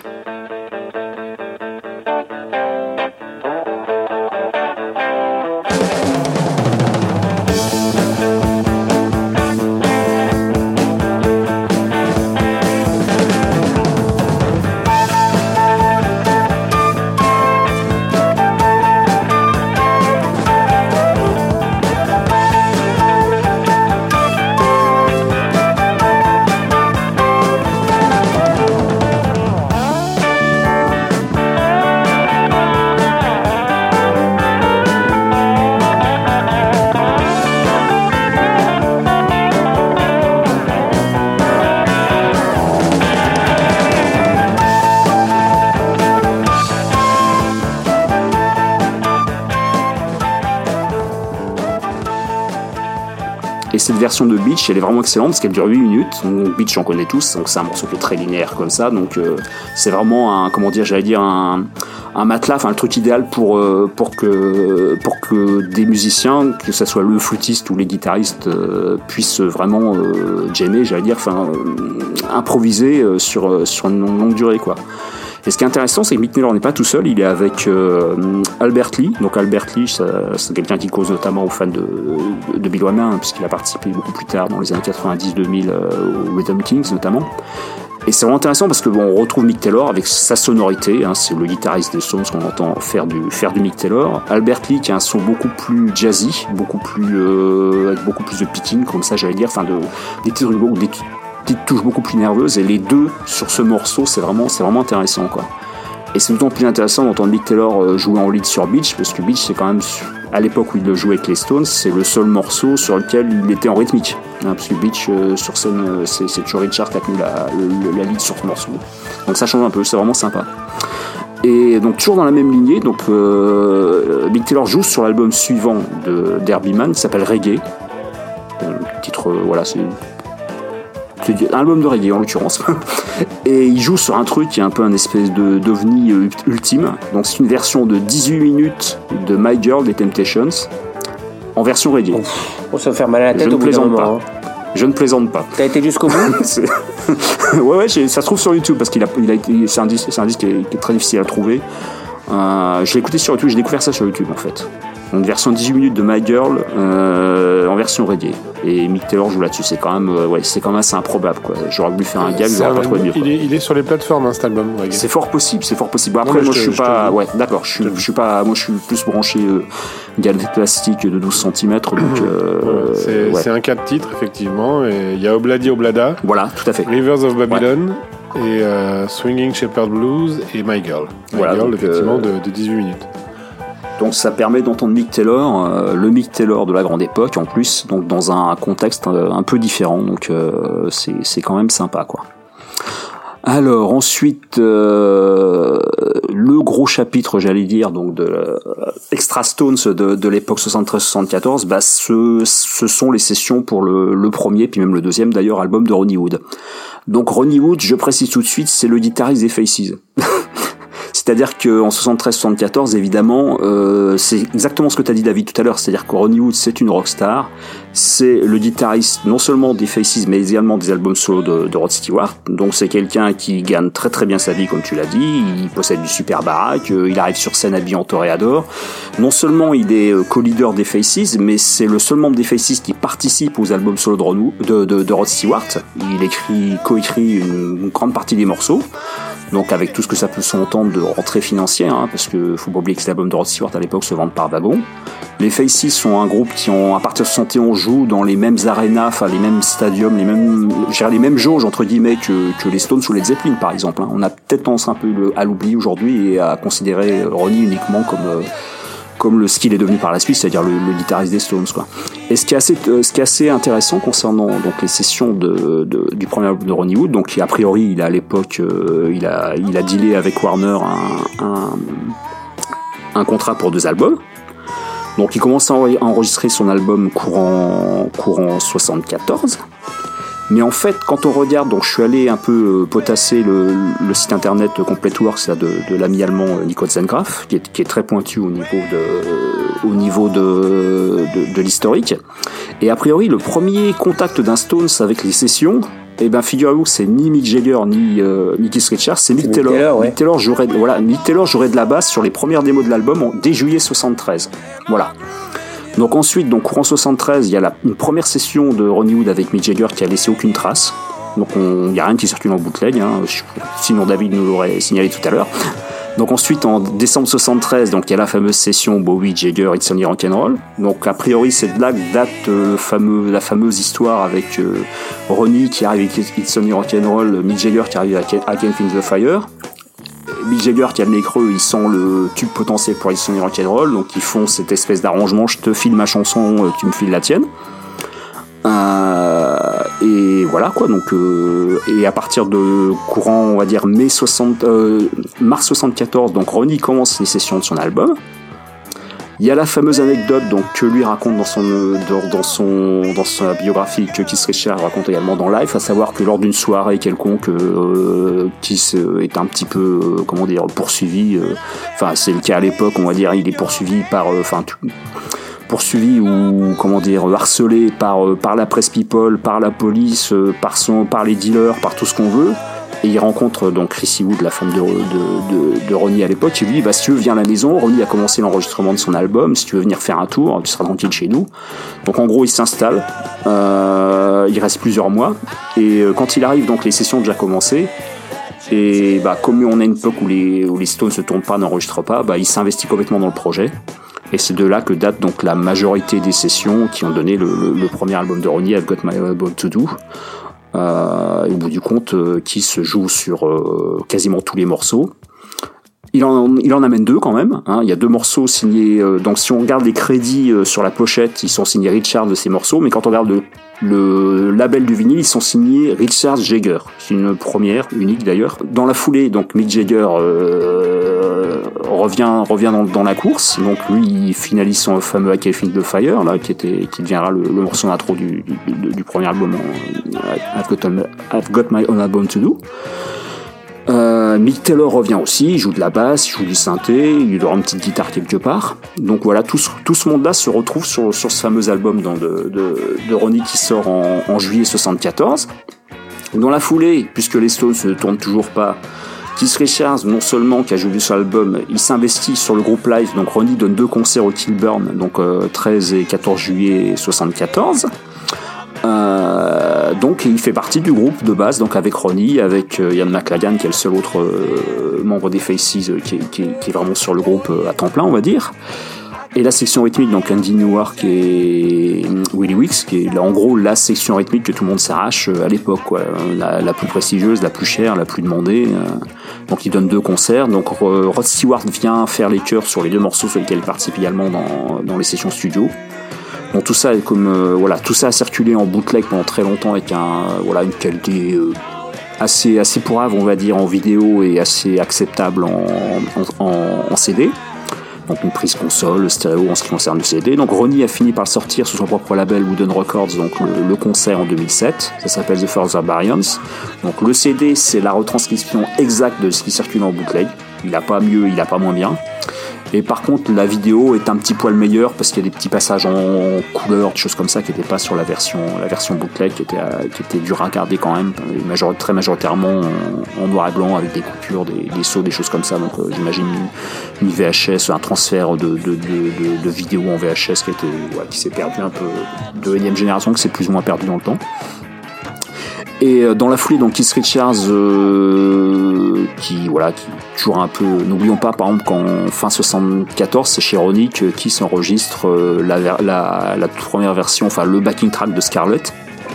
Et cette version de Beach, elle est vraiment excellente parce qu'elle dure 8 minutes. Donc Beach, on connaît tous, donc c'est un morceau qui est très linéaire comme ça. Donc c'est vraiment un matelas, enfin le truc idéal pour que des musiciens, que ça soit le flûtiste ou les guitaristes, puissent vraiment jammer, improviser sur une longue durée, quoi. Et ce qui est intéressant, c'est que Mick Taylor n'est pas tout seul, il est avec Albert Lee. Donc Albert Lee, c'est quelqu'un qui cause notamment aux fans de Bill Wyman, hein, puisqu'il a participé beaucoup plus tard, dans les années 90-2000, aux Rhythm Kings notamment. Et c'est vraiment intéressant parce que on retrouve Mick Taylor avec sa sonorité, hein, c'est le guitariste des Stones qu'on entend faire du Mick Taylor. Albert Lee qui a un son beaucoup plus jazzy, avec beaucoup plus de picking, comme ça j'allais dire, des petites touches beaucoup plus nerveuses, et les deux sur ce morceau c'est vraiment intéressant, quoi. Et c'est d'autant plus intéressant d'entendre Mick Taylor jouer en lead sur Beach, parce que Beach c'est quand même, à l'époque où il le jouait avec les Stones, c'est le seul morceau sur lequel il était en rythmique, hein, parce que Beach sur scène c'est toujours Richard qui a tenu la lead sur ce morceau, donc ça change un peu, c'est vraiment sympa. Et donc toujours dans la même lignée, donc Mick Taylor joue sur l'album suivant d'Herbie Mann qui s'appelle Reggae, titre c'est un album de reggae en l'occurrence. Et il joue sur un truc qui est un peu un espèce d'ovni ultime. Donc c'est une version de 18 minutes de My Girl des Temptations en version reggae. Oh, ça va faire mal à la tête au bout d'un moment. Je ne plaisante pas. T'as été jusqu'au bout? Ouais, ça se trouve sur YouTube parce qu'il a été. C'est un disque qui est très difficile à trouver. Je l'ai écouté sur YouTube, j'ai découvert ça sur YouTube en fait. Une version 18 minutes de My Girl en version reggae. Et Mick Taylor joue là-dessus. C'est quand même, c'est quand même assez improbable, quoi. J'aurais voulu faire un gag, j'aurais pas trouvé mieux. Il est sur les plateformes, hein, cet album. Reggae. C'est fort possible. Bon, après, moi, je suis pas. Ouais, d'accord. Je suis pas. Moi, je suis plus branché galette plastique de 12 cm. Donc, c'est un 4 titres, effectivement. Et il y a Obladi Oblada. Voilà, tout à fait. Rivers of Babylon. Ouais. Et Swinging Shepherd Blues et My Girl. My Girl, effectivement, de 18 minutes. Donc ça permet d'entendre Mick Taylor, le Mick Taylor de la grande époque en plus, donc dans un contexte un peu différent, donc c'est quand même sympa, quoi. Alors ensuite, le gros chapitre, j'allais dire, donc de Extra Stones de l'époque 73-74, bah ce sont les sessions pour le premier, puis même le deuxième d'ailleurs, album de Ronnie Wood. Donc Ronnie Wood, je précise tout de suite, c'est le guitariste des Faces. C'est-à-dire qu'en 73-74, évidemment, c'est exactement ce que tu as dit, David, tout à l'heure. C'est-à-dire que Ronnie Wood, c'est une rockstar. C'est le guitariste non seulement des Faces, mais également des albums solo de Rod Stewart. Donc c'est quelqu'un qui gagne très très bien sa vie, comme tu l'as dit. Il possède du super baraque. Il arrive sur scène habillé en toréador. Non seulement il est co-leader des Faces, mais c'est le seul membre des Faces qui participe aux albums solo de Rod Stewart. Il coécrit une grande partie des morceaux. Donc avec tout ce que ça peut s'entendre de rentrée financière, hein, parce que faut pas oublier que les albums de Rod Stewart à l'époque se vendent par wagon. Les Faces sont un groupe qui à partir de 71 joue dans les mêmes arénas, enfin les mêmes stadiums, les mêmes jauges entre guillemets que les Stones ou les Zeppelin par exemple. Hein. On a peut-être tendance un peu à l'oublier aujourd'hui et à considérer Ronnie uniquement comme ce qu'il est devenu par la suite, c'est-à-dire le guitariste des Stones, quoi. Et ce qui est assez intéressant concernant donc les sessions du premier album de Ronnie Wood, donc a priori il a à l'époque il a dealé avec Warner un contrat pour 2 albums. Donc il commence à enregistrer son album courant 74. Mais en fait, quand on regarde, donc je suis allé un peu potasser le site internet Completeworks de l'ami allemand Nico Zengraf, qui est très pointu au niveau de l'historique. Et a priori, le premier contact d'un Stones avec les sessions, eh ben figurez-vous que c'est ni Mick Jagger ni Keith Richards, c'est Mick Taylor. Ouais. Mick Taylor jouerait de la basse sur les premières démos de l'album dès juillet 73. Voilà. Donc ensuite, courant 73, il y a une première session de Ronnie Wood avec Mick Jagger qui a laissé aucune trace. Donc il n'y a rien qui circule en bootleg, hein. Sinon David nous l'aurait signalé tout à l'heure. Donc ensuite, en décembre 73, donc il y a la fameuse session Bowie, Jagger, It's Only Rock'n'Roll. Donc a priori, c'est de là que date la fameuse histoire avec Ronnie qui arrive avec It's Only Rock'n'Roll, Mick Jagger qui arrive avec I Can't Feel the Fire. Mick Jagger qui a le nez creux, il sent le tube potentiel pour It's Only Rock'n'Roll, donc ils font cette espèce d'arrangement, je te file ma chanson, tu me files la tienne. Et voilà quoi, donc et à partir de courant, on va dire mars 74, donc Ronnie commence les sessions de son album. Il y a la fameuse anecdote donc que lui raconte dans sa biographie, que Keith Richards raconte également dans Live, à savoir que lors d'une soirée quelconque, Keith est un petit peu poursuivi. Enfin, c'est le cas à l'époque, on va dire, il est poursuivi harcelé par la presse people, par la police, par les dealers, par tout ce qu'on veut. Et il rencontre donc Chrissy Wood, la femme de Ronnie à l'époque, et lui dit si tu veux viens à la maison, Ronnie a commencé l'enregistrement de son album, si tu veux venir faire un tour, tu seras tranquille chez nous. Donc en gros il s'installe, il reste plusieurs mois, et quand il arrive, donc les sessions ont déjà commencé, et comme on a une époque où les Stones ne tournent pas, n'enregistrent pas, il s'investit complètement dans le projet. Et c'est de là que date donc la majorité des sessions qui ont donné le premier album de Ronnie, I've Got My Album to Do. Au bout du compte, qui se joue sur quasiment tous les morceaux. Il en amène 2 quand même. Hein. Il y a 2 morceaux signés. Donc si on regarde les crédits sur la pochette, ils sont signés Richards de ces morceaux, mais quand on regarde le label du vinyle, ils sont signés Richards Jagger. C'est une première, unique d'ailleurs. Dans la foulée, donc Mick Jagger revient dans la course. Donc lui, il finalise son fameux I Can't Feel the Fire, là, qui deviendra le morceau d'intro du premier album, I've Got My Own Album to Do. Mick Taylor revient aussi, il joue de la basse, il joue du synthé, il aura une petite guitare quelque part. Donc voilà, tout ce monde-là se retrouve sur ce fameux album de Ronnie qui sort en juillet 74. Dans la foulée, puisque les Stones ne tournent toujours pas, Keith Richards, non seulement qui a joué sur l'album, il s'investit sur le groupe live. Donc Ronnie donne 2 concerts au Kilburn, donc 13 et 14 juillet 74. Donc il fait partie du groupe de base, donc avec Ronnie, avec Ian McLagan qui est le seul autre membre des Faces qui est vraiment sur le groupe à temps plein, on va dire. Et la section rythmique, donc Andy Newark et Willie Weeks, qui est en gros la section rythmique que tout le monde s'arrache à l'époque, quoi. La plus prestigieuse, la plus chère, la plus demandée. Donc il donne 2 concerts. Donc Rod Stewart vient faire les chœurs sur les 2 morceaux sur lesquels il participe également dans les sessions studio. Donc tout ça tout ça a circulé en bootleg pendant très longtemps avec une qualité assez pourrave, on va dire, en vidéo et assez acceptable en CD. Donc une prise console, stéréo en ce qui concerne le CD. Donc Ronnie a fini par le sortir sous son propre label Wooden Records, donc le concert en 2007. Ça s'appelle The Further Barbarians. Donc le CD, c'est la retranscription exacte de ce qui circule en bootleg. Il a pas mieux, il a pas moins bien. Et par contre, la vidéo est un petit poil meilleure parce qu'il y a des petits passages en couleur, des choses comme ça qui n'étaient pas sur la version bootleg, qui était dur à regarder quand même, très majoritairement en noir et blanc avec des coupures, des sauts, des choses comme ça. Donc j'imagine une VHS, un transfert de vidéo en VHS qui s'est perdu un peu de énième génération, qui s'est plus ou moins perdu dans le temps. Et dans la foulée, donc Keith Richards, qui toujours un peu. N'oublions pas, par exemple, qu'en fin 74, c'est chez Ronnie que Keith enregistre la toute première version, enfin le backing track de Scarlett.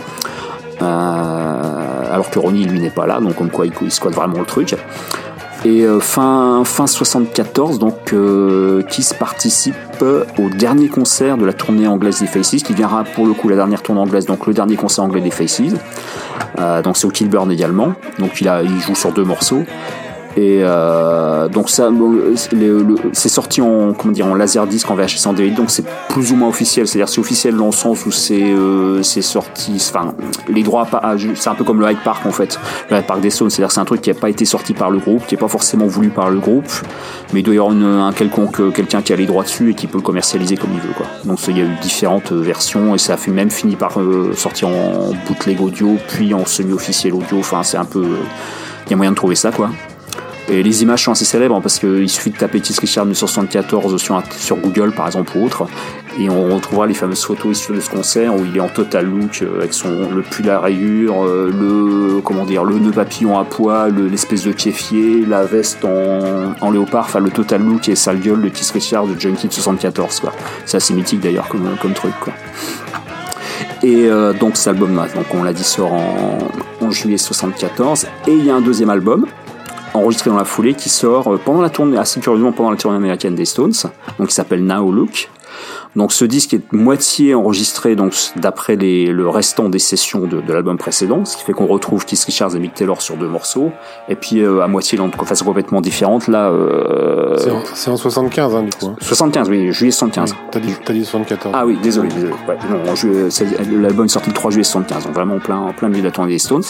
Alors que Ronnie, lui, n'est pas là, donc comme quoi il squatte vraiment le truc. Et fin 74, donc Keith participe au dernier concert de la tournée anglaise des Faces, qui viendra pour le coup la dernière tournée anglaise, donc le dernier concert anglais des Faces. Donc c'est au Kilburn également. Donc il joue sur 2 morceaux. Et donc ça, c'est sorti en laserdisc, en VHS, en DVD, donc c'est plus ou moins officiel. C'est-à-dire c'est officiel dans le sens où c'est sorti. Enfin, les droits, c'est un peu comme le Hyde Park en fait, le Hyde Park des Stones. C'est-à-dire c'est un truc qui n'a pas été sorti par le groupe, qui n'est pas forcément voulu par le groupe, mais il doit y avoir quelqu'un qui a les droits dessus et qui peut le commercialiser comme il veut, quoi. Donc il y a eu différentes versions et ça a même fini par sortir en bootleg audio, puis en semi-officiel audio. Enfin, c'est un peu, il y a moyen de trouver ça, quoi. Et les images sont assez célèbres parce qu'il suffit de taper Keith Richards 1974 sur Google par exemple ou autre, et on retrouvera les fameuses photos issues de ce concert où il est en total look avec le pull à rayures, le nœud papillon à poil, l'espèce de kéfier, la veste en léopard, enfin le total look et sale gueule de Keith Richards de Junkie de 74, quoi. C'est assez mythique d'ailleurs comme truc, quoi. Et donc cet album-là, donc on l'a dit, sort en juillet 74, et il y a un deuxième album enregistré dans la foulée qui sort pendant la tournée américaine des Stones, donc qui s'appelle Now Look. Donc ce disque est moitié enregistré donc d'après le restant des sessions de l'album précédent, ce qui fait qu'on retrouve Keith Richards et Mick Taylor sur 2 morceaux, et puis à moitié dans de façon complètement différente là. C'est en 75 du coup. 75, oui, juillet 75. T'as dit 74. Ah oui, désolé. Ouais, non, l'album est sorti le 3 juillet 75, donc vraiment en plein milieu de la tournée des Stones.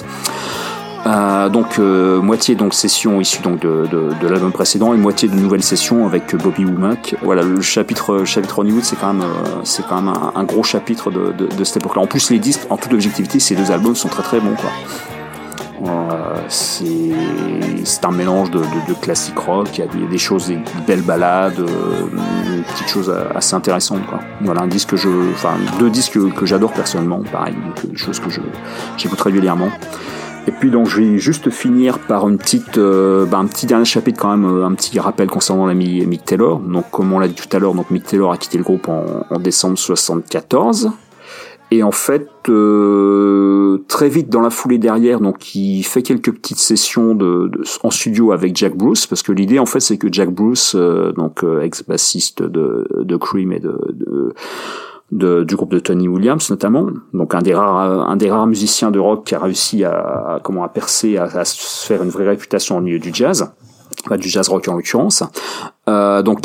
Moitié donc session issue donc de l'album précédent et moitié de nouvelles sessions avec Bobby Womack. Voilà, le chapitre Hollywood, c'est quand même un gros chapitre de cette époque-là. En plus, les disques, en toute objectivité, ces 2 albums sont très très bons, quoi. C'est un mélange de classique rock, il y a des choses, des belles ballades, des petites choses assez intéressantes, quoi. Voilà, 2 disques que j'adore personnellement, pareil, donc des choses que j'écoute régulièrement. Et puis donc je vais juste finir par un petit dernier chapitre quand même, un petit rappel concernant l'ami Mick Taylor. Donc comme on l'a dit tout à l'heure, donc Mick Taylor a quitté le groupe en décembre 74. Et en fait, très vite dans la foulée derrière, donc il fait quelques petites sessions en studio avec Jack Bruce, parce que l'idée en fait c'est que Jack Bruce, ex-bassiste de Cream et du groupe de Tony Williams notamment, donc un des rares musiciens de rock qui a réussi à percer, à se faire une vraie réputation au milieu du jazz, pas du jazz rock en l'occurrence. Donc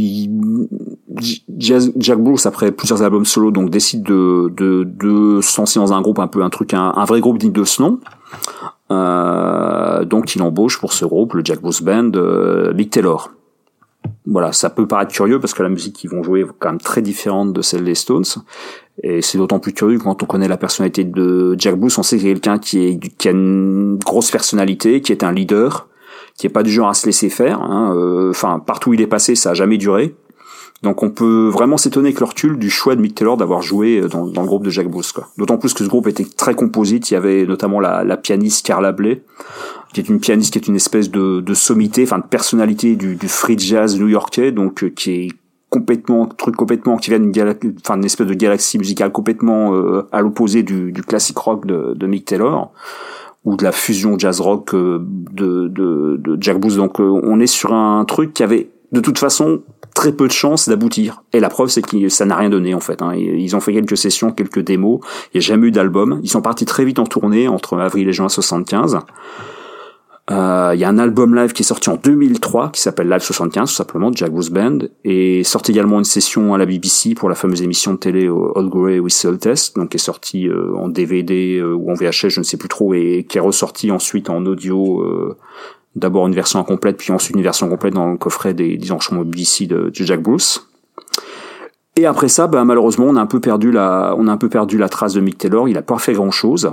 Jack Bruce, après plusieurs albums solo, donc décide de se lancer dans un groupe un vrai groupe digne de ce nom. Donc il embauche pour ce groupe, le Jack Bruce Band, Mick Taylor. Voilà, ça peut paraître curieux parce que la musique qu'ils vont jouer est quand même très différente de celle des Stones, et c'est d'autant plus curieux quand on connaît la personnalité de Jack Bruce. On sait que c'est quelqu'un qui a une grosse personnalité, qui est un leader, qui est pas du genre à se laisser faire, hein. Partout où il est passé, ça a jamais duré. Donc on peut vraiment s'étonner avec le recul du choix de Mick Taylor d'avoir joué dans le groupe de Jack Bruce, quoi. D'autant plus que ce groupe était très composite. Il y avait notamment la pianiste Carla Bley, qui est une pianiste qui est une espèce de sommité, de personnalité du free jazz new-yorkais, donc qui est complètement qui vient d'une espèce de galaxie musicale complètement à l'opposé du classic rock de Mick Taylor, ou de la fusion jazz rock de Jack Bruce. Donc on est sur un truc qui avait de toute façon très peu de chances d'aboutir. Et la preuve, c'est que ça n'a rien donné en fait. Ils ont fait quelques sessions, quelques démos. Il n'y a jamais eu d'album. Ils sont partis très vite en tournée entre avril et juin 75. Il y a un album live qui est sorti en 2003 qui s'appelle Live 75 tout simplement, de Jack Bruce Band, et sorti également une session à la BBC pour la fameuse émission de télé Old Grey Whistle Test, donc qui est sorti en DVD ou en VHS, je ne sais plus trop, et qui est ressorti ensuite en audio, d'abord une version incomplète puis ensuite une version complète dans le coffret des enregistrements BBC de Jack Bruce. Et après ça, malheureusement on a un peu perdu la trace de Mick Taylor. Il a pas fait grand chose.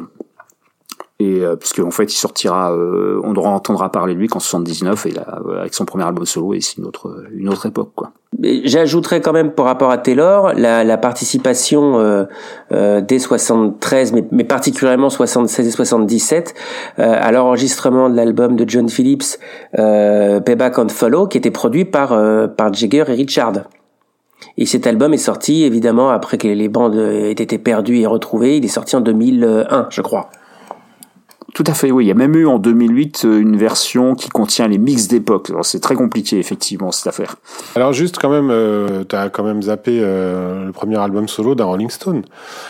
Et puisque en fait il sortira, on entendra parler de lui qu'en 79, et là, avec son premier album solo, et c'est une autre époque quoi. J'ajouterais quand même par rapport à Taylor la participation dès 73, mais particulièrement 76 et 77 à l'enregistrement de l'album de John Phillips, Payback on Follow, qui était produit par Jagger et Richard. Et cet album est sorti évidemment après que les bandes aient été perdues et retrouvées. Il est sorti en 2001, je crois. Tout à fait, oui. Il y a même eu en 2008 une version qui contient les mix d'époque. Alors c'est très compliqué effectivement cette affaire. Alors juste quand même, t'as quand même zappé le premier album solo d'un Rolling Stone.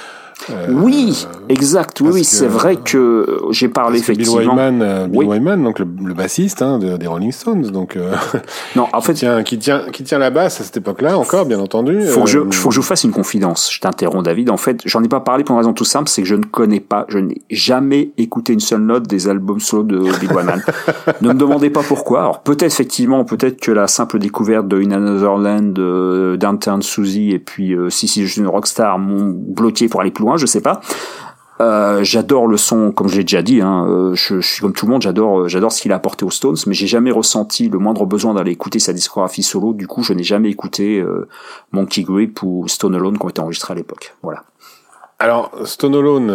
Oui, exact. Oui, c'est vrai que j'ai parlé effectivement. Bill Wyman, donc le bassiste des Rolling Stones, donc non, en fait, qui tient la basse à cette époque-là encore, bien entendu. Faut que je vous fasse une confidence. Je t'interromps, David. En fait, j'en ai pas parlé pour une raison tout simple, c'est que je n'ai jamais écouté une seule note des albums solo de Bill Wyman. Ne me demandez pas pourquoi. Alors peut-être que la simple découverte de In Another Land, Downtown Susie et puis Si je suis une rockstar m'ont bloqué pour aller plus loin. Je sais pas. J'adore le son, comme je l'ai déjà dit. Je suis comme tout le monde. J'adore ce qu'il a apporté aux Stones, mais j'ai jamais ressenti le moindre besoin d'aller écouter sa discographie solo. Du coup, je n'ai jamais écouté Monkey Grip ou Stone Alone qui ont été enregistrés à l'époque. Voilà. Alors, Stone Alone,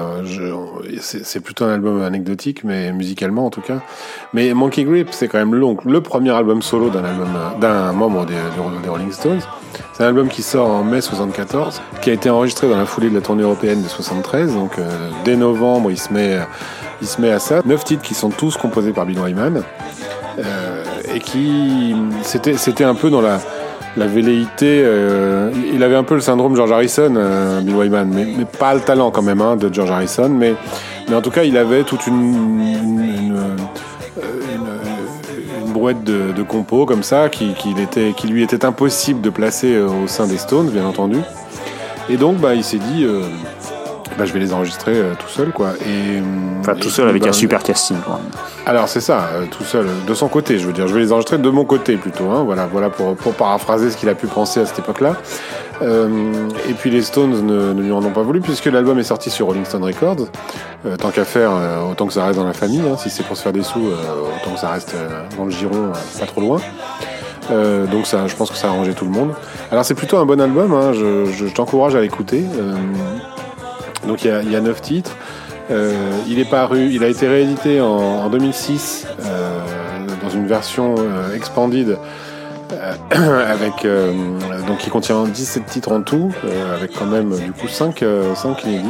c'est plutôt un album anecdotique, mais musicalement en tout cas. Mais Monkey Grip, c'est quand même le premier album solo d'un membre des Rolling Stones. C'est un album qui sort en mai 74, qui a été enregistré dans la foulée de la tournée européenne de 73. Donc, dès novembre, il se met à ça. 9 titres qui sont tous composés par Bill Wyman, et qui c'était un peu dans la velléité, il avait un peu le syndrome George Harrison, Bill Wyman, mais pas le talent quand même de George Harrison, mais en tout cas il avait toute une brouette de compos comme ça qui lui était impossible de placer au sein des Stones, bien entendu. Et donc il s'est dit je vais les enregistrer tout seul quoi. Tout seul avec un super casting quoi. Alors c'est ça, tout seul, de son côté, je veux dire, je vais les enregistrer de mon côté plutôt, voilà pour paraphraser ce qu'il a pu penser à cette époque-là. Et puis les Stones ne lui en ont pas voulu puisque l'album est sorti sur Rolling Stone Records. Tant qu'à faire, autant que ça reste dans la famille, si c'est pour se faire des sous, autant que ça reste dans le giron, pas trop loin. Donc ça, je pense que ça a arrangé tout le monde. Alors c'est plutôt un bon album, je t'encourage à l'écouter. Donc il y a 9 titres. Il a été réédité en 2006 dans une version expanded avec donc qui contient 17 titres en tout, avec quand même du coup 5 inédits.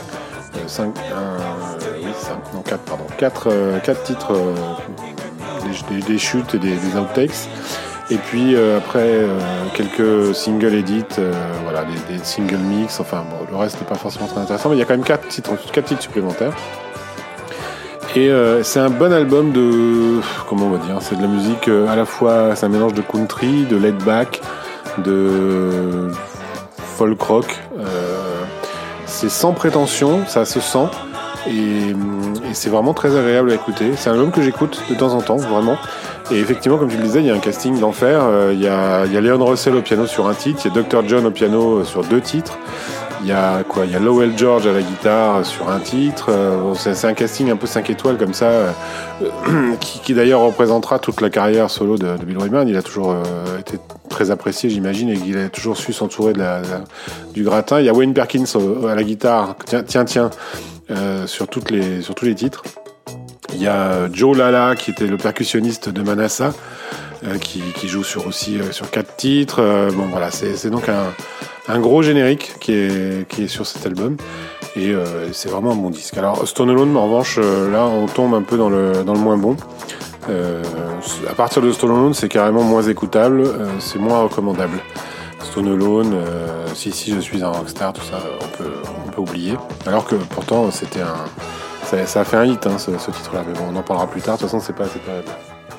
4 titres, des chutes et des outtakes. Et puis après quelques single edits, des single mix, le reste n'est pas forcément très intéressant, mais il y a quand même 4 titres supplémentaires. Et c'est un bon album c'est de la musique à la fois, c'est un mélange de country, de laid back, de folk rock. C'est sans prétention, ça se sent, et c'est vraiment très agréable à écouter. C'est un album que j'écoute de temps en temps, vraiment. Et effectivement, comme tu le disais, il y a un casting d'enfer. Il y a Leon Russell au piano sur un titre, il y a Dr. John au piano sur 2 titres. Il y a Lowell George à la guitare sur un titre. C'est un casting un peu 5 étoiles comme ça, qui d'ailleurs représentera toute la carrière solo de Bill Wyman. Il a toujours été très apprécié, j'imagine, et il a toujours su s'entourer du gratin. Il y a Wayne Perkins à la guitare, sur tous les titres. Il y a Joe Lala qui était le percussionniste de Manasseh, qui joue sur 4 titres. C'est donc un gros générique qui est sur cet album, et c'est vraiment un bon disque. Alors Stone Alone, en revanche, là on tombe un peu dans le moins bon. À partir de Stone Alone, c'est carrément moins écoutable, c'est moins recommandable. Stone Alone, si je suis un rockstar, tout ça, on peut oublier. Alors que pourtant, ça a fait un hit, hein, ce titre-là. Mais bon, on en parlera plus tard. De toute façon, c'est pas à cette période-là.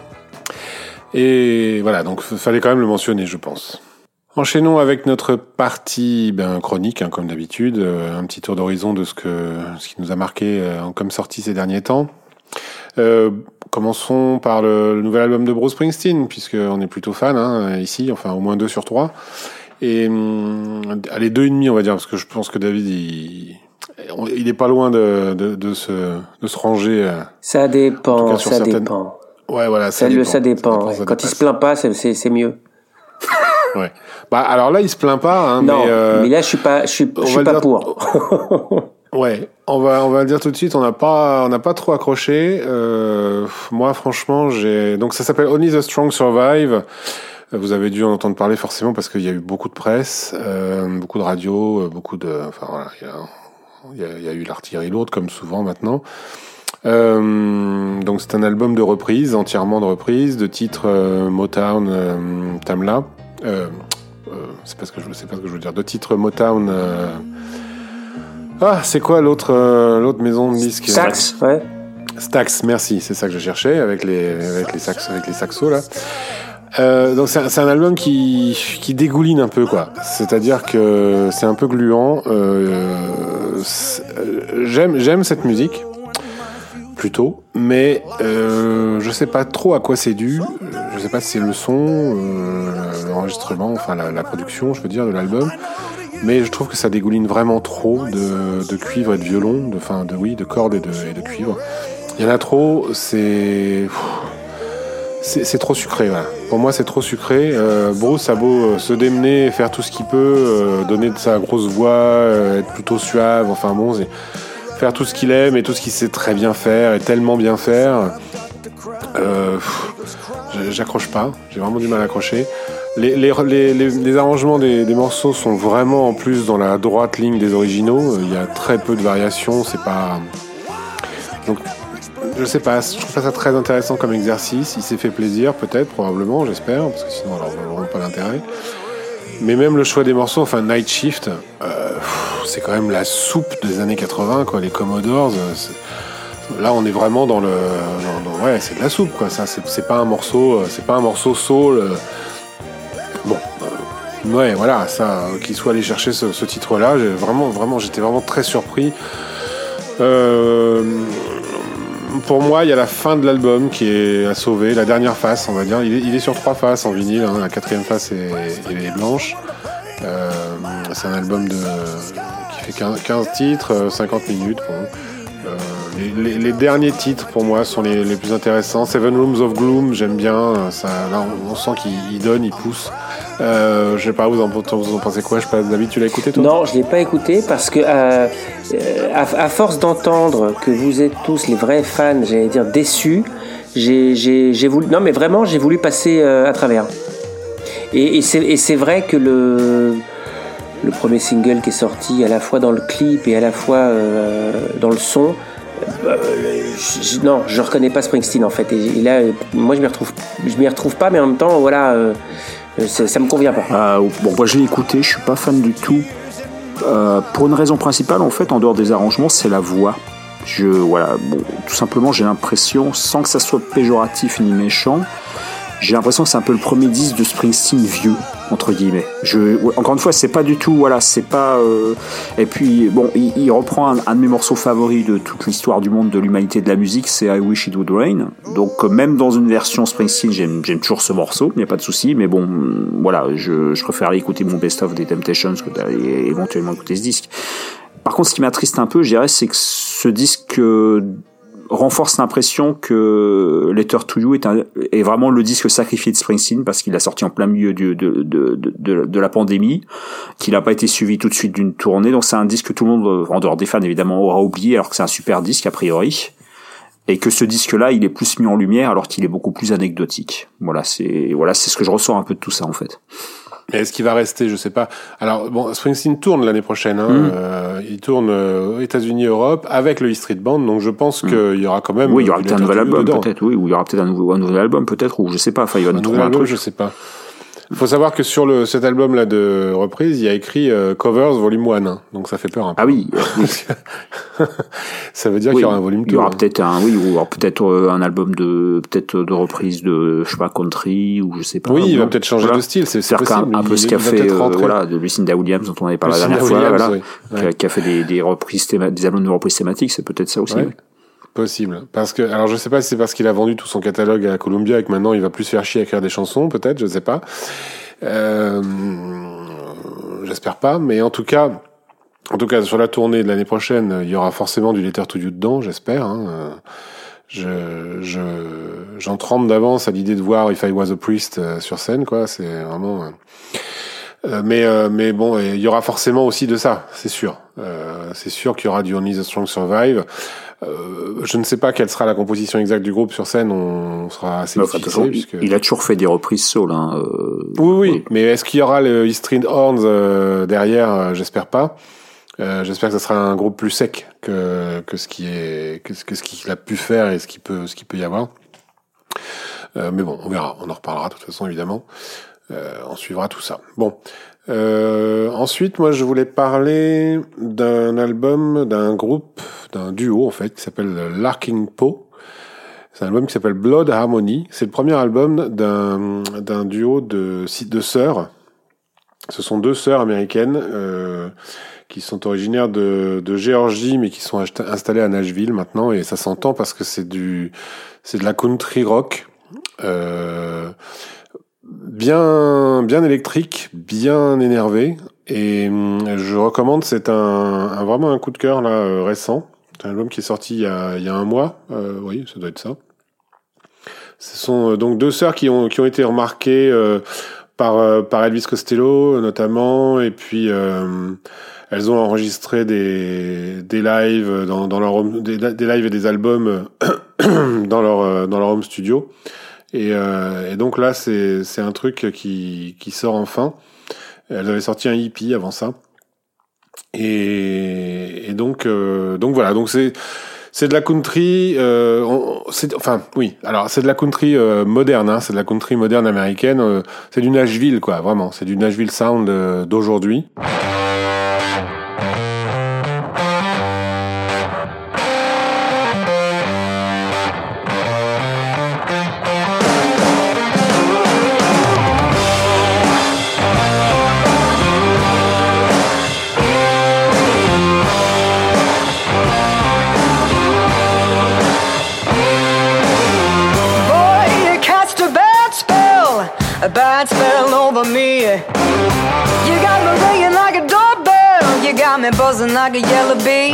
Et voilà, donc fallait quand même le mentionner, je pense. Enchaînons avec notre partie chronique, hein, comme d'habitude, un petit tour d'horizon de ce qui nous a marqué comme sortie ces derniers temps. Commençons par le nouvel album de Bruce Springsteen, puisqu'on est plutôt fan ici, enfin au moins 2 sur 3. Et allez, 2,5 on va dire, parce que je pense que David il est pas loin de se ranger. Ça dépend, ça dépend. Ouais, voilà, ça dépend. Ouais. Quand il se plaint pas, c'est mieux. Ouais. Bah alors là, il se plaint pas. Hein, non, mais là, je suis pas pour. Ouais, on va le dire tout de suite. On n'a pas trop accroché. Moi, franchement, donc ça s'appelle Only the Strong Survive. Vous avez dû en entendre parler forcément parce qu'il y a eu beaucoup de presse, beaucoup de radio, enfin voilà, il y a eu l'artillerie lourde comme souvent maintenant. Donc c'est un album de reprises, entièrement de reprises, de titres Motown, Tamla. C'est pas ce que je veux dire. De titres Motown. C'est quoi l'autre maison de disques? Stax, ouais. Stax, merci, c'est ça que je cherchais avec les saxos là. Donc c'est un album qui dégouline un peu quoi. C'est-à-dire que c'est un peu gluant. J'aime cette musique plutôt, mais je sais pas trop à quoi c'est dû. Je sais pas si c'est le son, l'enregistrement, enfin la production, je veux dire, de l'album. Mais je trouve que ça dégouline vraiment trop de cuivre et de violon, de cordes et de cuivre. Il y en a trop, c'est trop sucré, voilà. Pour moi, c'est trop sucré. Bruce a beau se démener, faire tout ce qu'il peut, donner de sa grosse voix, être plutôt suave, enfin bon, c'est faire tout ce qu'il aime et tout ce qu'il sait très bien faire et tellement bien faire. J'accroche pas, j'ai vraiment du mal à accrocher. Les arrangements des morceaux sont vraiment en plus dans la droite ligne des originaux. Il y a très peu de variations, c'est pas... Donc, je sais pas, je trouve pas ça très intéressant comme exercice. Il s'est fait plaisir, peut-être, probablement, j'espère, parce que sinon, alors, on n'aura pas d'intérêt. Mais même le choix des morceaux, enfin, Night Shift, c'est quand même la soupe des années 80, quoi. Les Commodores, là, on est vraiment dans ouais, c'est de la soupe, quoi. Ça, c'est pas un morceau soul. Bon, ouais, voilà, ça, qu'il soit allé chercher ce titre-là, j'étais vraiment très surpris. Pour moi, il y a la fin de l'album qui est à sauver, la dernière face, on va dire. Il est sur 3 faces en vinyle, hein, la 4e face est blanche. C'est un album qui fait 15 titres, 50 minutes. Bon. Les derniers titres, pour moi, sont les plus intéressants. Seven Rooms of Gloom, j'aime bien. Ça, là, on sent qu'il donne, il pousse. Je sais pas, vous en pensez quoi? Je sais pas, David, tu l'as écouté toi? Non, je l'ai pas écouté parce que à force d'entendre que vous êtes tous les vrais fans, j'allais dire déçus, j'ai voulu, non mais vraiment, j'ai voulu passer à travers. Et c'est vrai que le premier single qui est sorti à la fois dans le clip et à la fois dans le son, non, je reconnais pas Springsteen en fait. Et là, moi je m'y retrouve pas, mais en même temps, voilà. Ça me convient pas. Bon, moi je l'ai écouté, je suis pas fan du tout. Pour une raison principale, en fait, en dehors des arrangements, c'est la voix. Tout simplement, j'ai l'impression, sans que ça soit péjoratif ni méchant, j'ai l'impression que c'est un peu le premier disque de Springsteen vieux, entre guillemets. Encore une fois, c'est pas du tout, voilà, c'est pas... Et puis, bon, il reprend un de mes morceaux favoris de toute l'histoire du monde, de l'humanité, de la musique, c'est I Wish It Would Rain. Donc, même dans une version Springsteen, j'aime toujours ce morceau, il n'y a pas de souci, mais bon, voilà, je préfère aller écouter mon best-of des Temptations que d'aller éventuellement écouter ce disque. Par contre, ce qui m'attriste un peu, je dirais, c'est que ce disque... renforce l'impression que Letter to You est vraiment le disque sacrifié de Springsteen parce qu'il a sorti en plein milieu de la pandémie, qu'il n'a pas été suivi tout de suite d'une tournée. Donc c'est un disque que tout le monde, en dehors des fans évidemment, aura oublié alors que c'est un super disque a priori. Et que ce disque-là, il est plus mis en lumière alors qu'il est beaucoup plus anecdotique. Voilà, c'est ce que je ressens un peu de tout ça en fait. Mais est-ce qu'il va rester? Je sais pas. Alors bon, Springsteen tourne l'année prochaine. Il tourne aux États-Unis, Europe, avec le E Street Band. Donc je pense qu'il y aura quand même. Oui, il y aura peut-être un nouvel album, peut-être. Oui, ou il y aura peut-être un nouvel album, peut-être, ou je sais pas. Enfin, il va nous trouver un truc. Je sais pas. Il faut savoir que sur cet album-là de reprise, il y a écrit Covers Volume 1, hein, donc ça fait peur un peu. Ah oui. Ça veut dire qu'il y aura un volume 2. Il y aura peut-être un album de reprise de, je sais pas, country, ou je sais pas. Oui, il va peut-être changer de style, c'est possible. Un peu ce qu'a fait, de Lucinda Williams, dont on avait parlé la dernière fois, qui a fait des reprises des albums de reprises thématiques, c'est peut-être ça aussi. Ouais. Possible. Parce que, alors je sais pas si c'est parce qu'il a vendu tout son catalogue à Columbia et que maintenant il va plus se faire chier à écrire des chansons, peut-être, je sais pas. J'espère pas, mais en tout cas, sur la tournée de l'année prochaine, il y aura forcément du Letter to You dedans, j'espère, hein. J'en tremble d'avance à l'idée de voir If I Was a Priest sur scène, quoi. C'est vraiment, mais bon, il y aura forcément aussi de ça, c'est sûr. C'est sûr qu'il y aura du Only the Strong Survive. Je ne sais pas quelle sera la composition exacte du groupe sur scène, on sera assez fixé, puisque... Il a toujours fait des reprises soul, hein. Oui, mais est-ce qu'il y aura le E String Horns derrière? J'espère pas. J'espère que ça sera un groupe plus sec que ce qu'il a pu faire et ce qu'il peut y avoir. Mais bon, on verra, on en reparlera de toute façon évidemment. On suivra tout ça. Bon. Ensuite, moi, je voulais parler d'un album, d'un groupe, d'un duo, en fait, qui s'appelle Larking Poe. C'est un album qui s'appelle Blood Harmony. C'est le premier album d'un duo de sœurs. Ce sont deux sœurs américaines, qui sont originaires de Géorgie, mais qui sont installées à Nashville maintenant, et ça s'entend parce que c'est de la country rock, bien électrique, bien énervé, et je recommande. C'est vraiment un coup de cœur là, récent. C'est un album qui est sorti il y a un mois. Oui, ça doit être ça. Ce sont donc deux sœurs qui ont été remarquées par Elvis Costello notamment, et puis elles ont enregistré des lives dans leur des lives et des albums dans leur home studio. Et donc là, c'est un truc qui sort enfin. Elles avaient sorti un EP avant ça. Et donc voilà. Donc c'est de la country. C'est de la country moderne. Hein, c'est de la country moderne américaine. C'est du Nashville, quoi. Vraiment, c'est du Nashville sound d'aujourd'hui. A bad spell over me. You got me ringing like a doorbell. You got me buzzing like a yellow bee.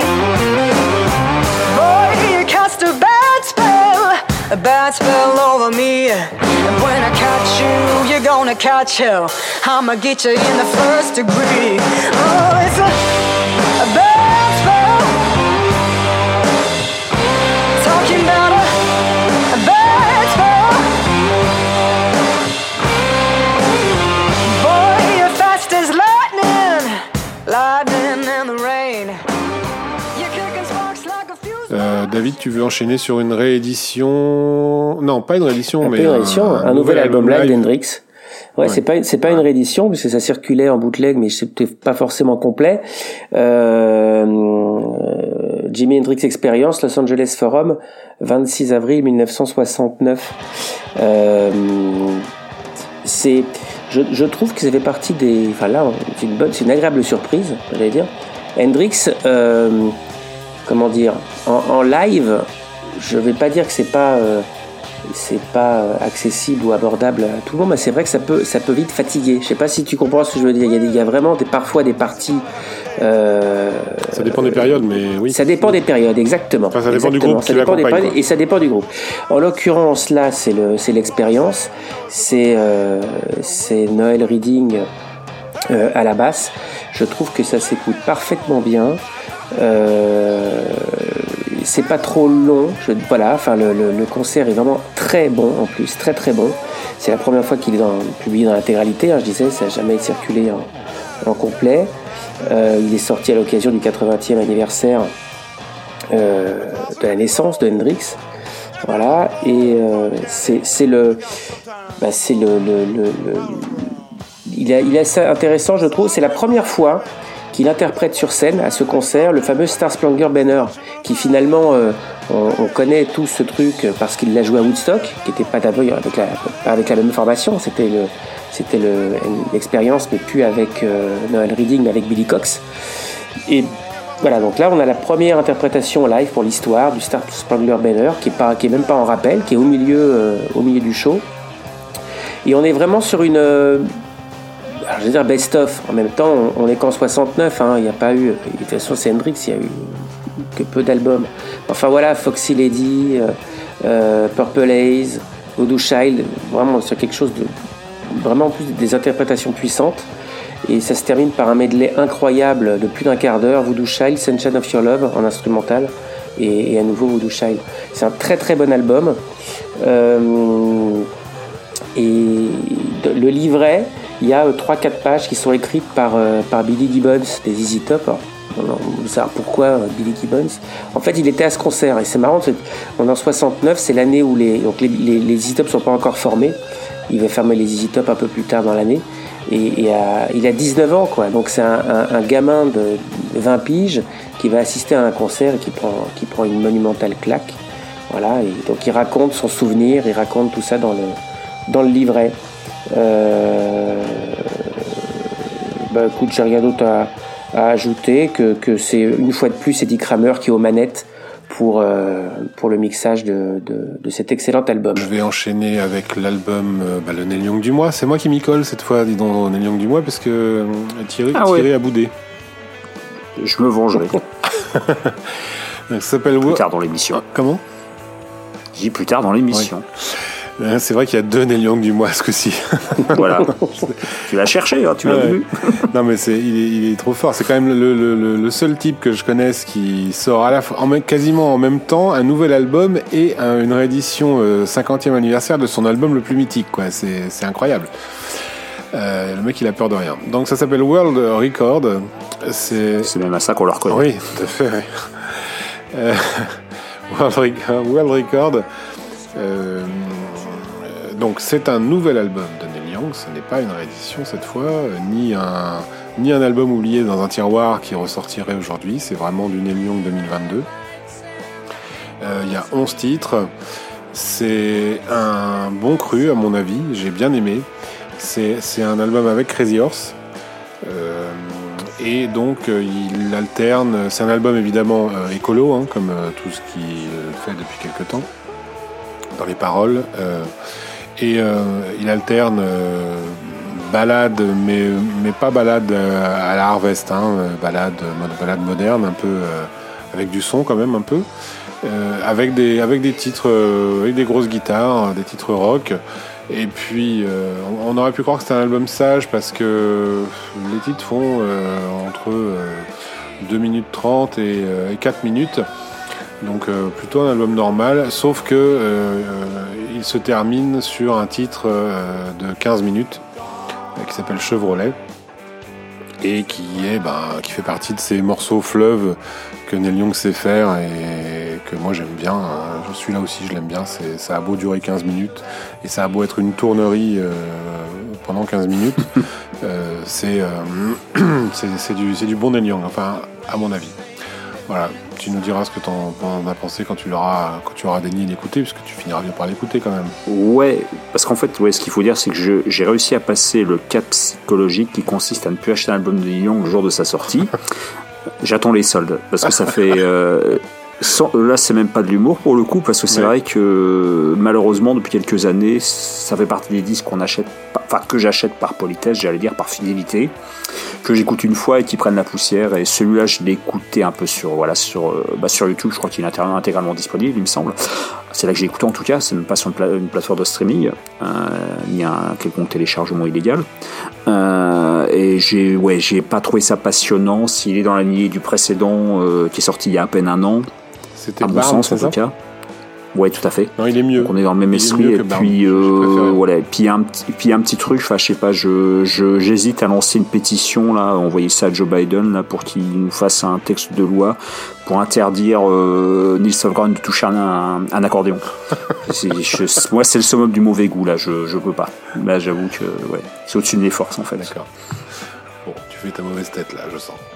Boy, you cast a bad spell over me. And when I catch you, you're gonna catch hell. I'ma get you in the first degree. Oh, it's a bad spell. Talking about a bad spell. David, tu veux enchaîner sur une réédition? Non, pas une réédition, mais un nouvel album live d'Hendrix. Ouais, c'est pas une réédition parce que ça circulait en bootleg, mais c'était pas forcément complet. Jimi Hendrix Experience, Los Angeles Forum, 26 avril 1969. Je trouve que ça fait partie des. Enfin là, c'est une agréable surprise, j'allais dire. Hendrix, comment dire, en live, je vais pas dire que c'est pas accessible ou abordable à tout le monde, mais c'est vrai que ça peut vite fatiguer. Je sais pas si tu comprends ce que je veux dire. Il y a vraiment parfois des parties. Ça dépend des périodes, mais oui. Ça dépend des périodes, exactement. Enfin, ça dépend du groupe qui l'accompagne. Et ça dépend du groupe. En l'occurrence, là, c'est l'expérience. C'est Noel Reading à la basse. Je trouve que ça s'écoute parfaitement bien. c'est pas trop long. Le concert est vraiment très bon en plus, très très bon. C'est la première fois qu'il est publié dans l'intégralité. Je disais, ça n'a jamais circulé en complet. Il est sorti à l'occasion du 80e anniversaire de la naissance de Hendrix. Voilà, et il est assez intéressant, je trouve. C'est la première fois qu'il interprète sur scène à ce concert le fameux Star Spangled Banner, qui finalement on connaît tous ce truc parce qu'il l'a joué à Woodstock, qui n'était pas d'abord avec la même formation, c'était l'expérience, mais plus avec Noel Redding, mais avec Billy Cox. Et voilà, donc là on a la première interprétation live pour l'histoire du Star Spangled Banner, qui est même pas en rappel, qui est au milieu du show. Et on est vraiment sur une alors, je veux dire best-of. En même temps, on est qu'en 69, il n'y a pas eu. De toute façon, c'est Hendrix, il n'y a eu que peu d'albums. Enfin voilà, Foxy Lady, Purple Haze, Voodoo Child, vraiment sur quelque chose de. Vraiment en plus des interprétations puissantes. Et ça se termine par un medley incroyable de plus d'un quart d'heure. Voodoo Child, Sunshine of Your Love en instrumental. Et à nouveau Voodoo Child. C'est un très très bon album. Et le livret. Il y a 3-4 pages qui sont écrites par Billy Gibbons des ZZ Top. On veut savoir pourquoi Billy Gibbons. En fait, il était à ce concert et c'est marrant. On est en 69, c'est l'année où les ZZ Top ne sont pas encore formés. Il va fermer les ZZ Top un peu plus tard dans l'année. Et il a 19 ans, quoi. Donc c'est un gamin de 20 piges qui va assister à un concert et qui prend une monumentale claque. Voilà. Et donc il raconte son souvenir, il raconte tout ça dans le livret. Écoute, j'ai rien d'autre à ajouter que c'est une fois de plus Eddie Kramer qui est aux manettes pour le mixage de cet excellent album. Je vais enchaîner avec l'album le Neil Young du mois. C'est moi qui m'y colle cette fois, dis donc, Neil Young du mois, parce que Thierry a boudé. Je me vengerai. Ça s'appelle plus tard dans l'émission. Comment ? Je dis plus tard dans l'émission. Oui. C'est vrai qu'il y a 2 Neil Young du mois ce coup-ci. Voilà. Tu l'as cherché, tu l'as vu. Non mais il est trop fort. C'est quand même le seul type que je connaisse qui sort quasiment en même temps un nouvel album et une réédition 50e anniversaire de son album le plus mythique, quoi. C'est incroyable. Le mec il a peur de rien. Donc ça s'appelle World Record. C'est même à ça qu'on le reconnaît. Oui, tout à fait. Oui. World Record. Donc c'est un nouvel album de Neil Young, ce n'est pas une réédition cette fois, ni un album oublié dans un tiroir qui ressortirait aujourd'hui, c'est vraiment du Neil Young 2022. Il y a 11 titres, c'est un bon cru à mon avis, j'ai bien aimé. C'est un album avec Crazy Horse, et donc il alterne, c'est un album évidemment écolo, comme tout ce qu'il fait depuis quelques temps, dans les paroles. Et il alterne ballade, mais pas ballade à la Harvest, ballade moderne, un peu avec du son quand même un peu, avec des titres, avec des grosses guitares, des titres rock. Et puis on aurait pu croire que c'était un album sage parce que les titres font entre 2 minutes 30 et 4 minutes. Donc plutôt un album normal, sauf que il se termine sur un titre de 15 minutes qui s'appelle Chevrolet et qui fait partie de ces morceaux fleuves que Neil Young sait faire et que moi j'aime bien. Je suis là aussi, je l'aime bien. Ça a beau durer 15 minutes et ça a beau être une tournerie pendant 15 minutes, c'est du bon Neil Young, enfin à mon avis. Voilà, tu nous diras ce que t'en as pensé quand tu auras daigné l'écouter, puisque tu finiras bien par l'écouter quand même. Ouais, parce qu'en fait, ce qu'il faut dire, c'est que j'ai réussi à passer le cap psychologique qui consiste à ne plus acheter un album de Neil Young le jour de sa sortie. J'attends les soldes, parce que ça fait... là, c'est même pas de l'humour pour le coup, parce que c'est vrai que malheureusement, depuis quelques années, ça fait partie des disques que j'achète par politesse, j'allais dire par fidélité, que j'écoute une fois et qui prennent la poussière. Et celui-là, je l'ai écouté un peu sur YouTube. Je crois qu'il est intégralement disponible, il me semble. C'est là que j'ai écouté en tout cas. C'est même pas sur une plateforme de streaming, ni un quelconque téléchargement illégal. Et j'ai pas trouvé ça passionnant. S'il est dans la lignée du précédent, qui est sorti il y a à peine un an. C'était à mon Barnes, sens, en tout cas. Ouais, tout à fait. Non, il est mieux. Donc on est dans le même esprit. Et puis, voilà. Puis il y a un petit truc. Enfin, je sais pas. J'hésite à lancer une pétition là, envoyer ça à Joe Biden là pour qu'il nous fasse un texte de loi pour interdire Nils Holmgren de toucher un accordéon. Moi, c'est le summum du mauvais goût là. Je peux pas. Là, j'avoue que ouais, c'est au-dessus de mes forces en fait. D'accord. Bon, tu fais ta mauvaise tête là, je sens.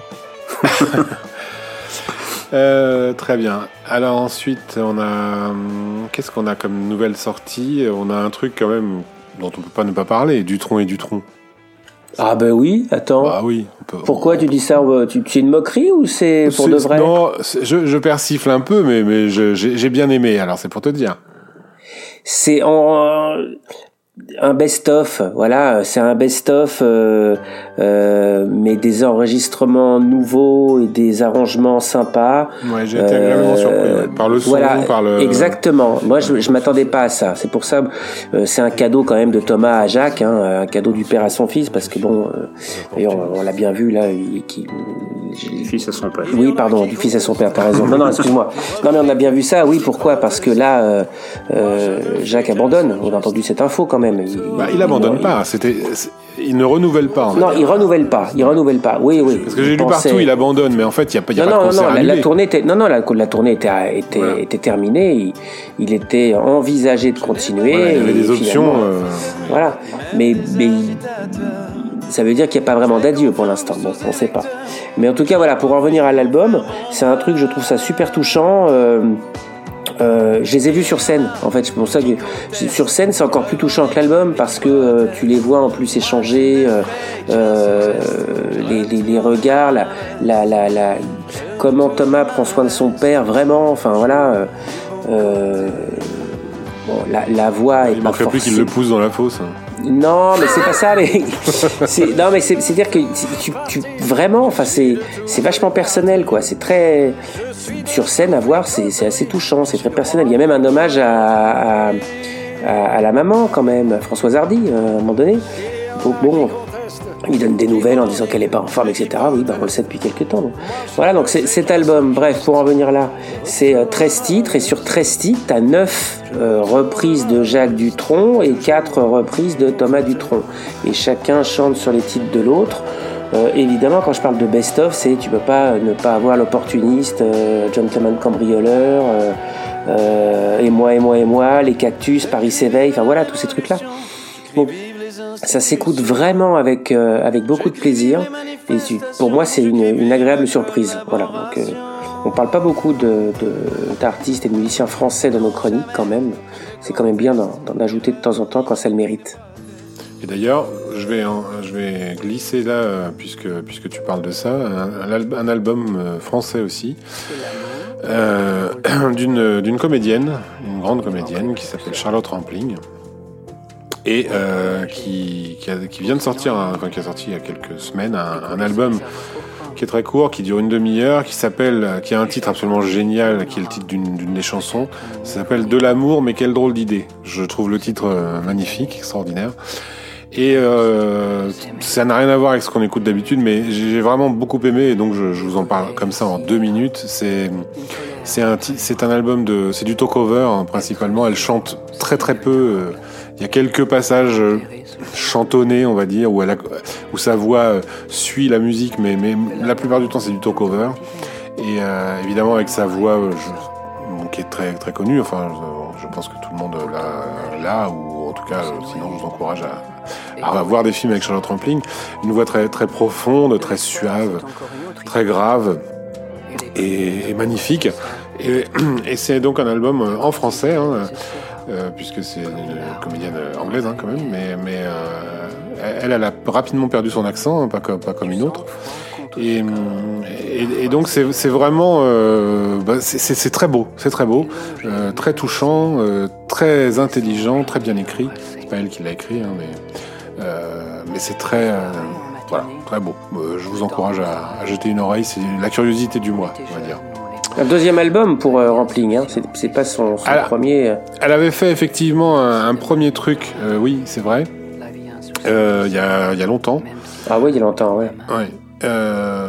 Très bien. Alors ensuite, on a... Qu'est-ce qu'on a comme nouvelle sortie ? On a un truc quand même dont on peut pas ne pas parler, Dutronc et Dutronc. Ah ben oui, attends. Bah oui. Pourquoi tu dis ça ? Tu es une moquerie ou c'est pour de vrai ? Non, je persifle un peu, mais j'ai bien aimé, alors c'est pour te dire. C'est un best-of, voilà, c'est un best-of, mais des enregistrements nouveaux et des arrangements sympas. Ouais, j'ai été agréablement surpris par le son, voilà, par le... Exactement. Moi, je m'attendais pas à ça. C'est pour ça, c'est un cadeau quand même de Thomas à Jacques, un cadeau du père à son fils, parce que bon, d'ailleurs, on l'a bien vu là, Du fils à son père. Oui, pardon, du fils à son père, t'as raison. Non, excuse-moi. Non, mais on a bien vu ça, oui, pourquoi ? Parce que là, Jacques abandonne. On a entendu cette info quand même. Il abandonne pas. Il ne renouvelle pas. Non, il renouvelle pas. Oui. Parce que j'ai lu partout, il abandonne, mais en fait, il y a pas de concert annulé. La tournée était terminée. Il était envisagé de continuer. Voilà, il y avait des options. Voilà, mais ça veut dire qu'il n'y a pas vraiment d'adieu pour l'instant. Bon, on ne sait pas. Mais en tout cas, voilà, pour en revenir à l'album, c'est un truc, je trouve ça super touchant. Je les ai vus sur scène, en fait. C'est pour ça que sur scène, c'est encore plus touchant que l'album parce que tu les vois en plus échanger, les regards, comment Thomas prend soin de son père, vraiment. Enfin voilà. La voix est il manquerait plus qu'il le pousse dans la fosse. Non, mais c'est pas ça. Mais c'est dire que tu vraiment, enfin c'est vachement personnel quoi. C'est très sur scène à voir, c'est assez touchant, c'est très personnel. Il y a même un hommage à la maman quand même, Françoise Hardy à un moment donné. Donc bon, il donne des nouvelles en disant qu'elle est pas en forme, etc. Oui, on le sait depuis quelques temps. Donc. Voilà, donc cet album, bref, pour en venir là, c'est 13 titres, et sur 13 titres, t'as 9 reprises de Jacques Dutronc et 4 reprises de Thomas Dutronc. Et chacun chante sur les titres de l'autre. Évidemment, quand je parle de best-of, tu peux pas ne pas avoir l'opportuniste, Gentleman Cambrioleur, et moi, les Cactus, Paris s'éveille, enfin voilà, tous ces trucs-là. Donc, ça s'écoute vraiment avec beaucoup de plaisir, et pour moi c'est une agréable surprise. Voilà, donc on parle pas beaucoup d'artistes et de musiciens français dans nos chroniques quand même. C'est quand même bien d'en ajouter de temps en temps quand ça le mérite. Et d'ailleurs, je vais glisser là, puisque tu parles de ça, un album français aussi, d'une comédienne, une grande comédienne qui s'appelle Charlotte Rampling. Et qui vient de sortir, qui est sorti il y a quelques semaines, un album qui est très court, qui dure une demi-heure, qui a un titre absolument génial, qui est le titre d'une des chansons. Ça s'appelle De l'amour, mais quelle drôle d'idée. Je trouve le titre magnifique, extraordinaire. Et ça n'a rien à voir avec ce qu'on écoute d'habitude, mais j'ai vraiment beaucoup aimé, et donc je vous en parle comme ça en 2 minutes. C'est un album c'est du talk-over hein, principalement. Elle chante très très peu. Il y a quelques passages chantonnés, on va dire, où sa voix suit la musique, mais la plupart du temps c'est du talk-over. Et évidemment avec sa voix qui est très très connue. Enfin, je pense que tout le monde l'a, ou en tout cas, sinon je vous encourage à voir des films avec Charlotte Rampling. Une voix très très profonde, très suave, très grave et magnifique. Et c'est donc un album en français. Hein, puisque c'est une comédienne anglaise hein, quand même, mais elle a rapidement perdu son accent, hein, pas comme une autre. Et donc c'est vraiment c'est très beau, très touchant, très intelligent, très bien écrit. C'est pas elle qui l'a écrit, hein, mais c'est très très beau. Je vous encourage à jeter une oreille. C'est la curiosité du mois, on va dire. Un deuxième album pour Rampling, hein. C'est pas son premier. Elle avait fait effectivement un premier truc, oui, c'est vrai, il y a longtemps. Ah oui, il y a longtemps, ouais. Ouais.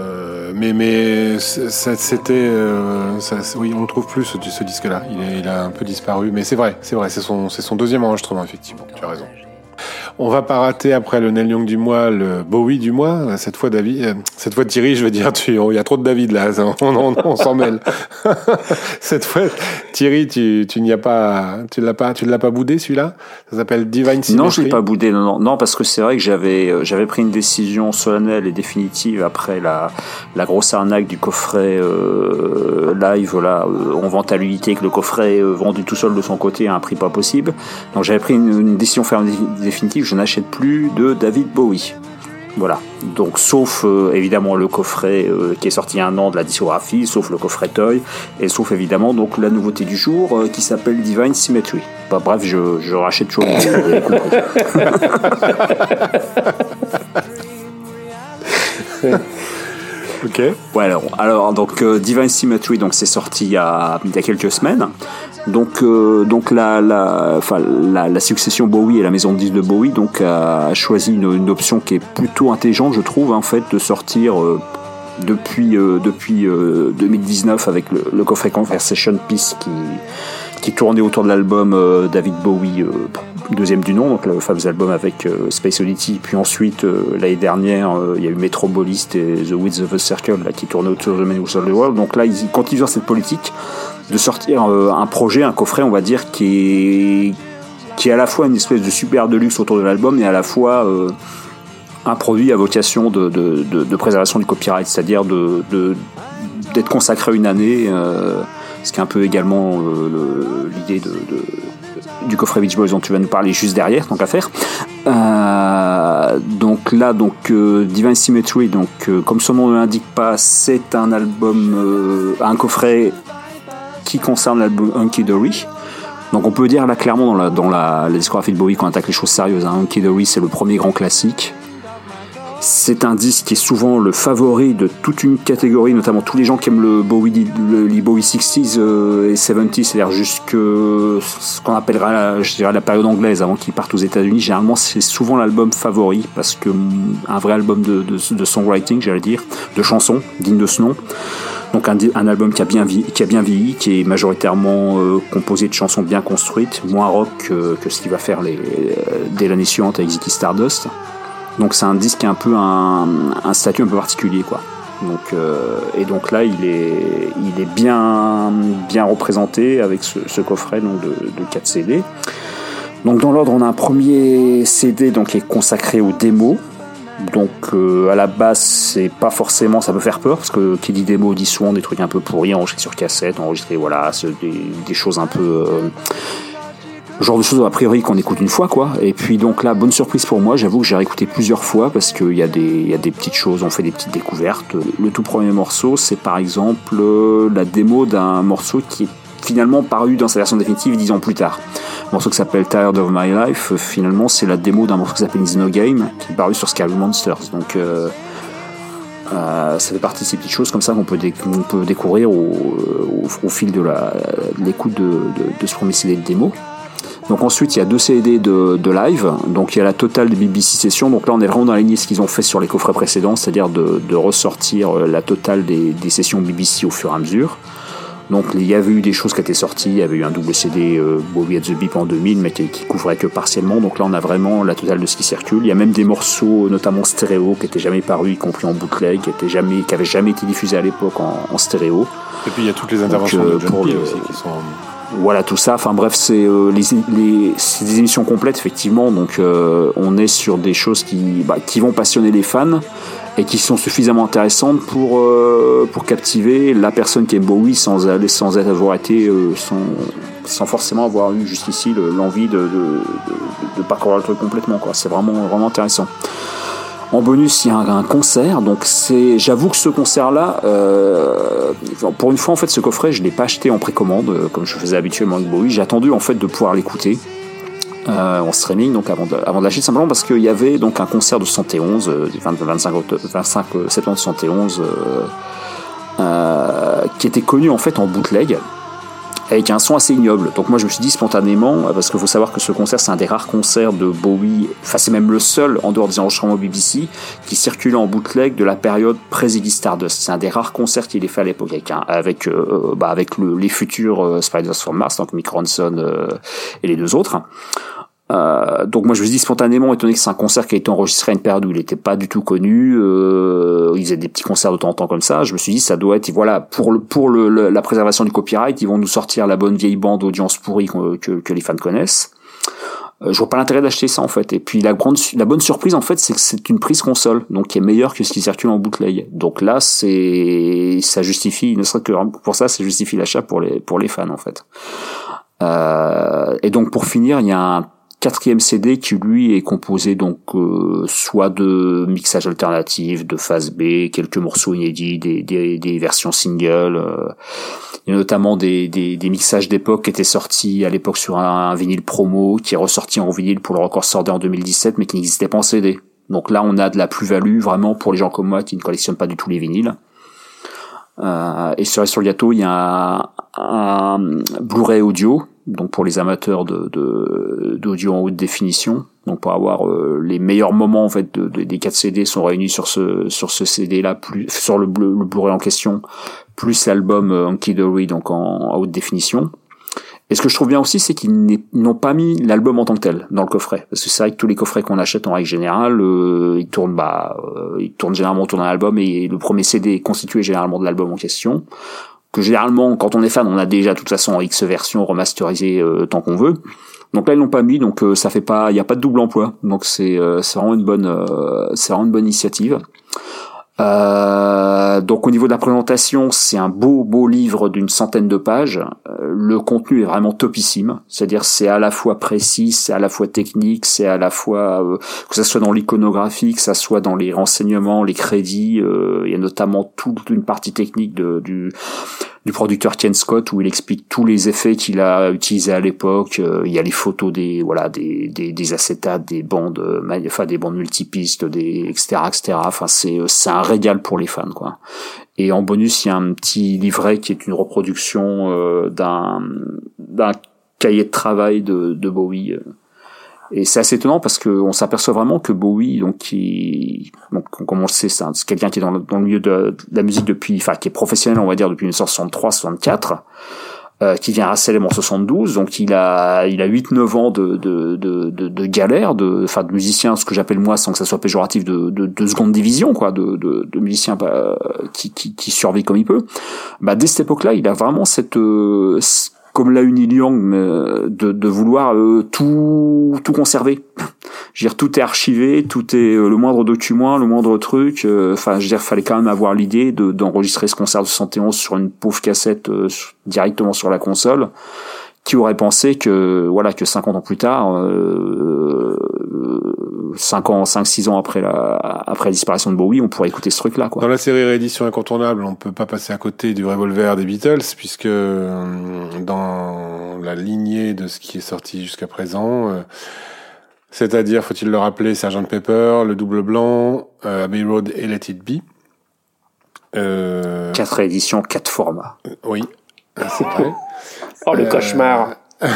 Mais c'était, oui, on le trouve plus ce disque-là. Il a un peu disparu, mais c'est vrai, c'est son deuxième enregistrement effectivement. Tu as raison. On va pas rater après le Neil Young du mois, le Bowie du mois. Cette fois Thierry, je veux dire, il y a trop de David là, on s'en mêle. Cette fois Thierry, tu l'as pas boudé celui-là. Ça s'appelle Divine Symmetry. Non, je l'ai pas boudé. Non, parce que c'est vrai que j'avais pris une décision solennelle et définitive après la grosse arnaque du coffret live. Là, on vante à l'unité que le coffret vendu tout seul de son côté à un prix pas possible. Donc j'avais pris une décision ferme définitive. Je n'achète plus de David Bowie. Voilà. Donc, sauf évidemment le coffret qui est sorti il y a un an de la discographie, sauf le coffret Toy, et sauf évidemment donc la nouveauté du jour qui s'appelle Divine Symmetry. Bah, bref, je rachète toujours. Vous avez compris. Ok. Ouais, alors donc Divine Symmetry, donc c'est sorti il y a quelques semaines. Donc la succession Bowie et la maison de disques de Bowie donc a choisi une option qui est plutôt intelligente, je trouve, en fait, de sortir depuis 2019 avec le coffret Conversation Piece qui tournait autour de l'album David Bowie, deuxième du nom, donc le fameux album avec Space Oddity. Puis ensuite, l'année dernière, il y a eu Metrobolist et The Width of the Circle là, qui tournaient autour de Many of the World. Donc là, ils continuent dans cette politique de sortir un projet, un coffret, on va dire, qui est à la fois une espèce de super de luxe autour de l'album et à la fois un produit à vocation de préservation du copyright, c'est-à-dire d'être consacré à une année, ce qui est un peu également l'idée du coffret Beach Boys dont tu vas nous parler juste derrière, tant qu'à faire. Donc là, Divine Symmetry, comme son nom ne l'indique pas, c'est un album, un coffret qui concerne l'album Hunky Dory. Donc on peut dire là clairement dans la discographie de Bowie qu'on attaque les choses sérieuses. Hunky Dory, c'est le premier grand classique. C'est un disque qui est souvent le favori de toute une catégorie, notamment tous les gens qui aiment le Bowie 60s et 70s, c'est-à-dire jusque ce qu'on appellera, je dirais, la période anglaise avant qu'ils partent aux États-Unis. Généralement, c'est souvent l'album favori parce que un vrai album de songwriting, j'allais dire, de chansons digne de ce nom. Donc un album qui a bien vieilli, qui est majoritairement composé de chansons bien construites, moins rock que ce qu'il va faire dès l'année suivante avec Ziggy Stardust. Donc c'est un disque qui a un peu un statut un peu particulier, quoi. Donc là il est bien représenté avec ce coffret donc de 4 CD. Donc dans l'ordre, on a un premier CD donc qui est consacré aux démos. Donc à la base, c'est pas forcément, ça peut faire peur parce que qui dit démo dit souvent des trucs un peu pourris, enregistrés sur cassette, voilà, des choses un peu genre de choses a priori qu'on écoute une fois, quoi. Et puis donc là, bonne surprise pour moi, j'avoue que j'ai réécouté plusieurs fois parce qu'il y a des petites choses, on fait des petites découvertes. Le tout premier morceau, c'est par exemple la démo d'un morceau qui est finalement paru dans sa version définitive 10 ans plus tard. Un morceau qui s'appelle Tired of My Life, finalement c'est la démo d'un morceau qui s'appelle It's No Game, qui est paru sur Scary Monsters. Donc ça fait partie de ces petites choses comme ça qu'on peut découvrir au fil de l'écoute de ce premier CD de démo. Donc ensuite il y a 2 CD de live, donc il y a la totale des BBC Sessions, donc là on est vraiment dans la lignée de ce qu'ils ont fait sur les coffrets précédents, c'est-à-dire de ressortir la totale des sessions BBC au fur et à mesure. Donc il y avait eu des choses qui étaient sorties, il y avait eu un double CD Bowie at the Beep en 2000, mais qui couvrait que partiellement, donc là on a vraiment la totale de ce qui circule. Il y a même des morceaux, notamment stéréo, qui n'étaient jamais parus, y compris en bootleg, qui n'avaient jamais été diffusés à l'époque en stéréo. Et puis il y a toutes les interventions de John Peel aussi qui sont... Voilà, tout ça, enfin bref, c'est des émissions complètes effectivement, donc on est sur des choses qui vont passionner les fans et qui sont suffisamment intéressantes pour captiver la personne qui aime Bowie sans avoir été sans forcément avoir eu jusqu'ici l'envie de parcourir le truc complètement, quoi. C'est vraiment intéressant. En bonus, il y a un concert, donc j'avoue que ce concert-là, pour une fois, en fait, ce coffret, je l'ai pas acheté en précommande, comme je faisais habituellement avec Bowie. J'ai attendu, en fait, de pouvoir l'écouter en streaming, donc avant de l'acheter, simplement parce qu'il y avait donc un concert de 71, 25 septembre 71, qui était connu, en fait, en bootleg. avec un son assez ignoble. Donc moi je me suis dit spontanément, parce qu'il faut savoir que ce concert c'est un des rares concerts de Bowie, enfin c'est même le seul en dehors des enregistrements BBC qui circulait en bootleg de la période pré-Ziggy Stardust. C'est un des rares concerts qu'il ait fait à l'époque avec les futurs Spiders from Mars, donc Mick Ronson et les deux autres. Donc moi je me suis dit spontanément, étonné que c'est un concert qui a été enregistré à une période où il n'était pas du tout connu, il faisait des petits concerts de temps en temps comme ça, je me suis dit ça doit être, voilà, pour la préservation du copyright, ils vont nous sortir la bonne vieille bande audience pourrie que les fans connaissent. Je vois pas l'intérêt d'acheter ça en fait. Et puis la bonne surprise en fait, c'est que c'est une prise console, donc qui est meilleure que ce qui circule en bootleg. Donc là ça justifie, ne serait-ce que pour ça justifie l'achat pour les fans en fait. Et donc pour finir, il y a un 4e CD qui lui est composé donc soit de mixage alternatif, de phase B, quelques morceaux inédits, des versions singles. Il y a notamment des mixages d'époque qui étaient sortis à l'époque sur un vinyle promo, qui est ressorti en vinyle pour le Record Store Day en 2017, mais qui n'existait pas en CD. Donc là, on a de la plus-value vraiment pour les gens comme moi qui ne collectionnent pas du tout les vinyles. Et sur le gâteau, il y a un Blu-ray audio, donc pour les amateurs d'audio en haute définition, donc pour avoir les meilleurs moments en fait des 4 CD sont réunis sur ce CD là, plus sur le Blu-ray en question, plus l'album Hunky Dory donc en haute définition. Et ce que je trouve bien aussi, c'est qu'ils n'ont pas mis l'album en tant que tel dans le coffret, parce que c'est vrai que tous les coffrets qu'on achète en règle générale, ils tournent généralement autour d'un album, et le premier CD est constitué généralement de l'album en question, que généralement quand on est fan, on a déjà de toute façon en X version remasterisée tant qu'on veut. Donc là ils l'ont pas mis, donc ça fait pas, il y a pas de double emploi, donc c'est vraiment une bonne initiative. Donc au niveau de la présentation, c'est un beau livre d'une centaine de pages. Le contenu est vraiment topissime, c'est-à-dire c'est à la fois précis, c'est à la fois technique, c'est à la fois que ça soit dans l'iconographie, que ça soit dans les renseignements, les crédits. Il y a notamment toute une partie technique du producteur Ken Scott où il explique tous les effets qu'il a utilisés à l'époque. Il y a les photos des acétates, des bandes multipistes, etc. Enfin c'est un régal pour les fans quoi. Et en bonus, il y a un petit livret qui est une reproduction d'un cahier de travail de Bowie. Et c'est assez étonnant parce que on s'aperçoit vraiment que Bowie, donc comme on le sait, c'est quelqu'un qui est dans le milieu de la musique qui est professionnel, on va dire, depuis 1963-64, qui vient à Salem en 72, donc il a 8-9 ans de galère, de musicien, ce que j'appelle moi, sans que ça soit péjoratif, de seconde division, quoi, de musicien qui survit comme il peut. Dès cette époque-là, il a vraiment cette comme l'a eu Neil Young, de vouloir tout conserver. Je veux dire, tout est archivé, tout est le moindre document, le moindre truc. Je veux dire, fallait quand même avoir l'idée d'enregistrer ce concert de 71 sur une pauvre cassette directement sur la console. Qui aurait pensé que 50 ans plus tard, 5-6 ans après la disparition de Bowie, on pourrait écouter ce truc-là, quoi. Dans la série réédition incontournable, on peut pas passer à côté du Revolver des Beatles, puisque dans la lignée de ce qui est sorti jusqu'à présent, c'est-à-dire, faut-il le rappeler, Sgt Pepper, le Double Blanc, Abbey Road et Let It Be. 4 rééditions, 4 formats. Oui, c'est vrai. Oh, le cauchemar.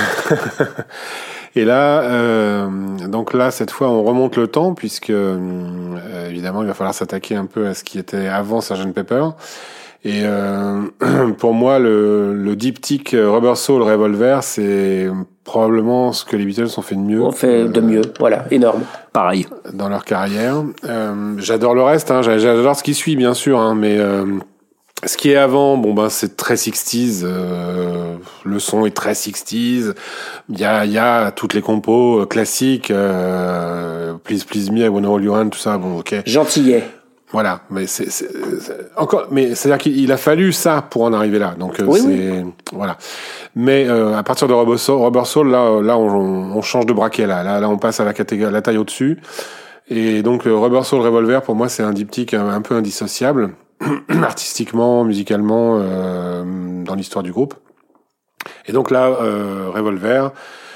Et là, donc là, cette fois, on remonte le temps, puisque évidemment, il va falloir s'attaquer un peu à ce qui était avant Sgt Pepper. Et pour moi, le diptyque Rubber Soul Revolver, c'est probablement ce que les Beatles ont fait de mieux. On fait de mieux, voilà, énorme. Pareil. Dans leur carrière. J'adore le reste, hein, j'adore ce qui suit, bien sûr, hein, mais ce qui est avant, c'est très 60s, le son est très 60s, il y a toutes les compos classiques, Please Please Me, I Wanna Hold Your Hand, tout ça, ok. Gentillet. Voilà, mais c'est encore, mais c'est-à-dire qu'il a fallu ça pour en arriver là, donc oui. Voilà. Mais à partir de Rubber Soul, là on change de braquet, là on passe à la taille au-dessus, et donc Rubber Soul Revolver, pour moi c'est un diptyque un peu indissociable. Artistiquement, musicalement, dans l'histoire du groupe. Et donc là, Revolver,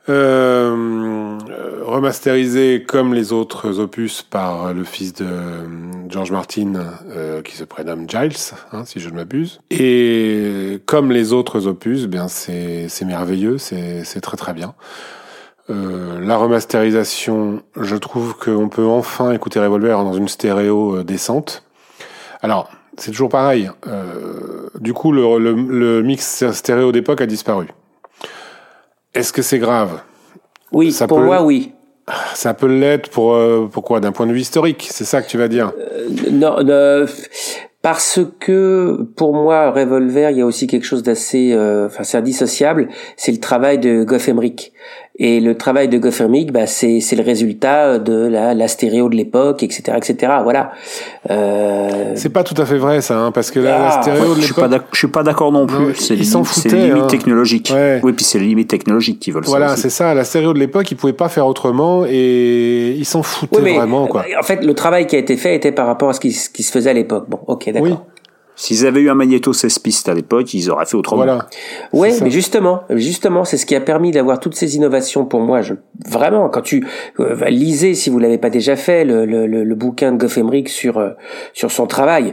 remasterisé comme les autres opus par le fils de George Martin, qui se prénomme Giles, si je ne m'abuse. Et comme les autres opus, bien c'est merveilleux, c'est très très bien. La remasterisation, je trouve qu'on peut enfin écouter Revolver dans une stéréo décente. Alors, c'est toujours pareil. Du coup, le mix stéréo d'époque a disparu. Est-ce que c'est grave ? Oui, pour moi, oui. Ça peut l'être pour quoi ? D'un point de vue historique, c'est ça que tu vas dire ? Non, parce que pour moi, Revolver, il y a aussi quelque chose d'assez, c'est indissociable. C'est le travail de Geoff Emerick. Et le travail de Geoff Emerick, c'est le résultat de la stéréo de l'époque, etc., etc. Voilà. C'est pas tout à fait vrai ça, parce que la stéréo de l'époque. Je suis pas d'accord non plus. C'est les limites technologiques. Ouais. Oui, puis c'est les limites technologiques qui veulent ça. Voilà, aussi. c'est ça. La stéréo de l'époque, ils pouvaient pas faire autrement et ils s'en foutaient vraiment, quoi. En fait, le travail qui a été fait était par rapport à ce qui se faisait à l'époque. Bon, ok, d'accord. Oui. S'ils avaient eu un magnéto 16 pistes à l'époque, ils auraient fait autrement. Voilà. Ouais, mais justement, c'est ce qui a permis d'avoir toutes ces innovations pour moi. Vraiment, quand tu lisez, si vous l'avez pas déjà fait, le bouquin de Geoff Emerick sur son travail,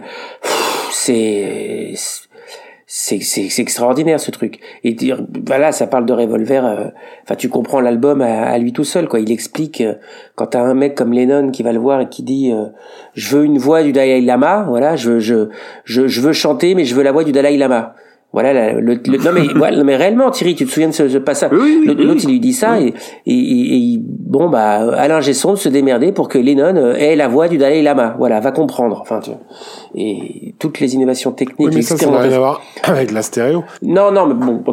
c'est extraordinaire ce truc. Et dire, voilà, ça parle de Revolver. Tu comprends l'album à lui tout seul, quoi. Il explique quand t'as un mec comme Lennon qui va le voir et qui dit je veux une voix du Dalai Lama. Voilà, je veux chanter, mais je veux la voix du Dalai Lama. Voilà, non mais réellement, Thierry, tu te souviens de ce passage? Oui, l'autre, il lui dit ça et Alain Gesson de se démerder pour que Lennon ait la voix du Dalai Lama. Voilà, va comprendre. Et toutes les innovations techniques. Oui, mais ça n'a rien à voir avec la stéréo. Non, mais bon.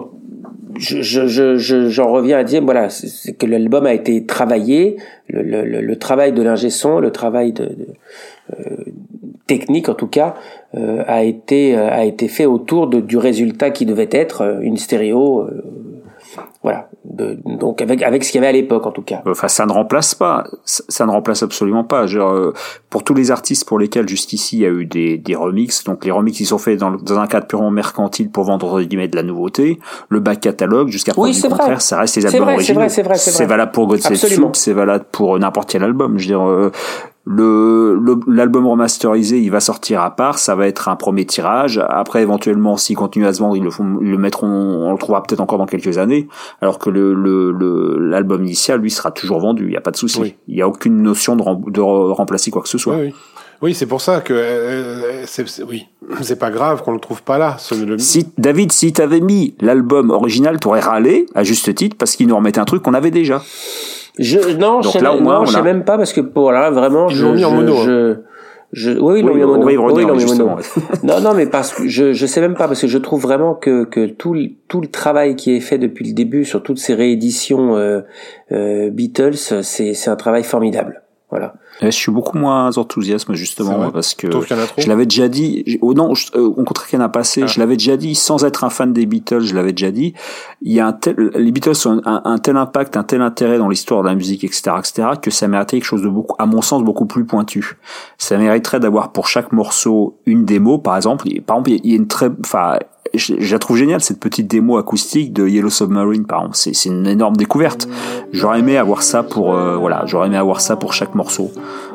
J'en reviens à dire, voilà, c'est que l'album a été travaillé, le travail de l'ingé son, le travail technique en tout cas, a été fait autour du résultat qui devait être une stéréo, voilà. Donc avec ce qu'il y avait à l'époque en tout cas. Enfin, ça ne remplace absolument pas. Genre, pour tous les artistes pour lesquels jusqu'ici il y a eu des remixes, donc les remixes ils sont faits dans un cadre purement mercantile pour vendre de la nouveauté. Le back catalogue, jusqu'à preuve du contraire, ça reste les albums originaux. C'est valable pour God Save Soup, c'est valable pour n'importe quel album. Je veux dire, l'album remasterisé, il va sortir à part, ça va être un premier tirage. Après, éventuellement, s'ils continuent à se vendre, ils le mettront, on le trouvera peut-être encore dans quelques années. Alors que l'album initial, lui, sera toujours vendu. Il y a pas de souci. Oui. Il y a aucune notion de remplacer quoi que ce soit. Oui, c'est pour ça que c'est pas grave qu'on le trouve pas là. David, si t'avais mis l'album original, t'aurais râlé à juste titre parce qu'il nous remettait un truc qu'on avait déjà. Je sais même pas parce que vraiment, ils l'ont mis en mono. Oui, ils l'ont mis en mono. Non, mais parce que je sais même pas parce que je trouve vraiment que tout le travail qui est fait depuis le début sur toutes ces rééditions Beatles, c'est un travail formidable. Voilà. Je suis beaucoup moins enthousiaste justement parce que je l'avais déjà dit. Au contraire qu'il y en a passé, je l'avais déjà dit sans être un fan des Beatles. Je l'avais déjà dit. Les Beatles ont un tel impact, un tel intérêt dans l'histoire de la musique, etc., que ça méritait quelque chose de à mon sens, beaucoup plus pointu. Ça mériterait d'avoir pour chaque morceau une démo, par exemple. Il y a une je la trouve géniale cette petite démo acoustique de Yellow Submarine, par exemple. C'est une énorme découverte. J'aurais aimé avoir ça pour chaque morceau.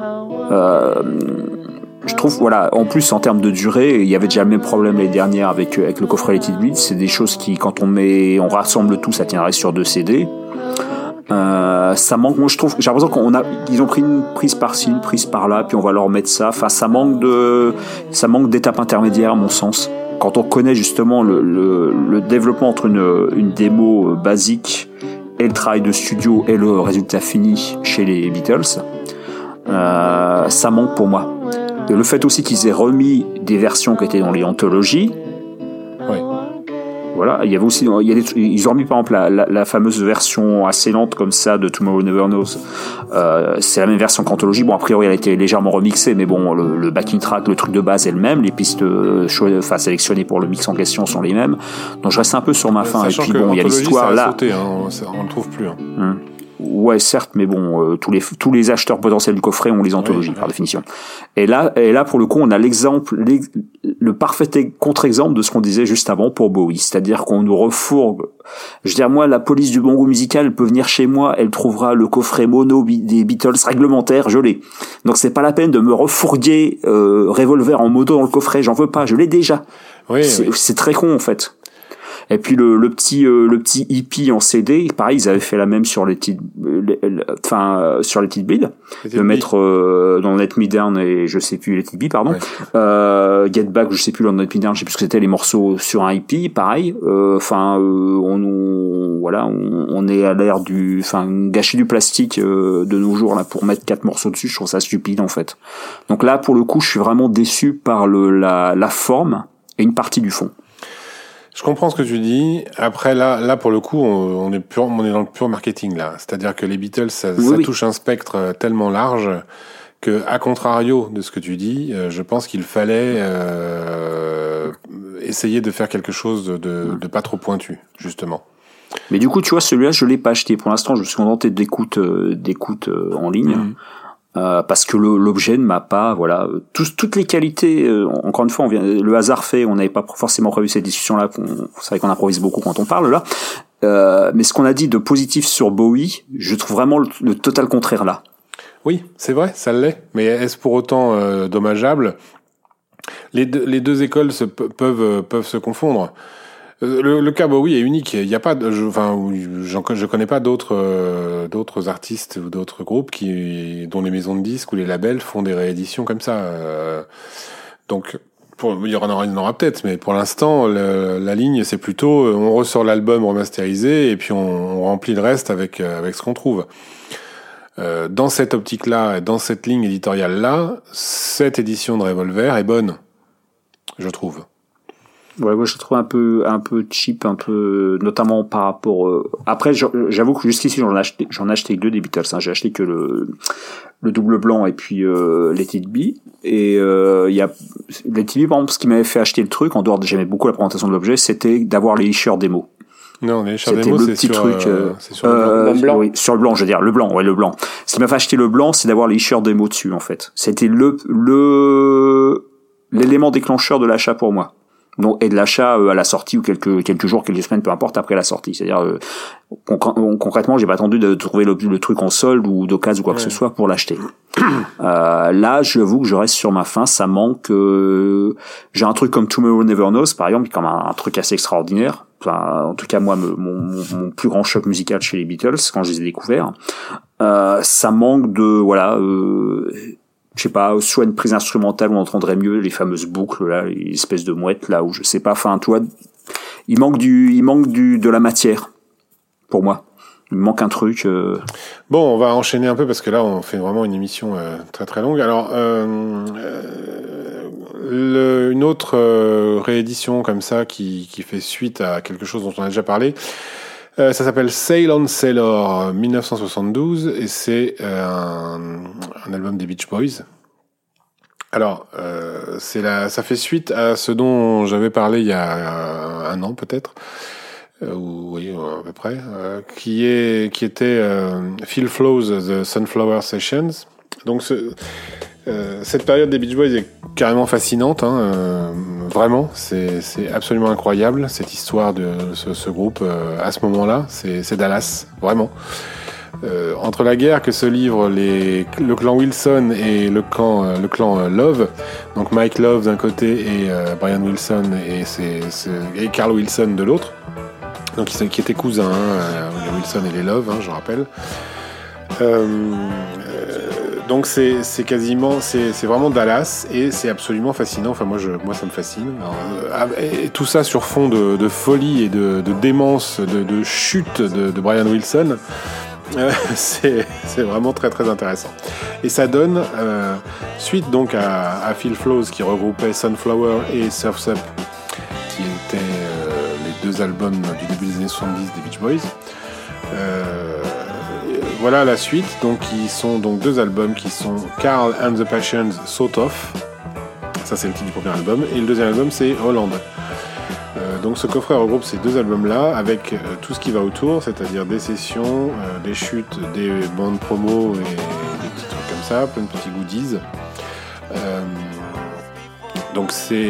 Je trouve, en plus en termes de durée, il y avait déjà le même problème l'année dernière avec le coffret Let It Bleed. C'est des choses qui, quand on rassemble tout, ça tiendrait sur 2 CD. Ça manque, moi je trouve, j'ai l'impression qu'ils ont pris une prise par-ci, une prise par-là, puis on va leur mettre ça. Enfin, ça manque d'étape intermédiaire à mon sens. Quand on connaît justement le développement entre une démo basique et le travail de studio et le résultat fini chez les Beatles, ça manque pour moi. Et le fait aussi qu'ils aient remis des versions qui étaient dans les anthologies. Oui. Voilà, ils ont remis par exemple la fameuse version assez lente comme ça de Tomorrow Never Knows. C'est la même version qu'anthologie. Bon, a priori, elle a été légèrement remixée, mais bon, le backing track, le truc de base est le même. Les pistes sélectionnées pour le mix en question sont les mêmes. Donc je reste un peu sur ma faim. Et puis bon, il y a l'histoire là. Sauté, on ne le trouve plus. Ouais, certes, mais bon, tous les acheteurs potentiels du coffret ont les anthologies, par définition. Et là, pour le coup, on a le parfait contre-exemple de ce qu'on disait juste avant pour Bowie. C'est-à-dire qu'on nous refourgue. Je veux dire, moi, la police du bon goût musical, elle peut venir chez moi, elle trouvera le coffret mono des Beatles réglementaire, je l'ai. Donc c'est pas la peine de me refourguer Revolver en mono dans le coffret, j'en veux pas, je l'ai déjà. C'est très con, en fait. Et puis le petit hippie en CD, pareil, ils avaient fait la même sur les petites Bleed, de mettre dans Let Me Down et je sais plus, Let It Be, pardon. Ouais. Get Back, je sais plus, dans Let Me Down, je sais plus ce que c'était, les morceaux sur un hippie, pareil. On est à l'ère gâcher du plastique de nos jours là pour mettre 4 morceaux dessus, je trouve ça stupide en fait. Donc là, pour le coup, je suis vraiment déçu par la forme et une partie du fond. Je comprends ce que tu dis. Après, là, pour le coup, on est dans le pur marketing, là. C'est-à-dire que les Beatles, ça touche un spectre tellement large que, à contrario de ce que tu dis, je pense qu'il fallait essayer de faire quelque chose de pas trop pointu, justement. Mais du coup, tu vois, celui-là, je l'ai pas acheté. Pour l'instant, je me suis contenté d'écoute en ligne. Parce que l'objet ne m'a pas, toutes les qualités, encore une fois, le hasard fait, on n'avait pas forcément prévu cette discussion-là, c'est vrai qu'on improvise beaucoup quand on parle là, mais ce qu'on a dit de positif sur Bowie, je trouve vraiment le total contraire là. Oui, c'est vrai, ça l'est, mais est-ce pour autant dommageable? Les deux écoles peuvent se confondre. Le cas Bowie est unique. Il y a pas, je connais pas d'autres artistes ou d'autres groupes dont les maisons de disques ou les labels font des rééditions comme ça. Donc, il y en aura peut-être, mais pour l'instant, la ligne c'est plutôt on ressort l'album remasterisé et puis on remplit le reste avec ce qu'on trouve. Dans cette optique-là, dans cette ligne éditoriale-là, cette édition de Revolver est bonne, je trouve. Ouais, moi je le trouve un peu cheap, notamment par rapport. Après, j'avoue que jusqu'ici j'en ai acheté que 2 des Beatles. J'ai acheté que le double blanc et puis Let It Be. Et il y a Let It Be, par exemple, ce qui m'avait fait acheter le truc, en dehors j'aimais beaucoup la présentation de l'objet, c'était d'avoir les licheurs démos. Non, les licheurs démos, c'est sur le blanc. Oui, sur le blanc, je veux dire, le blanc. Ce qui m'a fait acheter le blanc, c'est d'avoir les licheurs démos dessus, en fait. C'était l'élément déclencheur de l'achat pour moi. Donc, et de l'achat à la sortie ou quelques jours, quelques semaines, peu importe, après la sortie. C'est-à-dire, concrètement, j'ai pas attendu de trouver le truc en solde ou d'occasion ou quoi que ce soit pour l'acheter. Là, j'avoue que je reste sur ma faim, ça manque. J'ai un truc comme Tomorrow Never Knows, par exemple, qui est quand même un truc assez extraordinaire. En tout cas, moi, mon plus grand choc musical chez les Beatles, quand je les ai découverts. Ça manque de, je sais pas, soit une prise instrumentale où on entendrait mieux les fameuses boucles là, les espèces de mouettes là, où je sais pas, toi, il manque de la matière pour moi. Il me manque un truc. Bon, on va enchaîner un peu parce que là on fait vraiment une émission très très longue. Alors une autre réédition comme ça qui fait suite à quelque chose dont on a déjà parlé. Ça s'appelle Sail on Sailor 1972 et c'est un album des Beach Boys. Alors, ça fait suite à ce dont j'avais parlé il y a un an peut-être, oui à peu près, qui était Phil Flow's The Sunflower Sessions. Donc cette période des Beach Boys est carrément fascinante, vraiment, c'est absolument incroyable cette histoire de ce groupe à ce moment-là, c'est Dallas, vraiment. Entre la guerre que se livrent le clan Wilson et le clan Love, donc Mike Love d'un côté et Brian Wilson et Carl Wilson de l'autre, donc qui étaient cousins, les Wilson et les Love, je rappelle. Donc c'est vraiment Dallas et c'est absolument fascinant. Enfin moi ça me fascine. Alors, et tout ça sur fond de folie et de démence, de chute de Brian Wilson. C'est vraiment très très intéressant. Et ça donne suite donc à Phil Flows qui regroupait Sunflower et Surf's Up, qui étaient les 2 albums du début des années 70 des Beach Boys. Voilà la suite, donc qui sont donc 2 albums qui sont Carl and the Passions Sort of, ça c'est le titre du premier album, et le deuxième album c'est Holland. donc ce coffret regroupe ces 2 albums-là avec tout ce qui va autour, c'est-à-dire des sessions, des chutes, des bandes promo et des petits trucs comme ça, plein de petits goodies. Donc c'est,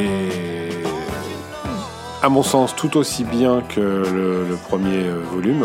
à mon sens, tout aussi bien que le premier volume.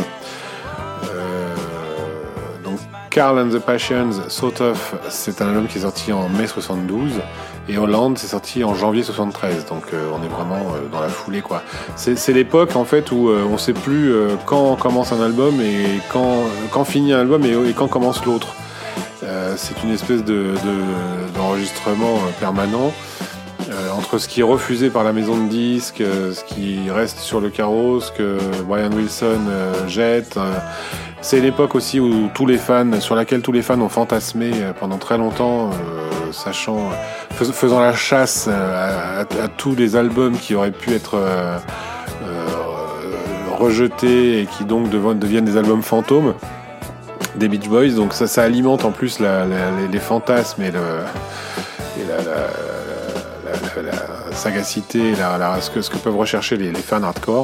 Donc Carl and the Passions, Sort of, c'est un album qui est sorti en mai 72 et Holland c'est sorti en janvier 73. Donc on est vraiment dans la foulée quoi. C'est l'époque en fait où on sait plus quand commence un album et quand finit un album et quand commence l'autre. C'est une espèce d'enregistrement permanent. Entre ce qui est refusé par la maison de disques, ce qui reste sur le carreau, ce que Brian Wilson jette. C'est l'époque aussi où sur laquelle tous les fans ont fantasmé pendant très longtemps, faisant la chasse à tous les albums qui auraient pu être rejetés et qui donc deviennent des albums fantômes des Beach Boys. Donc ça alimente en plus les fantasmes et la sagacité, ce que peuvent rechercher les fans hardcore.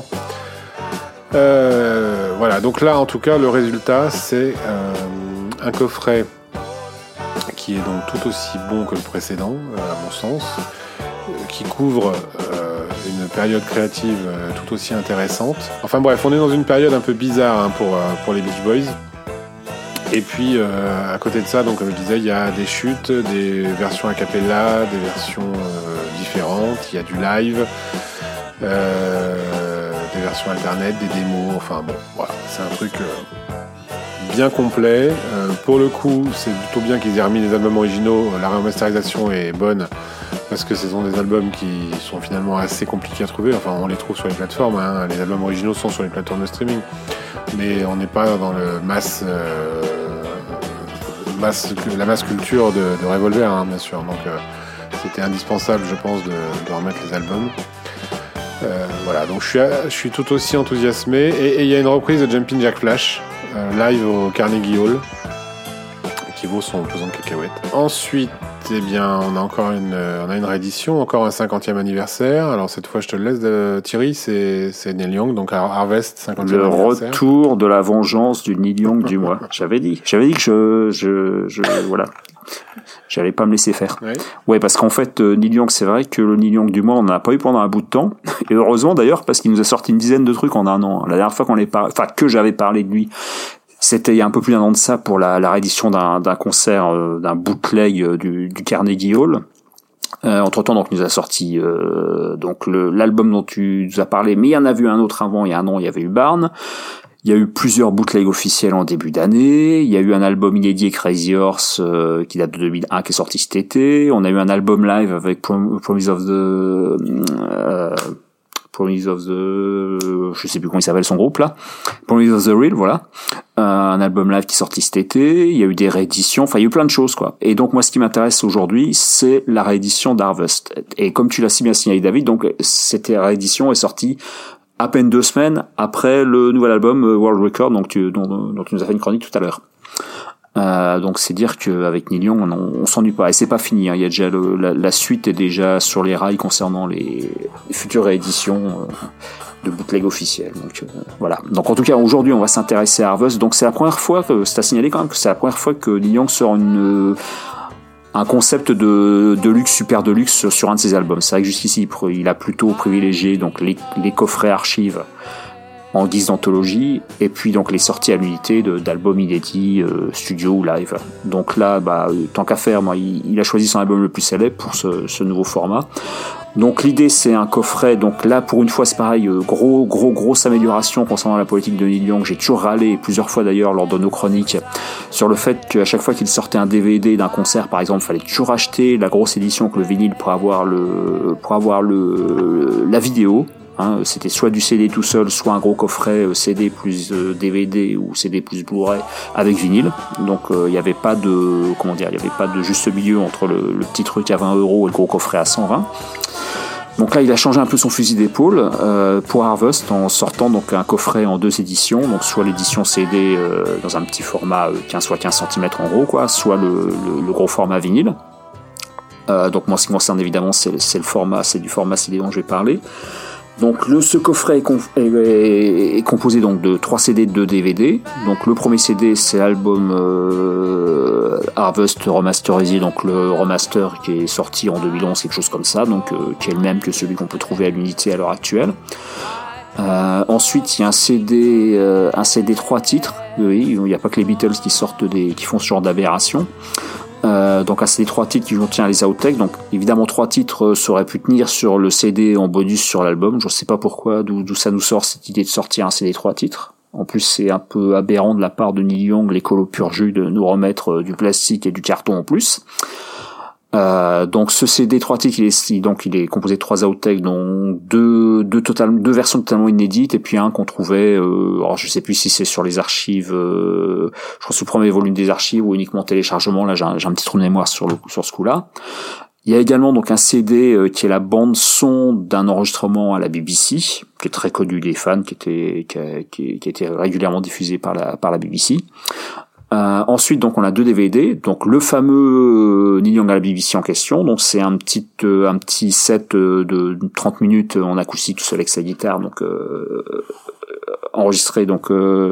Voilà, donc là en tout cas le résultat c'est un coffret qui est donc tout aussi bon que le précédent à mon sens, qui couvre une période créative tout aussi intéressante. Enfin bref, on est dans une période un peu bizarre pour les Beach Boys. Et puis à côté de ça, donc comme je disais, il y a des chutes, des versions a cappella, des versions différentes, il y a du live, des versions alternettes, des démos, enfin bon, voilà, c'est un truc bien complet. Pour le coup, c'est plutôt bien qu'ils aient remis les albums originaux, la remasterisation est bonne, parce que ce sont des albums qui sont finalement assez compliqués à trouver, enfin on les trouve sur les plateformes, hein. Les albums originaux sont sur les plateformes de streaming, mais on n'est pas dans le la masse culture de Revolver, hein, bien sûr, donc c'était indispensable je pense de remettre les albums. Voilà, donc je suis tout aussi enthousiasmé, et il y a une reprise de Jumpin' Jack Flash live au Carnegie Hall qui vaut son pesant de cacahuètes. Ensuite, eh bien, on a une réédition, encore un 50e anniversaire. Alors cette fois, je te le laisse, Thierry, c'est Neil Young, donc Harvest 50e anniversaire. Le retour de la vengeance du Neil Young du mois. J'avais dit que voilà. J'allais pas me laisser faire. Ouais, parce qu'en fait, Neil Young, c'est vrai que le Neil Young du mois, on n'en a pas eu pendant un bout de temps. Et heureusement d'ailleurs, parce qu'il nous a sorti une dizaine de trucs en un an. La dernière fois que j'avais parlé de lui, c'était il y a un peu plus d'un an de ça pour la réédition d'un concert, d'un bootleg du Carnegie Hall. Entre temps, donc, nous a sorti donc l'album dont tu nous as parlé, mais il y en a vu un autre avant. Il y a un an, il y avait eu Barn. Il y a eu plusieurs bootlegs officiels en début d'année. Il y a eu un album inédit Crazy Horse qui date de 2001 qui est sorti cet été. On a eu un album live avec Promise of the je sais plus comment il s'appelle son groupe là. Promise of the Real, voilà. Un album live qui est sorti cet été. Il y a eu des rééditions. Enfin, il y a eu plein de choses, quoi. Et donc, moi, ce qui m'intéresse aujourd'hui, c'est la réédition d'Harvest. Et comme tu l'as si bien signalé, David, donc, cette réédition est sortie à peine 2 semaines après le nouvel album World Record, donc dont tu nous as fait une chronique tout à l'heure. Donc c'est dire qu'avec Neil Young, on s'ennuie pas, et c'est pas fini, hein. Il y a déjà la suite est déjà sur les rails concernant les futures rééditions de bootleg officiels. Donc voilà. Donc en tout cas aujourd'hui on va s'intéresser à Harvest. Donc c'est la première fois c'est à signaler quand même que c'est la première fois que Neil Young sort un concept de luxe, super de luxe sur un de ses albums. C'est vrai que jusqu'ici il a plutôt privilégié donc les coffrets archives en guise d'anthologie, et puis donc les sorties à l'unité d'albums inédits, studio ou live. Donc là, tant qu'à faire, moi, il a choisi son album le plus célèbre pour ce nouveau format. Donc l'idée, c'est un coffret. Donc là, pour une fois, c'est pareil, grosse amélioration concernant la politique de Neil Young. J'ai toujours râlé, plusieurs fois d'ailleurs, lors de nos chroniques, sur le fait qu'à chaque fois qu'il sortait un DVD d'un concert, par exemple, il fallait toujours acheter la grosse édition que le vinyle pour avoir la vidéo. Hein, c'était soit du CD tout seul, soit un gros coffret CD plus DVD ou CD plus Blu-ray avec vinyle. Donc il n'y avait pas de juste milieu entre le petit truc à 20 € et le gros coffret à 120. Donc là, il a changé un peu son fusil d'épaule pour Harvest en sortant donc un coffret en 2 éditions, donc soit l'édition CD dans un petit format 15 x 15 cm en gros, quoi, soit le gros format vinyle. Donc moi, ce qui me concerne évidemment, c'est du format CD dont je vais parler. Donc ce coffret est composé donc de 3 CD et 2 DVD. Donc le premier CD c'est l'album Harvest Remasterized, donc le remaster qui est sorti en 2011, quelque chose comme ça, donc qui est le même que celui qu'on peut trouver à l'unité à l'heure actuelle. Ensuite il y a un CD 3 titres. Oui, il n'y a pas que les Beatles qui font ce genre d'aberration. Donc c'est les 3 titres qui contiennent les outtakes. Donc évidemment 3 titres auraient pu tenir sur le CD en bonus sur l'album. Je sais pas pourquoi, d'où ça nous sort cette idée de sortir un CD 3 titres. En plus c'est un peu aberrant de la part de Neil Young, l'écolo pur jus, de nous remettre du plastique et du carton en plus. Donc ce CD 3 titres il est composé de 3 outtakes, dont deux versions totalement inédites et puis un qu'on trouvait alors je sais plus si c'est sur les archives, je crois sur le premier volume des archives ou uniquement téléchargement. Là j'ai un petit trou de mémoire sur ce coup-là. Il y a également donc un CD qui est la bande son d'un enregistrement à la BBC, qui est très connu des fans, qui a été régulièrement diffusé par la BBC. Ensuite, donc, on a 2 DVD. Donc, le fameux Neil Young à la BBC en question. Donc, c'est un petit set de 30 minutes en acoustique tout seul avec sa guitare. Donc, enregistré donc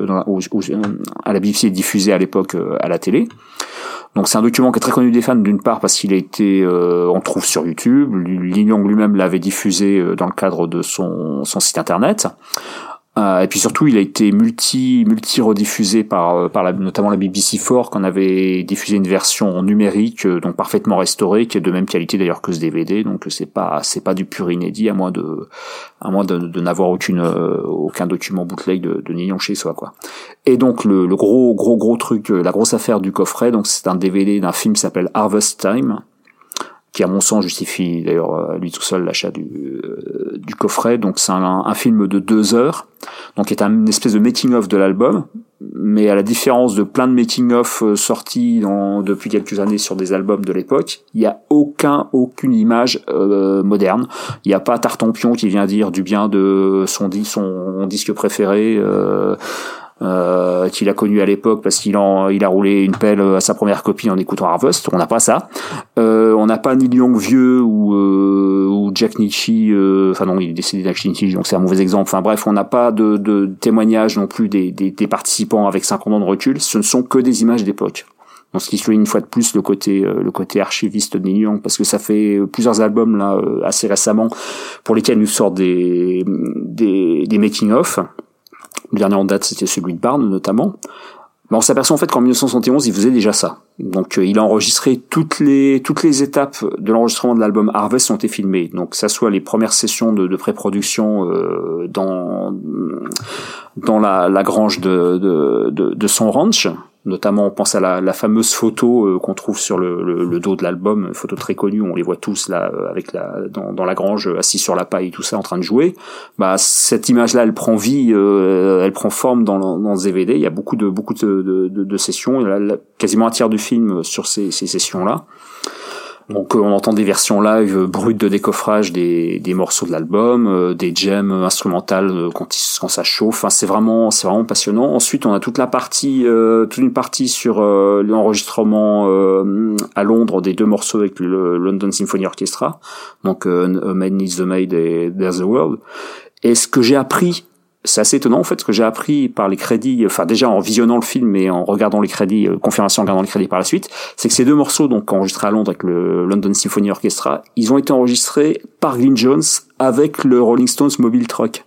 à la BBC et diffusé à l'époque à la télé. Donc, c'est un document qui est très connu des fans, d'une part parce qu'il a été, on le trouve sur YouTube. Neil Young lui-même l'avait diffusé dans le cadre de son site internet. Et puis surtout, il a été multi rediffusé par notamment la BBC4, qu'on avait diffusé une version numérique, donc parfaitement restaurée, qui est de même qualité d'ailleurs que ce DVD. Donc c'est pas du pur inédit, à moins de n'avoir aucun document bootleg de Neil Young chez soi, quoi. Et donc le gros truc, la grosse affaire du coffret, donc c'est un DVD d'un film qui s'appelle Harvest Time, qui à mon sens justifie d'ailleurs lui tout seul l'achat du coffret. Donc c'est un film de 2 heures, donc qui est une espèce de making-of de l'album, mais à la différence de plein de making-of sortis depuis quelques années sur des albums de l'époque, il y a aucune image moderne. Il n'y a pas Tartampion qui vient dire du bien de son disque préféré, qu'il a connu à l'époque parce qu'il a roulé une pelle à sa première copie en écoutant Harvest. On n'a pas ça. On n'a pas Neil Young vieux ou Jack Nitzsche, enfin non, il est décédé, Jack Nitzsche, donc c'est un mauvais exemple. Enfin bref, on n'a pas de témoignages non plus des participants avec 50 ans de recul. Ce ne sont que des images d'époque. Donc ce qui souligne une fois de plus le côté archiviste de Neil Young, parce que ça fait plusieurs albums là assez récemment pour lesquels nous sortent des making-of. Le dernier en date, c'était celui de Barnes, notamment. Mais on s'aperçoit en fait qu'en 1971, il faisait déjà ça. Donc, il a enregistré toutes les étapes de l'enregistrement de l'album Harvest ont été filmées. Donc, que ça soit les premières sessions de pré-production dans la grange de son ranch. Notamment, on pense à la fameuse photo qu'on trouve sur le dos de l'album, une photo très connue, on les voit tous là avec dans la grange, assis sur la paille, tout ça, en train de jouer. Bah cette image-là, elle prend vie, elle prend forme dans ce DVD. Il y a beaucoup de sessions, il y a quasiment un tiers du film sur ces sessions-là. Donc on entend des versions live brutes de décoffrage des morceaux de l'album, des jams instrumentales quand ça chauffe. Enfin c'est vraiment passionnant. Ensuite on a toute une partie sur l'enregistrement à Londres des 2 morceaux avec le London Symphony Orchestra. Donc A Man Needs the Maid et There's the World. Et ce que j'ai appris, c'est assez étonnant en fait, ce que j'ai appris par les crédits, enfin déjà en visionnant le film et en regardant les crédits, confirmation en regardant les crédits par la suite, c'est que ces 2 morceaux, donc enregistrés à Londres avec le London Symphony Orchestra, ils ont été enregistrés par Glyn Jones avec le Rolling Stones Mobile Truck.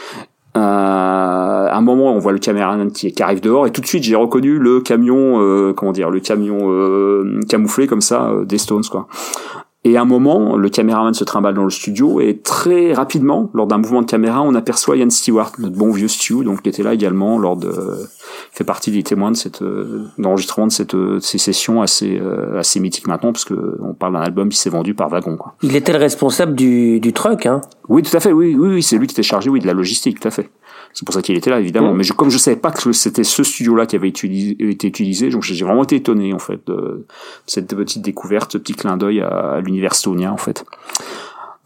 À un moment, on voit le caméraman qui arrive dehors et tout de suite j'ai reconnu le camion, le camion camouflé comme ça des Stones, quoi. Et à un moment, le caméraman se trimballe dans le studio et très rapidement, lors d'un mouvement de caméra, on aperçoit Ian Stewart, notre bon vieux Stu, donc qui était là également fait partie des témoins de d'enregistrement de ces sessions assez mythiques maintenant, parce que on parle d'un album qui s'est vendu par wagon, quoi. Il était le responsable du truck, hein? Oui, tout à fait, oui, c'est lui qui était chargé, de la logistique, tout à fait. C'est pour ça qu'il était là, évidemment. Mais comme je savais pas que c'était ce studio-là qui avait été utilisé, donc j'ai vraiment été étonné, en fait, de cette petite découverte, ce petit clin d'œil à l'univers stonien, en fait.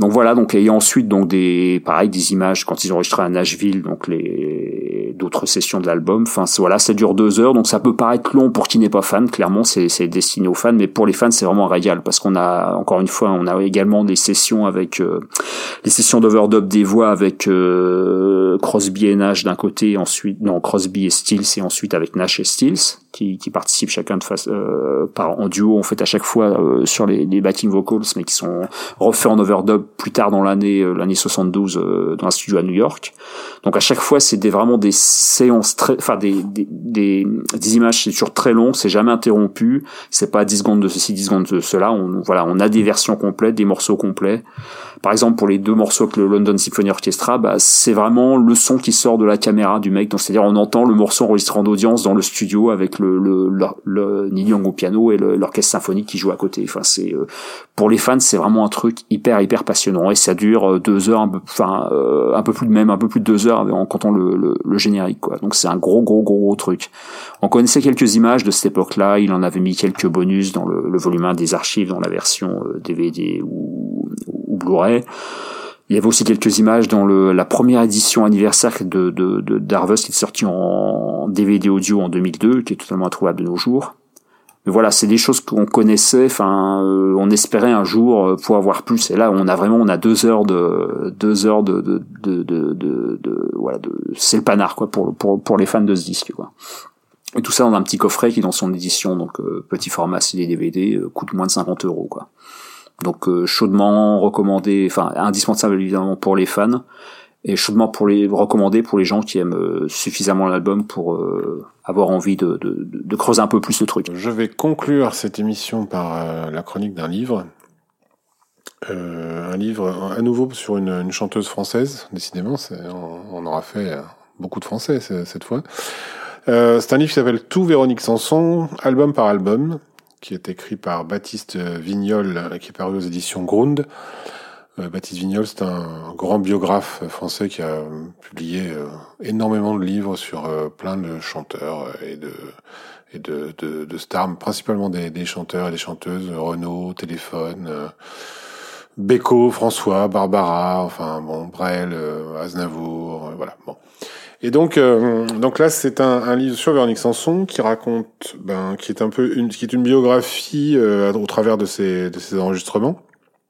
Donc voilà, donc et ensuite donc des images quand ils ont enregistré à Nashville, donc d'autres sessions de l'album. Enfin voilà, ça dure 2 heures, donc ça peut paraître long pour qui n'est pas fan. Clairement, c'est destiné aux fans, mais pour les fans, c'est vraiment un régal parce qu'on a encore une fois, on a également des sessions avec les sessions d'overdub des voix avec Crosby et Nash d'un côté, ensuite Crosby et Stills et ensuite avec Nash et Stills qui participent chacun en duo en fait à chaque fois sur les backing vocals, mais qui sont refaits en overdub plus tard dans l'année 72 dans un studio à New York. Donc à chaque fois c'est vraiment des séances des images, c'est toujours très long, c'est jamais interrompu, c'est pas 10 secondes de ceci, 10 secondes de cela, on a des versions complètes, des morceaux complets. Par exemple, pour les 2 morceaux que le London Symphony Orchestra, c'est vraiment le son qui sort de la caméra du mec. Donc, c'est-à-dire, on entend le morceau enregistré en audience dans le studio avec le Neil Young au piano et l'orchestre symphonique qui joue à côté. Enfin, pour les fans, c'est vraiment un truc hyper passionnant. Et ça dure 2 heures, un peu plus de 2 heures en comptant le générique, quoi. Donc, c'est un gros truc. On connaissait quelques images de cette époque-là. Il en avait mis quelques bonus dans le volume 1 des archives, dans la version DVD ou Blu-ray. Il y avait aussi quelques images dans la première édition anniversaire d'Harvest qui est sortie en DVD audio en 2002, qui est totalement introuvable de nos jours. Mais voilà, c'est des choses qu'on connaissait, on espérait un jour pouvoir voir plus. Et là, on a 2 heures c'est le panard, quoi, pour les fans de ce disque, quoi. Et tout ça dans un petit coffret qui, dans son édition, donc, petit format CD DVD, coûte moins de 50 €, quoi. Donc chaudement recommandé, indispensable évidemment pour les fans, et chaudement recommandé pour les gens qui aiment suffisamment l'album pour avoir envie de creuser un peu plus le truc. Je vais conclure cette émission par la chronique d'un livre. Un livre à nouveau sur une chanteuse française, décidément, on aura fait beaucoup de français cette fois. C'est un livre qui s'appelle Tout Véronique Sanson, album par album, qui est écrit par Baptiste Vignol, qui est paru aux éditions Grund. Baptiste Vignol, c'est un grand biographe français qui a publié énormément de livres sur plein de chanteurs et de stars, principalement des chanteurs et des chanteuses, Renaud, Téléphone, Beko, François, Barbara, Brel, Aznavour, voilà, bon. Et donc là, c'est un livre sur Véronique Sanson qui raconte, qui est une biographie au travers de ses enregistrements,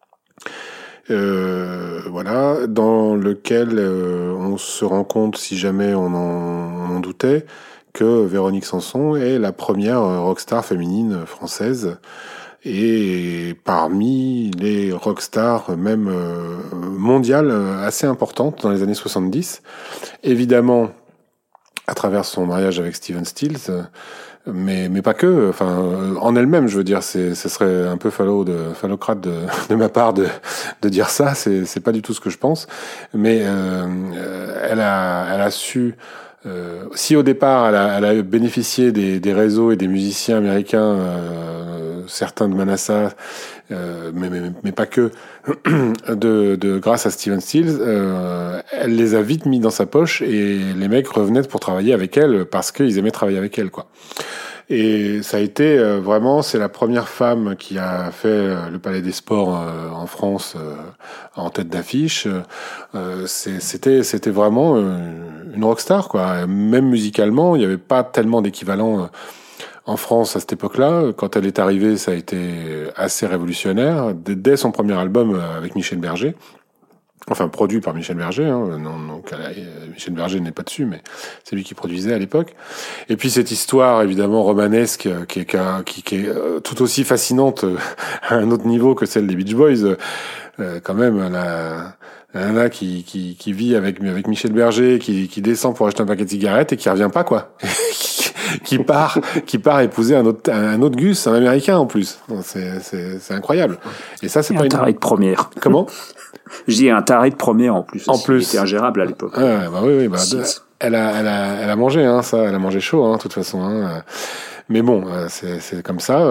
voilà, dans lequel on se rend compte, si jamais on en doutait, que Véronique Sanson est la première rockstar féminine française. Et parmi les rockstars même mondiales assez importantes dans les années 70, évidemment à travers son mariage avec Stephen Stills, mais pas que, en elle-même, je veux dire, ce serait un peu phallocrate de ma part de dire ça, c'est pas du tout ce que je pense, mais elle a su. Si au départ elle a bénéficié des réseaux et des musiciens américains, certains de Manassas, mais pas que, grâce à Stephen Stills, elle les a vite mis dans sa poche et les mecs revenaient pour travailler avec elle parce qu'ils aimaient travailler avec elle, quoi. Et ça a été vraiment, c'est la première femme qui a fait le Palais des Sports en France en tête d'affiche. C'était vraiment une rockstar, quoi. Même musicalement, il n'y avait pas tellement d'équivalent en France à cette époque-là. Quand elle est arrivée, ça a été assez révolutionnaire. Dès son premier album avec Michel Berger. Enfin, produit par Michel Berger, Michel Berger n'est pas dessus, mais c'est lui qui produisait à l'époque. Et puis cette histoire, évidemment, romanesque, qui est tout aussi fascinante à un autre niveau que celle des Beach Boys. Quand même, Anna qui vit avec Michel Berger, qui descend pour acheter un paquet de cigarettes et qui revient pas, quoi. qui part épouser un autre Gus, un Américain en plus. C'est incroyable. Et ça, c'est pas une taré de première. Comment? Je dis un taré de première en plus. C'était ingérable à l'époque. Oui. Elle a mangé, ça. Elle a mangé chaud, de toute façon. Mais bon, c'est comme ça.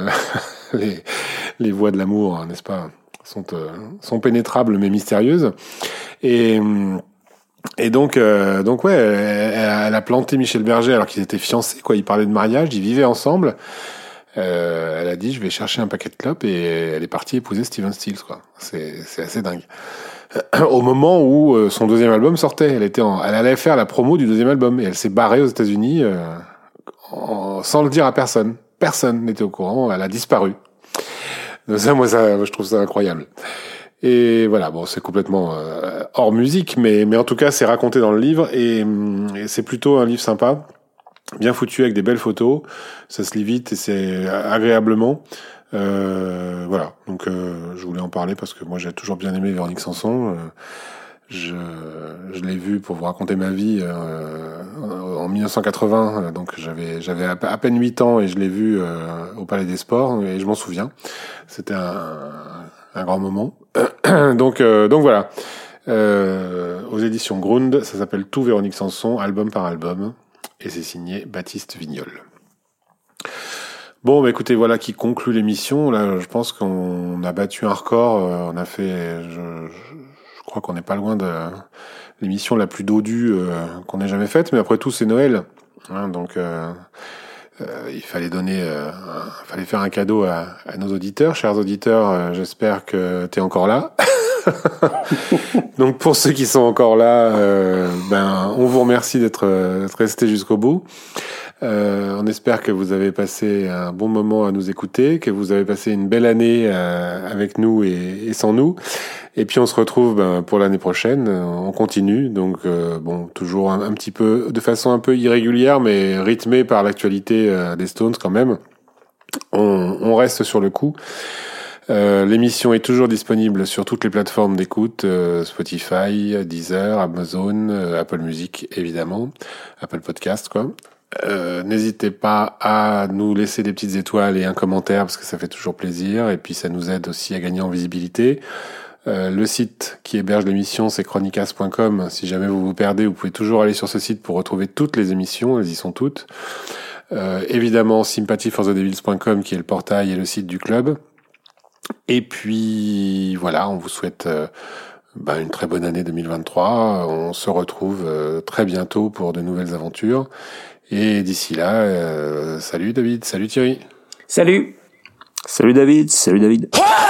Les voies de l'amour, n'est-ce pas, sont pénétrables mais mystérieuses. Et donc ouais, elle a planté Michel Berger alors qu'ils étaient fiancés, quoi. Ils parlaient de mariage, ils vivaient ensemble. Elle a dit, je vais chercher un paquet de clopes, et elle est partie épouser Steven Stills, quoi. C'est assez dingue. Au moment où son deuxième album sortait, elle allait faire la promo du deuxième album, et elle s'est barrée aux États-Unis sans le dire à personne. Personne n'était au courant, elle a disparu. Donc ça, moi, je trouve ça incroyable. Et voilà, bon, c'est complètement hors musique, mais en tout cas, c'est raconté dans le livre, et c'est plutôt un livre sympa, bien foutu, avec des belles photos. Ça se lit vite et c'est agréablement. Voilà, donc je voulais en parler parce que moi j'ai toujours bien aimé Véronique Sanson. Je l'ai vu pour vous raconter ma vie en 1980, donc j'avais à peine 8 ans, et je l'ai vu au Palais des Sports, et je m'en souviens. C'était un grand moment. Donc voilà. Aux éditions Grund, ça s'appelle Tout Véronique Sanson, album par album, et c'est signé Baptiste Vignol. Bon, bah écoutez, voilà qui conclut l'émission. Là, je pense qu'on a battu un record. On a fait, je crois qu'on n'est pas loin de l'émission la plus dodue qu'on ait jamais faite. Mais après tout, c'est Noël, hein, donc il fallait fallait faire un cadeau à nos auditeurs, chers auditeurs. J'espère que t'es encore là. Donc pour ceux qui sont encore là, on vous remercie d'être restés jusqu'au bout. On espère que vous avez passé un bon moment à nous écouter, que vous avez passé une belle année avec nous et sans nous. Et puis on se retrouve pour l'année prochaine. On continue, donc toujours un petit peu de façon un peu irrégulière, mais rythmée par l'actualité des Stones quand même. On reste sur le coup. L'émission est toujours disponible sur toutes les plateformes d'écoute, Spotify, Deezer, Amazon, Apple Music évidemment, Apple Podcast quoi. N'hésitez pas à nous laisser des petites étoiles et un commentaire parce que ça fait toujours plaisir, et puis ça nous aide aussi à gagner en visibilité. Le site qui héberge l'émission, c'est chronicast.com. Si jamais vous vous perdez, vous pouvez toujours aller sur ce site pour retrouver toutes les émissions, elles y sont toutes. Évidemment, sympathyforthedevils.com qui est le portail et le site du club. Et puis voilà, on vous souhaite une très bonne année 2023. On se retrouve très bientôt pour de nouvelles aventures. Et d'ici là, salut David, salut Thierry. Salut. Salut David, salut David.